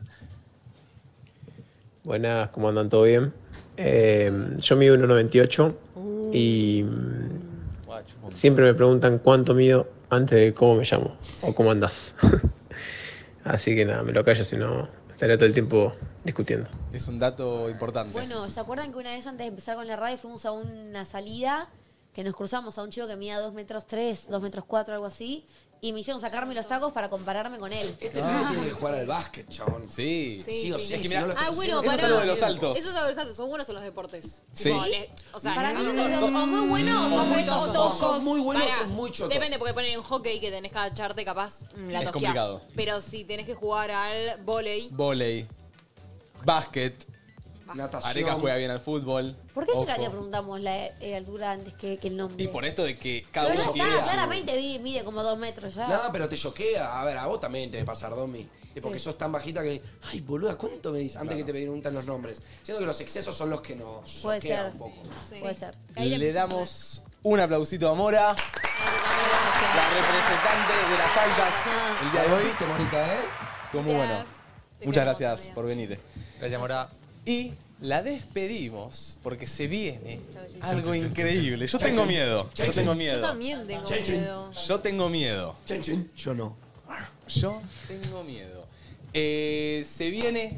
Buenas, ¿cómo andan? ¿Todo bien? Yo mido 1,98 y siempre me preguntan cuánto mido antes de cómo me llamo o cómo andás. Así que nada, me lo callo, si no estaría todo el tiempo discutiendo. Es un dato importante. Bueno, ¿se acuerdan que una vez antes de empezar con la radio fuimos a una salida que nos cruzamos a un chico que medía 2,3 metros, 2,4 metros, algo así? Y me hicieron sacarme los tacos para compararme con él. Este pibe tiene que jugar al básquet, chabón. Sí. Sí o sí. Es que Si mirá, no lo estás bueno, haciendo, eso es pará. algo de los altos. Eso es algo de los altos. Son buenos en los deportes. Sí. Tipo, o sea, Para mí no- son o muy buenos o son muy toscos. Son muy buenos, Pará, son muy chotos. Depende, porque ponen en hockey que tenés que agacharte capaz, la Es tosqueás. complicado. Pero si tenés que jugar al volei, Voley. Básquet. Natación. Areca juega bien al fútbol. ¿Por qué será Ojo. que preguntamos la altura antes que el nombre? Y por esto de que cada Pero uno ya tiene está, su... claramente mide como 2 metros ya. No, pero te choquea. A ver, a vos también te debe pasar, Domi. Porque sos tan bajita que. Ay, boluda, ¿cuánto me dices? Antes que te preguntan los nombres. Siento que los excesos son los que nos Puede choquean ser. un poco. Puede ser. Le damos un aplausito a Mora, la representante de las altas el día de ¿La hoy. viste, Morita, Estuvo muy bueno. Muchas gracias por venir. Gracias, Mora. Y la despedimos porque se viene algo increíble. Yo tengo miedo. Yo tengo yo miedo. también tengo miedo. Yo tengo miedo. Chen, chen. Yo no. Yo tengo miedo. Se viene.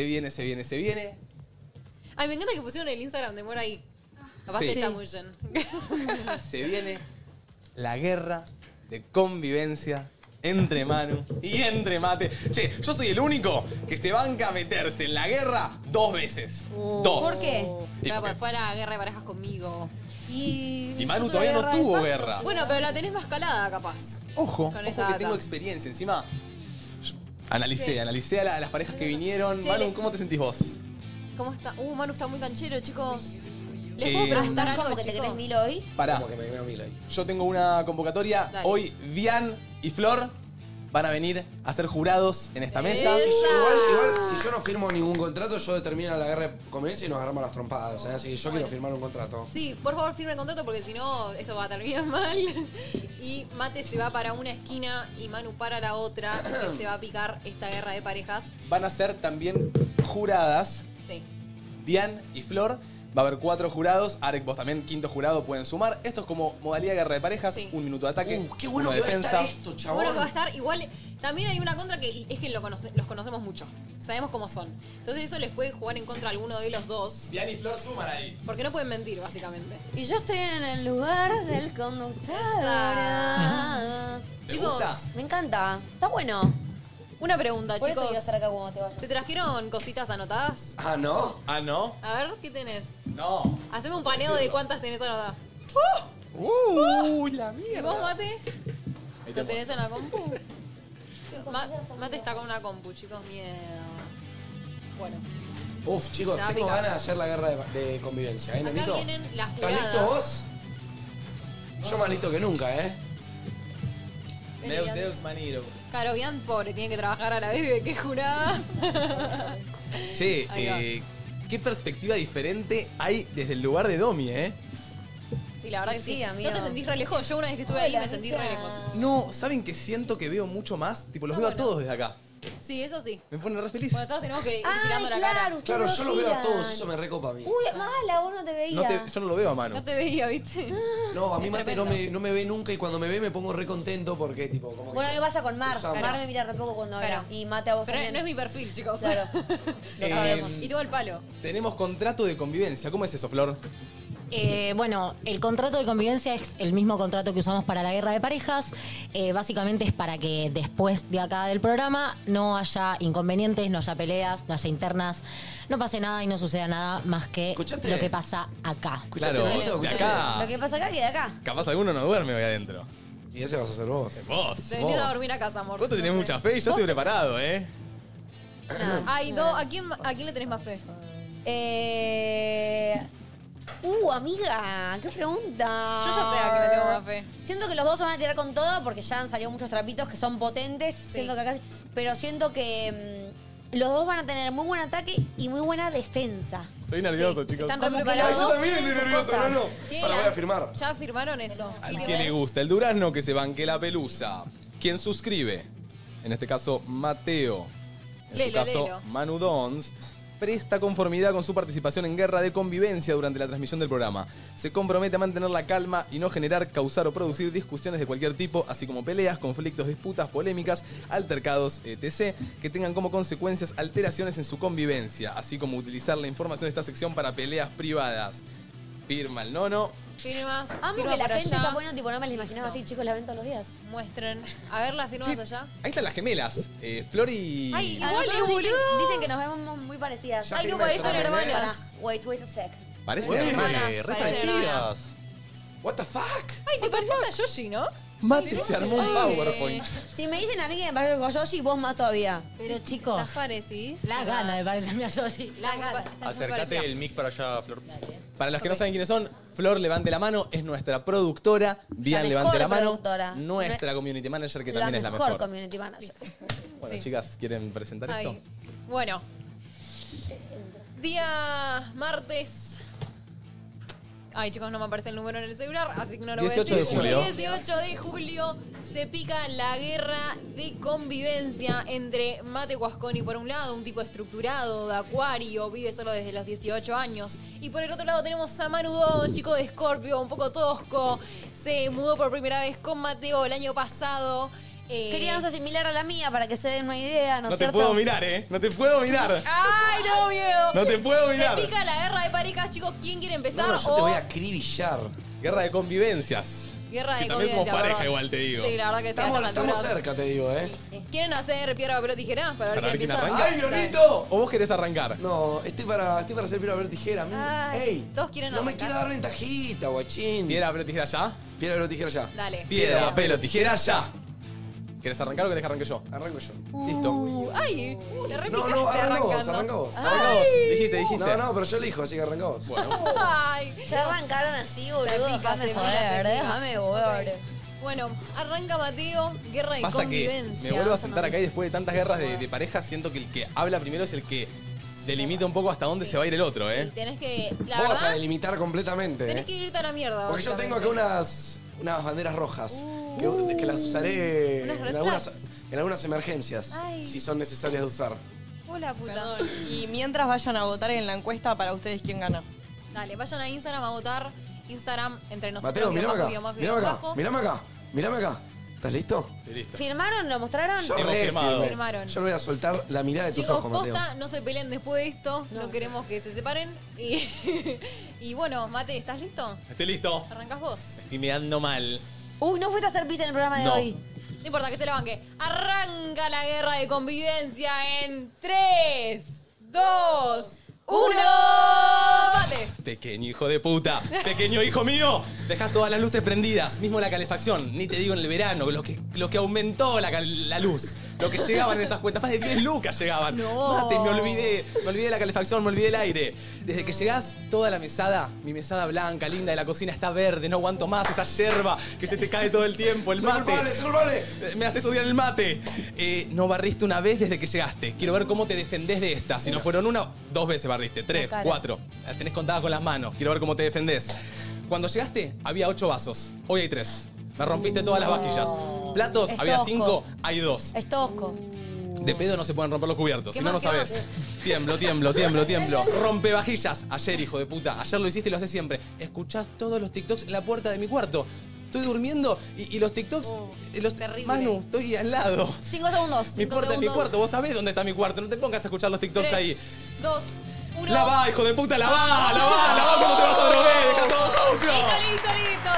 Ay, me encanta que pusieron el Instagram de Mora ahí. Capaz Sí. te chamullen. Se viene la guerra de convivencia entre Manu y entre Mate. Che, yo soy el único que se banca a meterse en la guerra 2 veces. 2. ¿Por qué? Y Claro, porque- porque fue a la guerra de parejas conmigo. Y Manu nosotros todavía no la guerra de tuvo facto, guerra. Bueno, pero la tenés más calada, capaz. Ojo, Con ojo esa que data. tengo experiencia. Encima, yo analicé a las parejas que vinieron. Che, Manu, le- ¿cómo te sentís vos? ¿Cómo está? Manu está muy canchero, chicos. ¿Les Eh, puedo preguntar ¿Estás algo, como que te chicos? crees 1000 hoy? Pará, Como que me creo mil ahí. yo tengo una convocatoria. Dale. Hoy, Bian y Flor van a venir a ser jurados en esta mesa. Si yo, igual, si yo no firmo ningún contrato, yo determino la guerra de convivencia y nos agarramos las trompadas. ¿eh? Así que yo quiero firmar un contrato. Sí, por favor firme el contrato porque si no esto va a terminar mal. Y Mate se va para una esquina y Manu para la otra. Que se va a picar esta guerra de parejas. Van a ser también juradas Sí. Bian y Flor. Va a haber 4 jurados. Arek, vos también, quinto jurado, pueden sumar. Esto es como modalidad guerra de parejas. Sí. 1 minuto de ataque, Qué bueno uno que de va a defensa. estar esto, chabón. Bueno, que va a estar igual. También hay una contra que es que los conocemos mucho. Sabemos cómo son. Entonces eso les puede jugar en contra a alguno de los dos. Bian y Flor suman ahí. Porque no pueden mentir, básicamente. Y yo estoy en el lugar del conductor. ¿Te Chicos, gusta? Me encanta. Está bueno. una pregunta, Por eso chicos. quiero estar acá cuando te vayas. ¿Se trajeron cositas anotadas? Ah, ¿no? Ah, ¿no? A ver, ¿qué tenés? No. Haceme un paneo de cuántas tenés anotadas. La ¿Y vos, Mate? Ahí ¿Lo te tenés en la compu? Mate está con una compu, chicos, miedo. Bueno. Uf, chicos, Se va a tengo picar. ganas de hacer la guerra de convivencia, ¿eh, Acá Nenito? vienen las ¿Estás juradas. listo vos? Yo más listo que nunca, ¿eh? Meu Deus Maniro. Carobian, pobre, tiene que trabajar a la vez de que jurada. Che, Ahí va. qué perspectiva diferente hay desde el lugar de Domi, ¿eh? Sí, la verdad que Sí, sí. amigo. No te sentís re lejos. Yo una vez que estuve ahí me sentí re lejos. No, ¿saben que siento que veo mucho más? Tipo, los veo a todos desde acá. Sí, eso sí. Me pone re feliz. Bueno, todos tenemos que ir Ay, girando la claro, cara. ustedes Claro, yo los veo a giran. todos, eso me recopa a mí. Uy, mala, vos no te veía. Yo no lo veo a Manu. No te veía, ¿viste? No, a mí Es Mate no me ve nunca y cuando me ve me pongo re contento porque, tipo, como que... Bueno, ¿qué pasa con Mar? Usamos. Mar me mira re poco cuando habla. Claro. Y Mate a vos Pero también. no es mi perfil, chicos. Claro. Lo sabemos. Y tuvo el palo. Tenemos contrato de convivencia. ¿Cómo es eso, Flor? Bueno, el contrato de convivencia es el mismo contrato que usamos para la guerra de parejas. Básicamente es para que después de acá del programa no haya inconvenientes, no haya peleas, no haya internas, no pase nada y no suceda nada más que Escuchate. lo que pasa acá. Claro, de acá. Lo que pasa acá queda acá. Capaz alguno no duerme hoy adentro. Y ese vas a ser vos. Vos. Te venís a dormir a casa, amor. Vos te tenés No sé. mucha fe y yo estoy preparado, ¿eh? Ay, ¿a quién le tenés más fe? Amiga, qué pregunta. Yo ya sé a quién le tengo más fe. Siento que los dos se van a tirar con todo porque ya han salido muchos trapitos que son potentes. Siento que acá, pero siento que los dos van a tener muy buen ataque y muy buena defensa. Estoy nervioso, chicos. Están Como re que Ay, preparados. yo también estoy nervioso, cosas. no. Tienen Para, la- voy a firmar. Ya firmaron eso. Al que le gusta el durazno, que se banque la pelusa. ¿Quién suscribe? En este caso, Mateo. En Lelo, su caso, lelo. Manu Dons. Presta conformidad con su participación en Guerra de Convivencia durante la transmisión del programa. Se compromete a mantener la calma y no generar, causar o producir discusiones de cualquier tipo, así como peleas, conflictos, disputas, polémicas, altercados, etc., que tengan como consecuencias alteraciones en su convivencia, así como utilizar la información de esta sección para peleas privadas. Firma el nono. Firmas. Amo firma que la por gente allá. está poniendo, tipo, no me la imaginaba así, chicos, la ven todos los días. Muestren. A ver las firmas allá. Ahí están las gemelas. Flor y... Ay, A igual, nosotros boludo. dicen que nos vemos muy parecidas. Ya Ay, no firmé, parecen ya firmé. hermanas. Wait a sec. Parecen Bueno, hermanas. hermanas, Re parecen parecidas. What the fuck? Ay, te pareces a Yoshi, ¿no? Mate se armó un Ay. PowerPoint. Si me dicen a mí que me parezco con Yoshi, vos más todavía. Pero chicos, ¿Las parecís? la gana de parecerme a Yoshi. La gana. Estás muy Acércate parecida. el mic para allá, Flor. Para los que no saben quiénes son, Flor levante la mano, es nuestra productora. Bian La levante la mejor mano. productora. Nuestra community manager, que La también es la mejor mejor. community manager. Bueno, Sí. chicas, ¿quieren presentar Ay. esto? Bueno. Día martes. Ay, chicos, no me aparece el número en el celular, así que no lo voy a 18 de decir. julio. 18 de julio se pica la guerra de convivencia entre Mate Guasconi, por un lado, un tipo estructurado, de acuario, vive solo desde los 18 años. Y por el otro lado tenemos a Manu Don, chico de Escorpio, un poco tosco. Se mudó por primera vez con Mateo el año pasado. Queríamos asimilar a la mía para que se den una idea, ¿no No es te cierto? puedo mirar, ¿eh? No te puedo mirar. ¡Ay, no, miedo! No te puedo mirar. Se pica la guerra de parejas, chicos. ¿Quién quiere empezar? No, no, yo o te voy a acribillar. Guerra de convivencias. guerra de Que también somos convivencia, pareja perdón. igual, te digo. Sí, la verdad que sí. Estamos, a estas estamos alturas. cerca, te digo, ¿eh? ¿Quieren hacer piedra, papel o tijera? Para ver Para ver quién quién empieza. arranca. ¡Ay, Leonito! ¿O vos querés arrancar? No, estoy para hacer piedra, papel, tijera. Ay, ¡Ey! todos quieren No me arrancar. quiera dar ventajita, guachín. Piedra, papel o tijera ya. Piedra, papel, tijera ya. Dale. Piedra, papel o tijera ya. ¿Querés arrancar o querés que arranque yo? Arranco yo. Listo. ¡Ay! Le No, repicaste no, arranca vos, arrancando. arranca vos. Arranca vos. Dijiste. No, no, pero yo elijo, así que arranca vos. Bueno. ¡Ay! Ya arrancaron así, boludo. Se pica, Déjame se pica, joder, se pica. déjame joder. Bueno, arranca Mateo, guerra de Pasa que convivencia. me vuelvo a sentar acá y después de tantas guerras de pareja siento que el que habla primero es el que delimita un poco hasta dónde se va a ir el otro, ¿eh? Tenés que. La Vos vas a verdad, delimitar completamente, tenés ¿eh? que irte a la mierda. Porque yo tengo acá básicamente. unas banderas rojas que las usaré Unas red en algunas emergencias, Ay. si son necesarias de usar. Hola, puta. Y mientras vayan a votar en la encuesta, para ustedes, ¿quién gana? Dale, vayan a Instagram a votar. Instagram entre nosotros. Mateo, guión mirame bajo, acá, guión bajo, mirame guión acá, bajo. mirame acá, mirame acá. ¿Estás listo? Listo. ¿Firmaron? ¿Lo mostraron? Yo Hemos re firmado. firme. Firmaron. Yo no voy a soltar la mirada de tus Chicos, ojos, Mateo. posta, no se peleen después de esto. No queremos que se separen. Y, y bueno, Mate, ¿estás listo? Estoy listo. Arrancás vos. Estoy meando mal. Uy, no fuiste a hacer pizza en el programa de No. hoy. No importa que se la banque. Arranca la guerra de convivencia en 3, 2, 1. ¡Mate! Pequeño hijo de puta. Pequeño hijo mío. Dejás todas las luces prendidas. Mismo la calefacción. Ni te digo en el verano. Lo que aumentó la luz. lo que llegaban en esas cuentas. Más de 10 lucas llegaban. No. Mate, me olvidé de la calefacción, me olvidé del aire. Desde que llegás, toda la mesada, mi mesada blanca, linda de la cocina, está verde. No aguanto más esa yerba que se te cae todo el tiempo. El mate. Soy culpable. Me haces odiar el mate. No barriste una vez desde que llegaste. Quiero ver cómo te defendés de esta. Si no fueron una, 2 veces barriste. 3, 4. Las tenés contadas con las manos. Quiero ver cómo te defendés. Cuando llegaste, había 8 vasos. Hoy hay 3. Me rompiste todas las vajillas. Platos, Es había tosco. 5, hay 2. Es tosco. De pedo no se pueden romper los cubiertos, ¿Qué si no, no más, qué sabés. Tiemblo. Rompe vajillas. Ayer, hijo de puta. Ayer lo hiciste y lo haces siempre. Escuchás todos los TikToks en la puerta de mi cuarto. Estoy durmiendo y los TikToks. terrible. Manu, estoy al lado. 5 segundos. Mi puerta es mi cuarto. Vos sabés dónde está mi cuarto. No te pongas a escuchar los TikToks 3, ahí. 2, 1. ¡Lavá, hijo de puta! ¡Lavá! ¿Cómo te vas a drogar? ¡Deja todo sucio! Listo.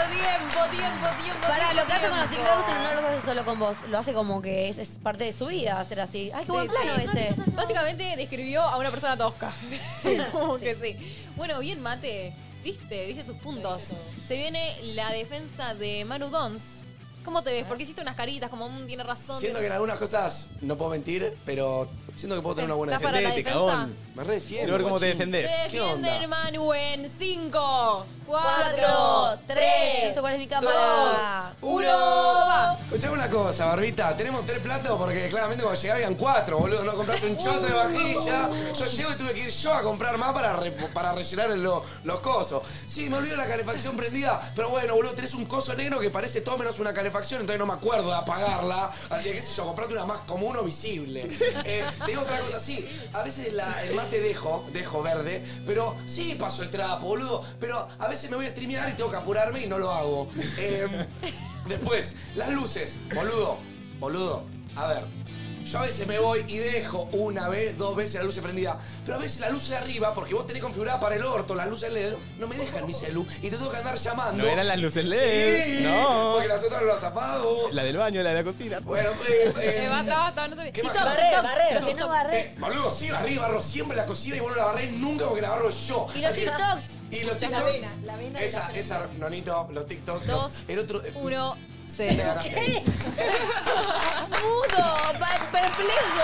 Tiempo. Pará, lo que hace con los tiempo. TikToks no los hace solo con vos. Lo hace como que es parte de su vida hacer así. Ay, qué buen plano ese. Básicamente describió a una persona tosca. Como que sí. Bueno, bien, Mate. Viste tus puntos. Se viene la defensa de Manu Dons. ¿Cómo te ves? Porque hiciste unas caritas como tiene razón. Siento que en algunas cosas no puedo mentir, pero siento que puedo tener una buena ¿Estás para la defensa. defensa? Me re defiendo. Quiero ver cómo te guachín. defendés. Se ¿Qué onda? defiende el Manu en 5, 4, 4, 3. Eso, ¿cuál es mi cámara? 1, va. Escuchame una cosa, Barbita. Tenemos 3 platos porque claramente cuando llegué habían 4, boludo. No compraste un choto de vajilla. Yo llego y tuve que ir yo a comprar más para rellenar los cosos. Sí, me olvido de la calefacción prendida, pero bueno, boludo, tenés un coso negro que parece todo menos una calefacción, entonces no me acuerdo de apagarla. Así que, qué sé yo, comprate una más común o visible. Te digo otra cosa, sí. A veces el mate dejo verde, pero sí paso el trapo, boludo. Pero a veces me voy a streamear y tengo que apurarme y no lo hago. Después, las luces. Boludo. A ver, yo a veces me voy y dejo 1 vez, 2 veces la luz prendida. Pero a veces la luz de arriba, porque vos tenés configurada para el orto las luces LED, no me dejan mi celu y te tengo que andar llamando. No eran las luces LED. Sí, No. porque las otras no las apago. La del baño, la de la cocina. Bueno, Basta, no te... ¿Qué más? Los que no barres. Boludo, sí, barro siempre la cocina y vos no la barrés nunca porque la barro yo. Y los Así que- TikToks. Y los La TikToks. vena Esa, Nonito, los TikToks. 2, el otro. 1, Me 0. ganaste ahí. Mudo, perplejo.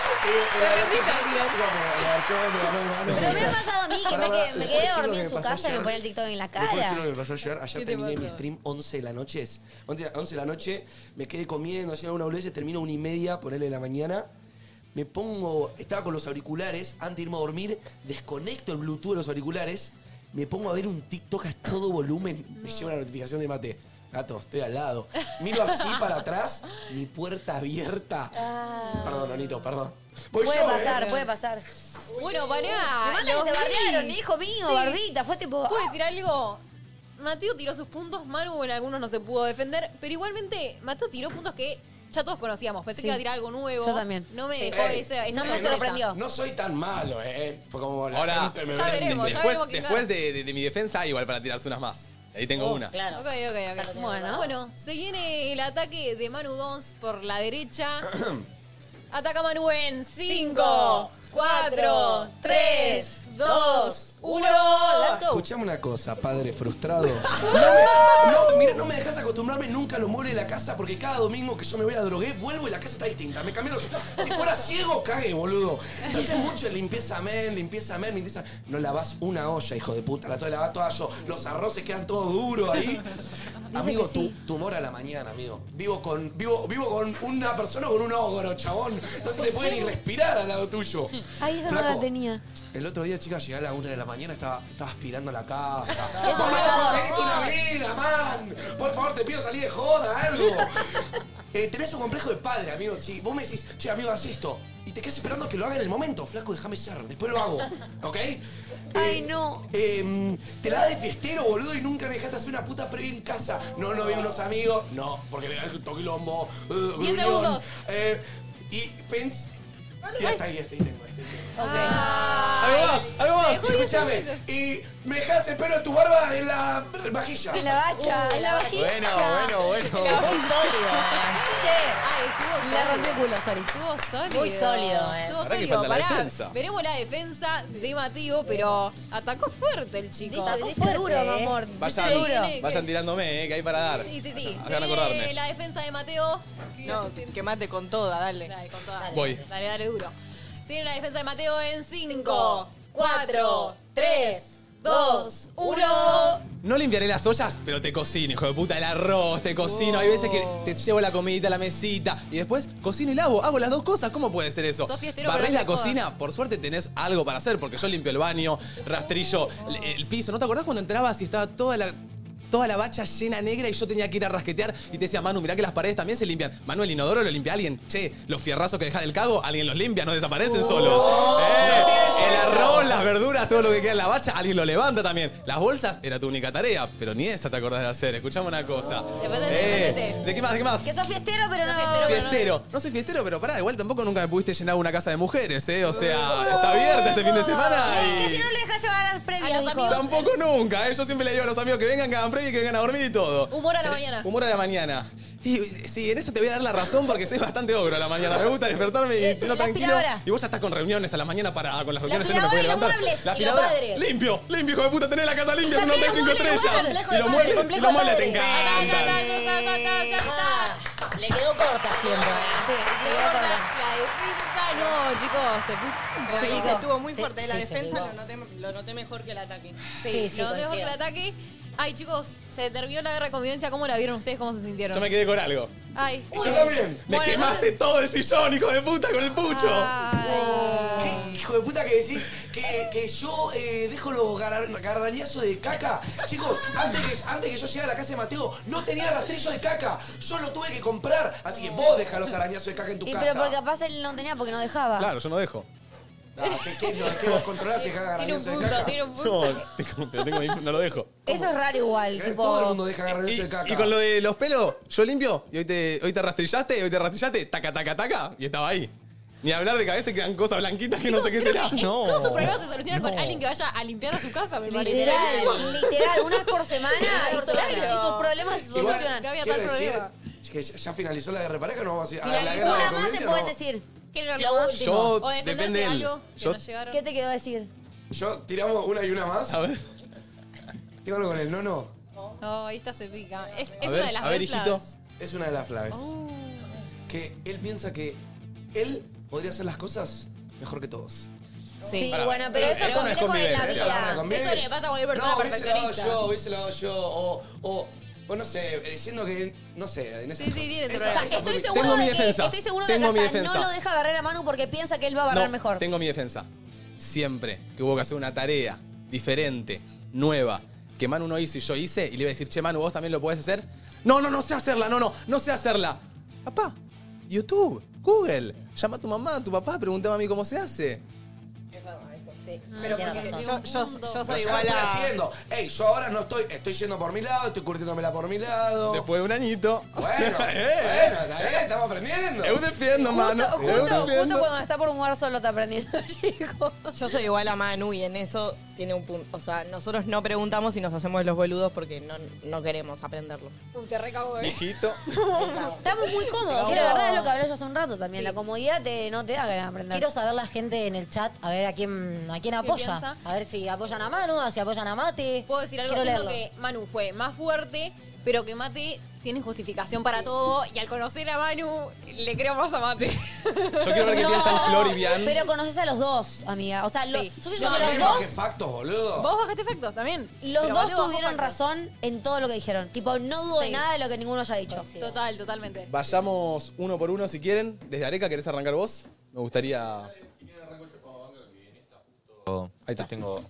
Pero me ha pasado a mí que me quedé dormida en su casa y me pone el TikTok en la ¿Puedo decir lo cara. que me pasó ayer? Ayer ¿Qué te terminé mi pasó? stream 11 de la noche. 11 de la noche, me quedé comiendo, haciendo alguna boludez, termino 1:30, ponerle de la mañana. Me pongo, estaba con los auriculares, antes de irme a dormir, desconecto el Bluetooth de los auriculares, me pongo a ver un TikTok a todo volumen, me llega una notificación de Mate. Gato, estoy al lado. Miro así para atrás, mi puerta abierta. Perdón, Nonito, perdón. Voy Puede yo, pasar, puede pasar. Bueno, pará. Me manda que se bardearon, hijo mío, Barbita. Fue tipo. ¿Puedo decir algo? Mateo tiró sus puntos, Manu en algunos no se pudo defender, pero igualmente Mateo tiró puntos que ya todos conocíamos. Pensé Sí. que iba a tirar algo nuevo. Yo también. No me Sí. dejó Ey, esa no me sorpresa. sorprendió. No soy tan malo, Fue como la Ahora, gente me ya ve. veremos, ya Después, quién después gana. de mi defensa, igual para tirarse unas más. Ahí tengo una. Claro. Ok. Bueno, se viene el ataque de Manu Dons por la derecha. Ataca Manu en 5, 4, 3, 2, 1. Let's go. Escuchame una cosa, padre frustrado. Mira, no me dejas acostumbrarme nunca a los muebles de la casa porque cada domingo que yo me voy a drogué, vuelvo y la casa está distinta. Me cambié los... Si fuera ciego, cague, boludo. Haces mucho limpieza men. No lavás una olla, hijo de puta. La tengo que lavar toda yo. Los arroces quedan todos duros ahí. Amigo, que sí. tu humor a la mañana, amigo. Vivo con una persona con un ogro, chabón. No se te puede ni respirar al lado tuyo. Ay, esa no Flaco, la tenía. el otro día, chicas, llegué a la 1 de la mañana, estaba aspirando la casa. Eso ¡Boludo, me da conseguiste una vida, man! Por favor, te pido salir de joda, algo. Tenés un complejo de padre, amigo. Si vos me decís, che, amigo, haz esto, y te quedas esperando que lo haga en el momento, flaco, déjame ser, después lo hago, ¿ok? Ay, no. Te la da de fiestero, boludo, y nunca me dejaste hacer una puta previa en casa. No, vienen unos amigos. No, porque me da el toquilombo. 10 segundos. Y ahí tengo. Algo más. Escúchame. Y me dejas el pelo de tu barba en la vajilla. En la bacha, en la vajilla. Bueno. Muy sólido, Che, estuvo Le rompió el culo, sorry. Estuvo sólido. Muy sólido, Estuvo Pará que sólido. falta la Pará. defensa. Veremos la defensa de Mateo, pero atacó fuerte el chico. Diste duro, mi amor. Vayan tirándome, que hay para dar. Sí. Hagan acordarme. La defensa de Mateo. No, que mate con toda, dale. Dale, con toda. Voy. Dale duro. Sigue la defensa de Mateo en 5, 4, 3, 2, 1. No limpiaré las ollas, pero te cocino, hijo de puta, el arroz, te cocino. Hay veces que te llevo la comidita a la mesita y después cocino y lavo. Hago las dos cosas. ¿Cómo puede ser eso? Sos fiestero, Barrés pero la no te cocina, por suerte tenés algo para hacer, porque yo limpio el baño, rastrillo, el piso. ¿No te acordás cuando entrabas y estaba toda la bacha llena negra y yo tenía que ir a rasquetear y te decía, Manu, mirá que las paredes también se limpian? Manu, el inodoro lo limpia alguien. Che, los fierrazos que dejás del cago, alguien los limpia, no desaparecen solos. El arroz, las verduras, todo lo que queda en la bacha, alguien lo levanta también. Las bolsas era tu única tarea, pero ni esa te acordás de hacer. Escuchame una cosa. Depende. ¿De qué más? ¿De qué más? Que sos fiestero, pero no. Fiestero. No soy fiestero, pero pará, igual tampoco nunca me pudiste llenar una casa de mujeres, ¿eh? O sea, está abierta este fin de semana Que y... si no le dejas llevar a las previas, A los dijo. amigos. Tampoco nunca, ¿eh? Yo siempre le digo a los amigos que vengan, que hagan previa y que vengan a dormir y todo. Humor a la mañana. Humor a la mañana. Y sí, en esa te voy a dar la razón porque soy bastante ogro a la mañana. Me gusta despertarme y tenerlo tranquilo. aspiradora. Y vos ya estás con reuniones a la mañana con las reuniones La no me puedes aspiradora y los levantar. muebles, La y los aspiradora. padres. Limpio, hijo de puta, tenés la casa limpia, es un hotel 5 estrellas. complejo Y los de muebles, padre, y los muebles te complejo encantan. Le quedó corta siempre. Sí, Le le corta corta. la defensa, no, chicos, se fue. Sí, Rico. estuvo muy Sí, fuerte. La sí, se defensa pegó. lo noté mejor que el ataque. Sí, sí, no dejo el coincido. ataque. Ay, chicos, se terminó la guerra de convivencia. ¿Cómo la vieron ustedes? ¿Cómo se sintieron? Yo me quedé con algo. Ay. Y yo también. Me Bueno, quemaste todo el sillón, hijo de puta, con el pucho. ¿Qué hijo de puta que decís que yo dejo los garrañazos de caca? Chicos, antes que yo llegara a la casa de Mateo, no tenía rastrillo de caca. Yo lo tuve que comprar. Así que vos dejá los arañazos de caca en tu Y casa. pero porque capaz él no tenía porque no dejaba. Claro, yo no dejo. No, ¿qué vos controlás si caga Tiene un garrañazos de punto, caca? tiene un punto. No, pero no lo dejo. Eso es raro igual, tipo. Todo el mundo deja garrañazos de caca. Y con lo de los pelos, yo limpio y hoy te rastrillaste, taca, y estaba ahí. Ni hablar de cabeza, quedan cosas blanquitas que no sé qué Creo será. que No. todos sus problemas se solucionan con alguien que vaya a limpiar a su casa, me parece. Literal, una vez por semana y sus problemas se Igual, solucionan. No había quiero tal decir problema. que ya finalizó la guerra de pareja, no vamos a la Finalizó. guerra de Una más se convivencia, puede no. decir. ¿Quieren algo Lo más? último. Yo, O defenderse depende de del... algo que Yo, no llegaron. ¿Qué te quedó decir? Yo tiramos una y una más. a ver, Tengo algo con el nono. No, ahí está se pica. Es a una ver, de las a ver, red hijito. flags. Es una de las claves. Que él piensa que él podría hacer las cosas mejor que todos. Sí, Pará, bueno, pero eso es esto no es complejo de la convivencia. vida. Eso le pasa a cualquier persona perfeccionista. Hubiese lo hago yo, o no sé, diciendo que, no sé, en ese Sí, tiene ese esa- problema. esa- Estoy Tengo seguro mi de que, defensa. estoy seguro de que Tengo mi hasta defensa. no lo deja barrer a Manu porque piensa que él va a barrer mejor. Tengo mi defensa. Siempre que hubo que hacer una tarea diferente, nueva, que Manu no hizo y yo hice, y le iba a decir, che, Manu, ¿vos también lo podés hacer? No sé hacerla, no sé hacerla. Papá, YouTube, Google, llama a tu mamá, a tu papá, pregúntame a mí cómo se hace. Pero tiene porque razón. yo Pero soy ya lo igual estoy a... haciendo. Ey, yo ahora no estoy yendo por mi lado, estoy curtiéndomela por mi lado. Después de un añito. Bueno, está bien, estamos aprendiendo. Eu defiendo, Manu. Eu Justo defiendo. cuando está por jugar solo está aprendiendo, chicos. Yo soy igual a Manu y en eso tiene un punto. O sea, nosotros no preguntamos y nos hacemos los boludos porque no queremos aprenderlo. Te recago, Hijito. Estamos muy cómodos. Sí, la verdad es lo que hablé yo hace un rato también. La comodidad no te da ganas de aprender. Quiero saber la gente en el chat, a ver a quién apoya. piensa? A ver si apoyan a Manu, si apoyan a Mate. Puedo decir algo, Quiero siento leerlo. que Manu fue más fuerte, pero que Mate tiene justificación para todo. Y al conocer a Manu, le creo más a Mate. Yo quiero ver qué piensan Flor y Bian. Pero conoces a los dos, amiga. O sea, yo siento que No, los ¿qué dos, factos, boludo? Vos bajaste efectos también. los Pero dos Mateo bajó tuvieron factos. razón en todo lo que dijeron. Tipo, no dudo de Sí. nada de lo que ninguno haya dicho. Totalmente. Vayamos uno por uno si quieren. Desde Areca, ¿querés arrancar vos? Me gustaría... Ahí está. Tengo...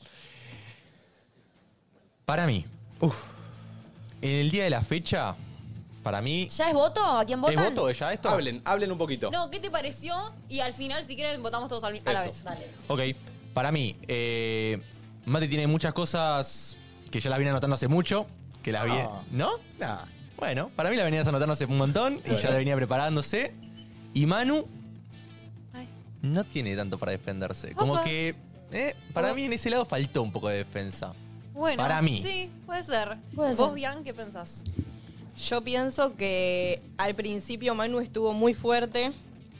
Para mí, en el día de la fecha, para mí... ¿Ya es voto? ¿A quién votan? ¿Es voto ya esto? Hablen un poquito. No, ¿qué te pareció? Y al final, si quieren, votamos todos a la Eso. vez. Dale. Ok, para mí, Mate tiene muchas cosas que ya las viene anotando hace mucho, que las viene... ¿No? Nah. Bueno, para mí las venías anotando hace un montón y ya Bueno. la venía preparándose. Y Manu... no tiene tanto para defenderse. Como Opa. que para mí en ese lado faltó un poco de defensa. Bueno, Para mí. sí, puede ser. Puede ¿Vos, ser. Bian, qué pensás? Yo pienso que al principio Manu estuvo muy fuerte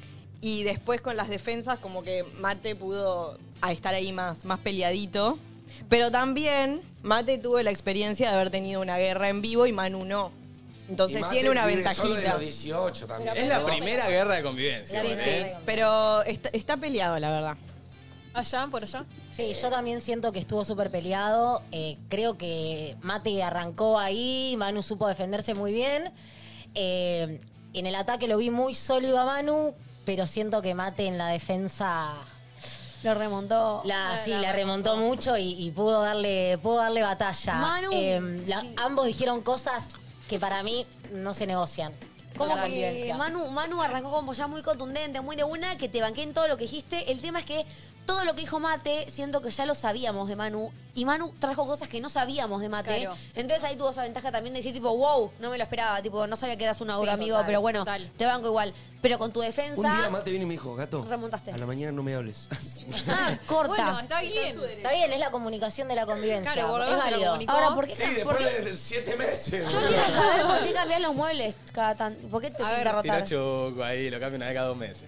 y después con las defensas como que Mate pudo estar ahí más peleadito. Pero también Mate tuvo la experiencia de haber tenido una guerra en vivo y Manu no. Entonces Y Mate tiene una viene solo de ventajita. los 18 también. Es la primera guerra de convivencia. Sí, sí. Pero está peleado, la verdad. ¿Allá, por allá? Sí, yo también siento que estuvo súper peleado. Creo que Mate arrancó ahí, Manu supo defenderse muy bien. En el ataque lo vi muy sólido a Manu, pero siento que Mate en la defensa... Lo remontó. La remontó mucho y pudo darle batalla. Manu, ambos dijeron cosas que para mí no se negocian. Como La que convivencia. Manu arrancó como ya muy contundente, muy de una, que te banqué en todo lo que dijiste. El tema es que todo lo que dijo Mate, siento que ya lo sabíamos de Manu. Y Manu trajo cosas que no sabíamos de Mate. Claro. Entonces ahí tuvo esa ventaja también de decir, tipo, wow, no me lo esperaba. Tipo, no sabía que eras un Sí, amigo, total, pero bueno, total. te banco igual. Pero con tu Un defensa... día Mate vino y me dijo, gato, Remontaste. a la mañana no me hables. corta. Bueno, está bien. Está bien, es la comunicación de la convivencia. Claro, por lo es menos te lo válido. comunicó. Ahora, ¿por qué? Sí, después de 7 meses. Yo quiero saber por qué cambias los muebles cada tanto. ¿Por qué te tienes que Tira rotar? choco ahí, lo cambio una vez cada 2 meses.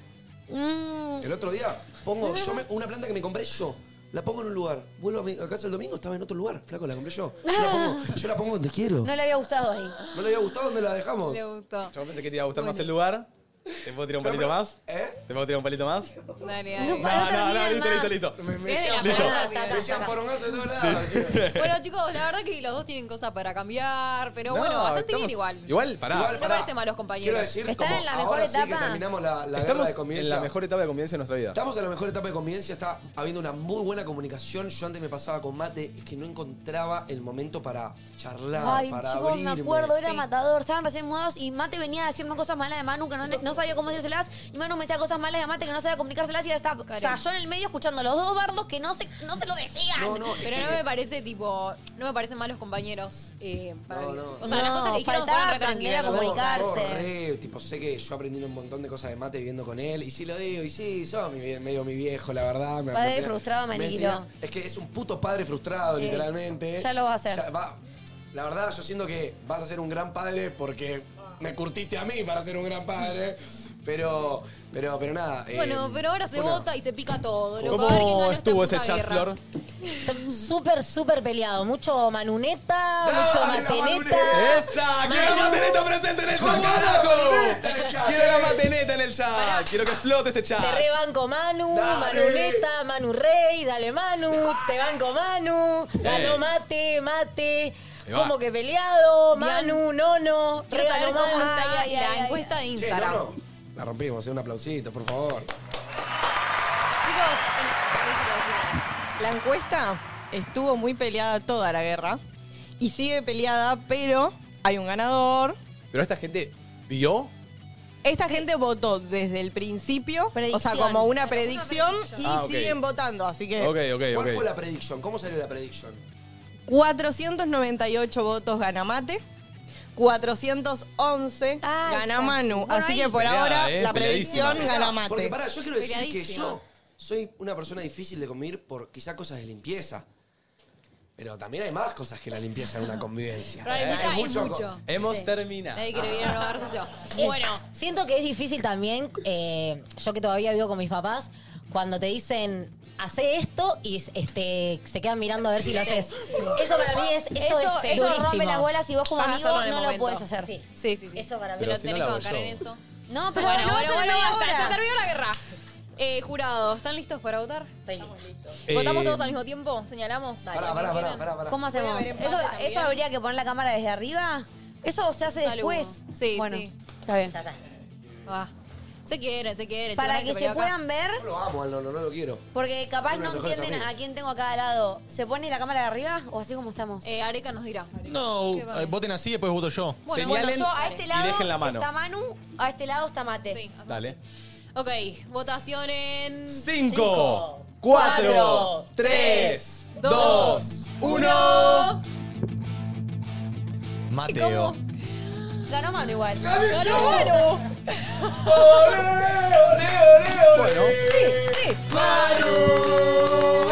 El otro día pongo una planta que me compré yo. La pongo en un lugar. Vuelvo a casa el domingo, estaba en otro lugar. Flaco, la compré yo. Yo la pongo donde quiero. No le había gustado ahí. ¿No le había gustado? ¿Dónde la dejamos? Le gustó. Yo pensé que te iba a gustar más el lugar. ¿Te puedo tirar un palito más? ¿Te puedo tirar un palito más? Dale, No, listo. Me Sí, la llaman palabra, me llaman porongazo de todos lados. Bueno, chicos, la verdad que los dos tienen cosas para cambiar, pero No, bueno, bastante estamos- bien igual. Igual, pará. No parecen malos compañeros. Quiero decir, Están como en la mejor ahora sí que etapa. terminamos la guerra Estamos de en convivencia. la mejor etapa de convivencia de nuestra vida. Estamos en la mejor etapa de convivencia, está habiendo una muy buena comunicación. Yo antes me pasaba con Mate, es que no encontraba el momento para charlar, Ay, para chicos, abrirme. me acuerdo, era matador. Estaban recién mudados y Mate venía a decirme cosas malas de Manu que no sabía cómo decírselas. Y Manu me decía cosas malas de Mate que no sabía comunicárselas y ya estaba. O sea, yo en el medio escuchando a los dos bardos que no se lo decían. Pero no me parece no me parecen malos compañeros. Para mí. O sea, No, las cosas que dijeron faltaba fueron re aprender a tranquilas. comunicarse. Tipo, sé que yo aprendí un montón de cosas de Mate viviendo con él. Y sí lo digo, y sí, sos medio mi viejo, la verdad. Padre frustrado, me aniquiló. enseña- Es que es un puto padre frustrado, Sí. literalmente. Ya lo va a hacer. La verdad, yo siento que vas a ser un gran padre porque me curtiste a mí para ser un gran padre. Pero nada. Bueno, pero ahora se bueno. vota y se pica todo. Loco. ¿Cómo A ver quién ganó esta estuvo ese puta chat, guerra. Flor? Súper peleado. Mucho Manuneta, mucho Mateneta. ¡Esa! ¡Quiero la mateneta presente en el chat, carajo! ¡Quiero la mateneta en el chat! ¡Quiero que explote ese chat! Te rebanco Manu, Dale. Manuneta, Manu Rey, dale Manu, te banco Manu, ganó Mate. Ahí va. Como que peleado, Bien. Manu, Nono. Quiero saber reganó cómo Manu. está Ay, ay, la ay. encuesta de Che, Instagram. no. La rompimos, un aplausito, por favor. Chicos, La encuesta estuvo muy peleada toda la guerra y sigue peleada, pero hay un ganador. Pero esta gente vio. Esta gente votó desde el principio, Predicción. o sea, como una Bueno, predicción y Ah, ok. siguen votando, así que ¿Cuál fue la predicción? ¿Cómo salió la predicción? 498 votos gana Mate, 411 gana Manu, Bueno, así ahí. que por Peleada, ahora la peleadísima. predicción gana Mate. Porque pará, yo quiero decir que Peleadísima. yo soy una persona difícil de convivir por quizá cosas de limpieza. Pero también hay más cosas que la limpieza en una convivencia. Pero la limpieza Hay es mucho. Hemos Sí. terminado. nadie quiere vivir en un hogar sucio. Bueno, Siento que es difícil también, yo que todavía vivo con mis papás, cuando te dicen, hace esto y se quedan mirando a ver si lo haces. Eso para mí es, eso es eso durísimo. rompe las bolas y vos como Vas a amigo hacerlo en el no lo momento. puedes hacer. sí. Eso para mí. Pero Te lo si no tenés la que hago bancar yo. en eso. No, pero Bueno, no bueno, se bueno, ahora. basta, se terminó la guerra. Jurados, ¿están listos para votar? Estoy listo. ¿Votamos todos al mismo tiempo? ¿Señalamos? Pará. ¿Cómo hacemos? Voy a ver empate ¿Eso, también. ¿Eso habría que poner la cámara desde arriba? ¿Eso se hace Dale, después? Hugo. Sí, bueno, sí. está bien. Ya está. Va. Se quieren. Para chicos, que se peleó acá. puedan ver, No lo amo, no lo quiero. porque capaz Son no los mejores entienden amigos. a quién tengo acá al lado. ¿Se pone la cámara de arriba o así como estamos? Areca nos dirá. No, ¿Qué va? voten así y después voto yo. Bueno, Señalen Yo a este lado y dejen la mano. está Manu, a este lado está Mate. Sí. Dale. Ok, votación en... 5, 4, 3, 2, 1. Mateo. Ganó Manu igual. ¡Ganó Manu! Bueno. Sí. Manu.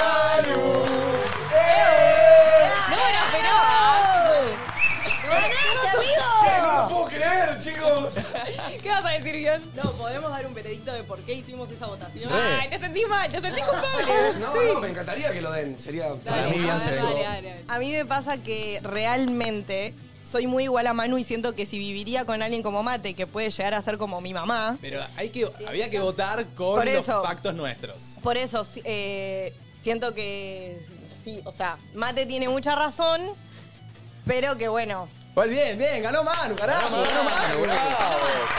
No la esperaba. ¡Ganaste, amigo! Che, no lo puedo creer, chicos. ¿Qué vas a decir, Guión? No, podemos dar un veredicto de por qué hicimos esa votación. Ay, te sentís mal, te sentís culpable. No, me encantaría que lo den. Sería para mí bien serio. Dale. A mí me pasa que realmente soy muy igual a Manu y siento que si viviría con alguien como Mate, que puede llegar a ser como mi mamá. Pero había que votar con Por los eso. pactos nuestros. Por eso siento que sí, o sea, Mate tiene mucha razón, pero que bueno. Pues bien, ganó Manu, carajo. Ganó Manu, bravo.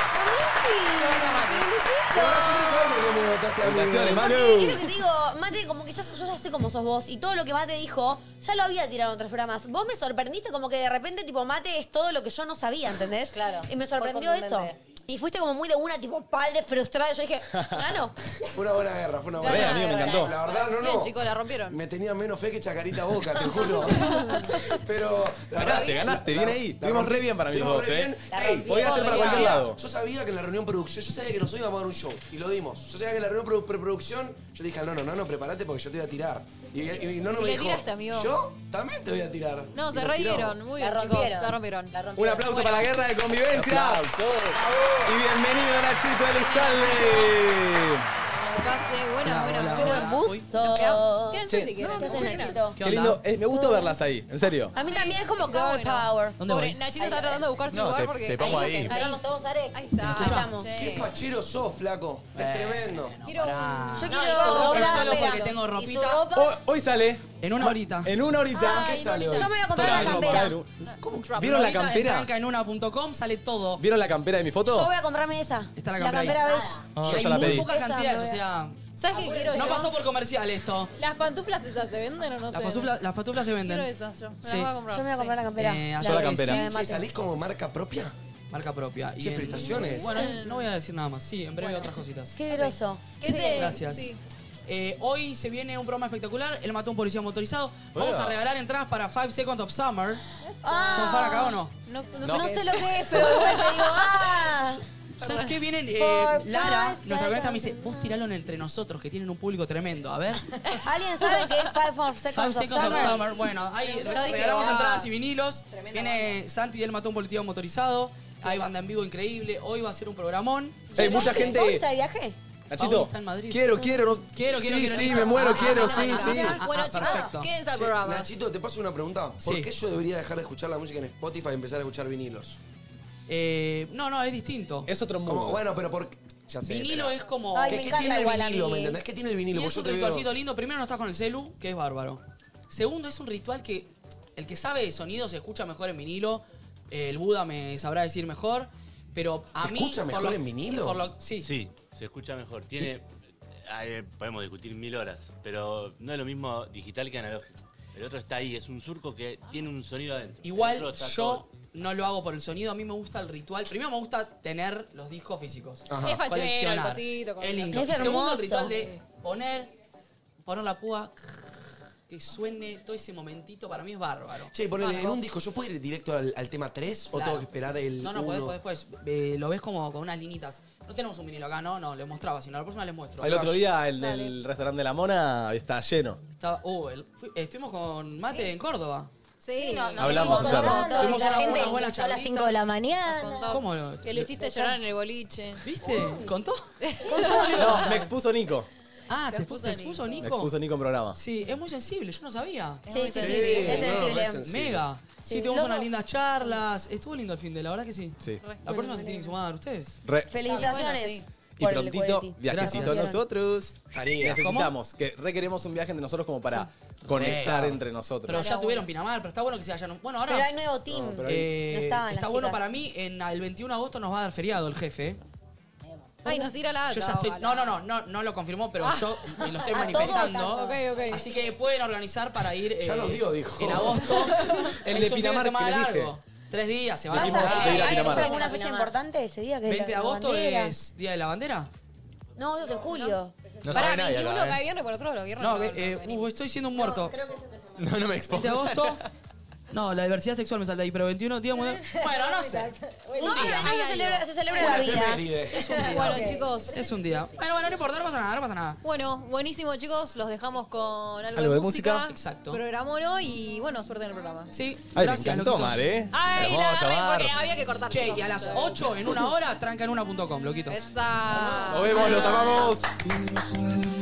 Ahora yo quiero saber por qué me votaste a mí. Felicitaciones, Manu. Es lo que te digo, Mate, como que yo ya sé cómo sos vos y todo lo que Mate dijo, ya lo había tirado en otros programas. Vos me sorprendiste como que de repente, tipo, Mate es todo lo que yo no sabía, ¿entendés? Claro. Y me sorprendió Fue eso. contundente. Y fuiste como muy de una, tipo, padre frustrado. Yo dije, ganó. Fue una buena guerra, fue una buena Re, guerra. amigo, me encantó. La verdad, no. Bien, chicos, la rompieron. Me tenía menos fe que Chacarita Boca, te juro. Pero. la verdad, Ganaste, bien ahí. Estuvimos re bien para mí los Estuvimos dos, re bien. La Ey, rompimos, podía ser para cualquier lado. Yo sabía que en la reunión producción, yo sabía que nosotros íbamos a dar un show y lo dimos. Yo sabía que en la reunión preproducción, yo le dije al no, prepárate porque yo te voy a tirar. Y no ¿Y me le dijo, tiraste, amigo? yo también te voy a tirar. No, Y se nos reyeron. tiramos. Muy bien, chicos. La rompieron. Un aplauso para la guerra de convivencia. Y bienvenido, Nachito Elizalde. Pase, buena. Qué buen busto. Quédense si quieren. ¿Qué haces, Nachito? Qué lindo. Me gustó verlas ahí, en serio. A mí también es como Está girl bueno. power. ¿Dónde Pobre voy? Nachito está tratando de buscar su No, lugar te- porque... te pongo ahí. Esperamos todos, Arek. Ahí está. escucha? Estamos. Qué fachero sos, flaco. Es tremendo. Quiero Yo No, quiero y su ropa, Es solo espera. porque tengo ¿Y su ropita. ropa? Hoy sale. En una horita. En una horita. ¿Qué sale hoy? Yo me voy a comprar la campera. ¿Vieron la Ahorita campera? En trancaenuna.com sale todo. ¿Vieron la campera de mi foto? Yo voy a comprarme esa. Está la La campera campera ahí. beige. Yo Hay ya la muy pedí. pocas Esa cantidades, me o voy sea. ¿Sabes qué quiero No yo? pasó por comercial esto. ¿Las pantuflas esas se venden o no Las sé? pantuflas se venden. Quiero esas yo. Me las Sí. voy a comprar. Yo me voy a comprar la campera. Yo la de- campera. de Che, Mate. ¿salís como marca propia? Marca propia. Che, en- felicitaciones. Bueno, no voy a decir nada más. Sí, en breve otras cositas. Qué groso. ¿Qué se- Gracias. Sí. Hoy se viene un programa espectacular. Él mató a un policía motorizado. Vamos a regalar entradas para 5 Seconds of Summer. ¿Son fan acá o no? No sé lo que es, pero de vuelta digo, ¡ah! ¿Sabes qué? Vienen For Lara, five nuestra guionista, me seconds. dice, vos tiralo entre nosotros, que tienen un público tremendo. A ver. ¿Alguien sabe qué es 5 5 Seconds of Seconds of Summer? Summer. Bueno, ahí dije, regalamos ah. entradas y vinilos. Viene Santi y él mató a un policía motorizado. Hay banda en vivo increíble. Hoy va a ser un programón. Mucha ¿Vos gente. está de viaje? Nachito, Pauli está en Madrid. quiero. Quiero, Sí, quiero, sí, quiero. me muero, quiero, sí, sí. Bueno, chicos, perfecto. quédense al Che, programa. Nachito, te paso una pregunta. ¿Por Sí. qué yo debería dejar de escuchar la música en Spotify y empezar a escuchar vinilos? No, es distinto. Es otro mundo. Como, bueno, pero por... Ya sé, Vinilo pero- es como... Ay, ¿Qué, me qué encanta tiene el igual a vinilo? mí. ¿Me entendés? ¿Qué tiene el vinilo? Y Porque es un yo te ritualcito veo... lindo. Primero no estás con el celu, que es bárbaro. Segundo, es un ritual que el que sabe de sonido se escucha mejor en vinilo. El Buda me sabrá decir mejor. Pero a ¿Se mí... escucha mejor en vinilo? Sí. Sí, se escucha mejor. Tiene. Podemos discutir 1000 horas, pero no es lo mismo digital que analógico. El otro está ahí, es un surco que tiene un sonido adentro. El Igual otro está yo no lo hago por el sonido, a mí me gusta el ritual. Primero me gusta tener los discos físicos. Ajá. Es fachero, Coleccionar. el cosito. con Es el- lindo. Es Y segundo, el hermoso. ritual de poner la púa, que suene todo ese momentito, para mí es bárbaro. Che, ponele, en un disco, ¿yo puedo ir directo al tema 3 o Claro. tengo que esperar el No, 1? podés. Lo ves como con unas linitas. No tenemos un vinilo acá, no, les mostraba, sino la próxima les muestro. El otro día, el del restaurante de la Mona, está lleno. Estuvimos con Mate en Córdoba. Sí, Hablamos sí, ayer. contó. Tuvimos La unas gente buenas escuchó a las 5 de la mañana. ¿Cómo? Que lo hiciste llorar en el boliche. ¿Viste? ¿Contó? No, me expuso Nico. Ah, Lo ¿te expuso expuso Nico. Me Nico? expuso Nico en programa. Sí, es muy sensible, yo no sabía. Sí, sí, sí, Sí, es no, sensible. es sensible. Mega. Sí, Sí, tuvimos loco. unas lindas charlas. Estuvo lindo el fin de la verdad que sí. Sí. La próxima se tienen que sumar ustedes. Re. Felicitaciones. Sí. Y por el prontito, quality. viajecito Gracias. nosotros. Haría. Necesitamos, que requeremos un viaje entre nosotros como para conectar Claro. entre nosotros. Pero ya tuvieron Pinamar, pero está bueno que se vayan. Bueno, ahora. Pero hay nuevo team. pero No estaban está las bueno chicas. para mí. El 21 de agosto nos va a dar feriado el jefe. Ay, nos tira la alta. Yo ya estoy. ojalá. No lo confirmó, pero yo lo estoy ¿A manifestando. todos? Ok. Así que pueden organizar para ir. Ya nos dio, dijo. En agosto. El Es de un fin Pinamar que semana les dije. largo. 3 días, se van a ¿Vas Dijimos, a sí, ir a ¿Hay Pinamar. alguna fecha importante ese día? Que es 20 de la agosto bandera? es Día de la Bandera. No, eso es en julio. No Para sabe nadie 21 acá, cae viernes, por nosotros los viernes. No, venimos. estoy siendo un muerto. No me 20 expongo. de agosto. No, la diversidad sexual me salta ahí, pero 21 días mundial. Bueno, no sé. Un día. Se celebra la vida. Es un día. Bueno, chicos. Es un día. Bueno, no importa, no pasa nada, no pasa nada. Bueno, buenísimo, chicos. Los dejamos con algo, Algo de de música. música. Exacto. Programono y bueno, suerte en el programa. Sí, Ay, gracias, me encantó, loquitos. Mar, ¿eh? Ay, Pero la vamos a agarré llamar. porque había que cortar. Che, y a las 8 en una hora trancaenuna.com, loquitos. Esa. Nos vemos, los amamos.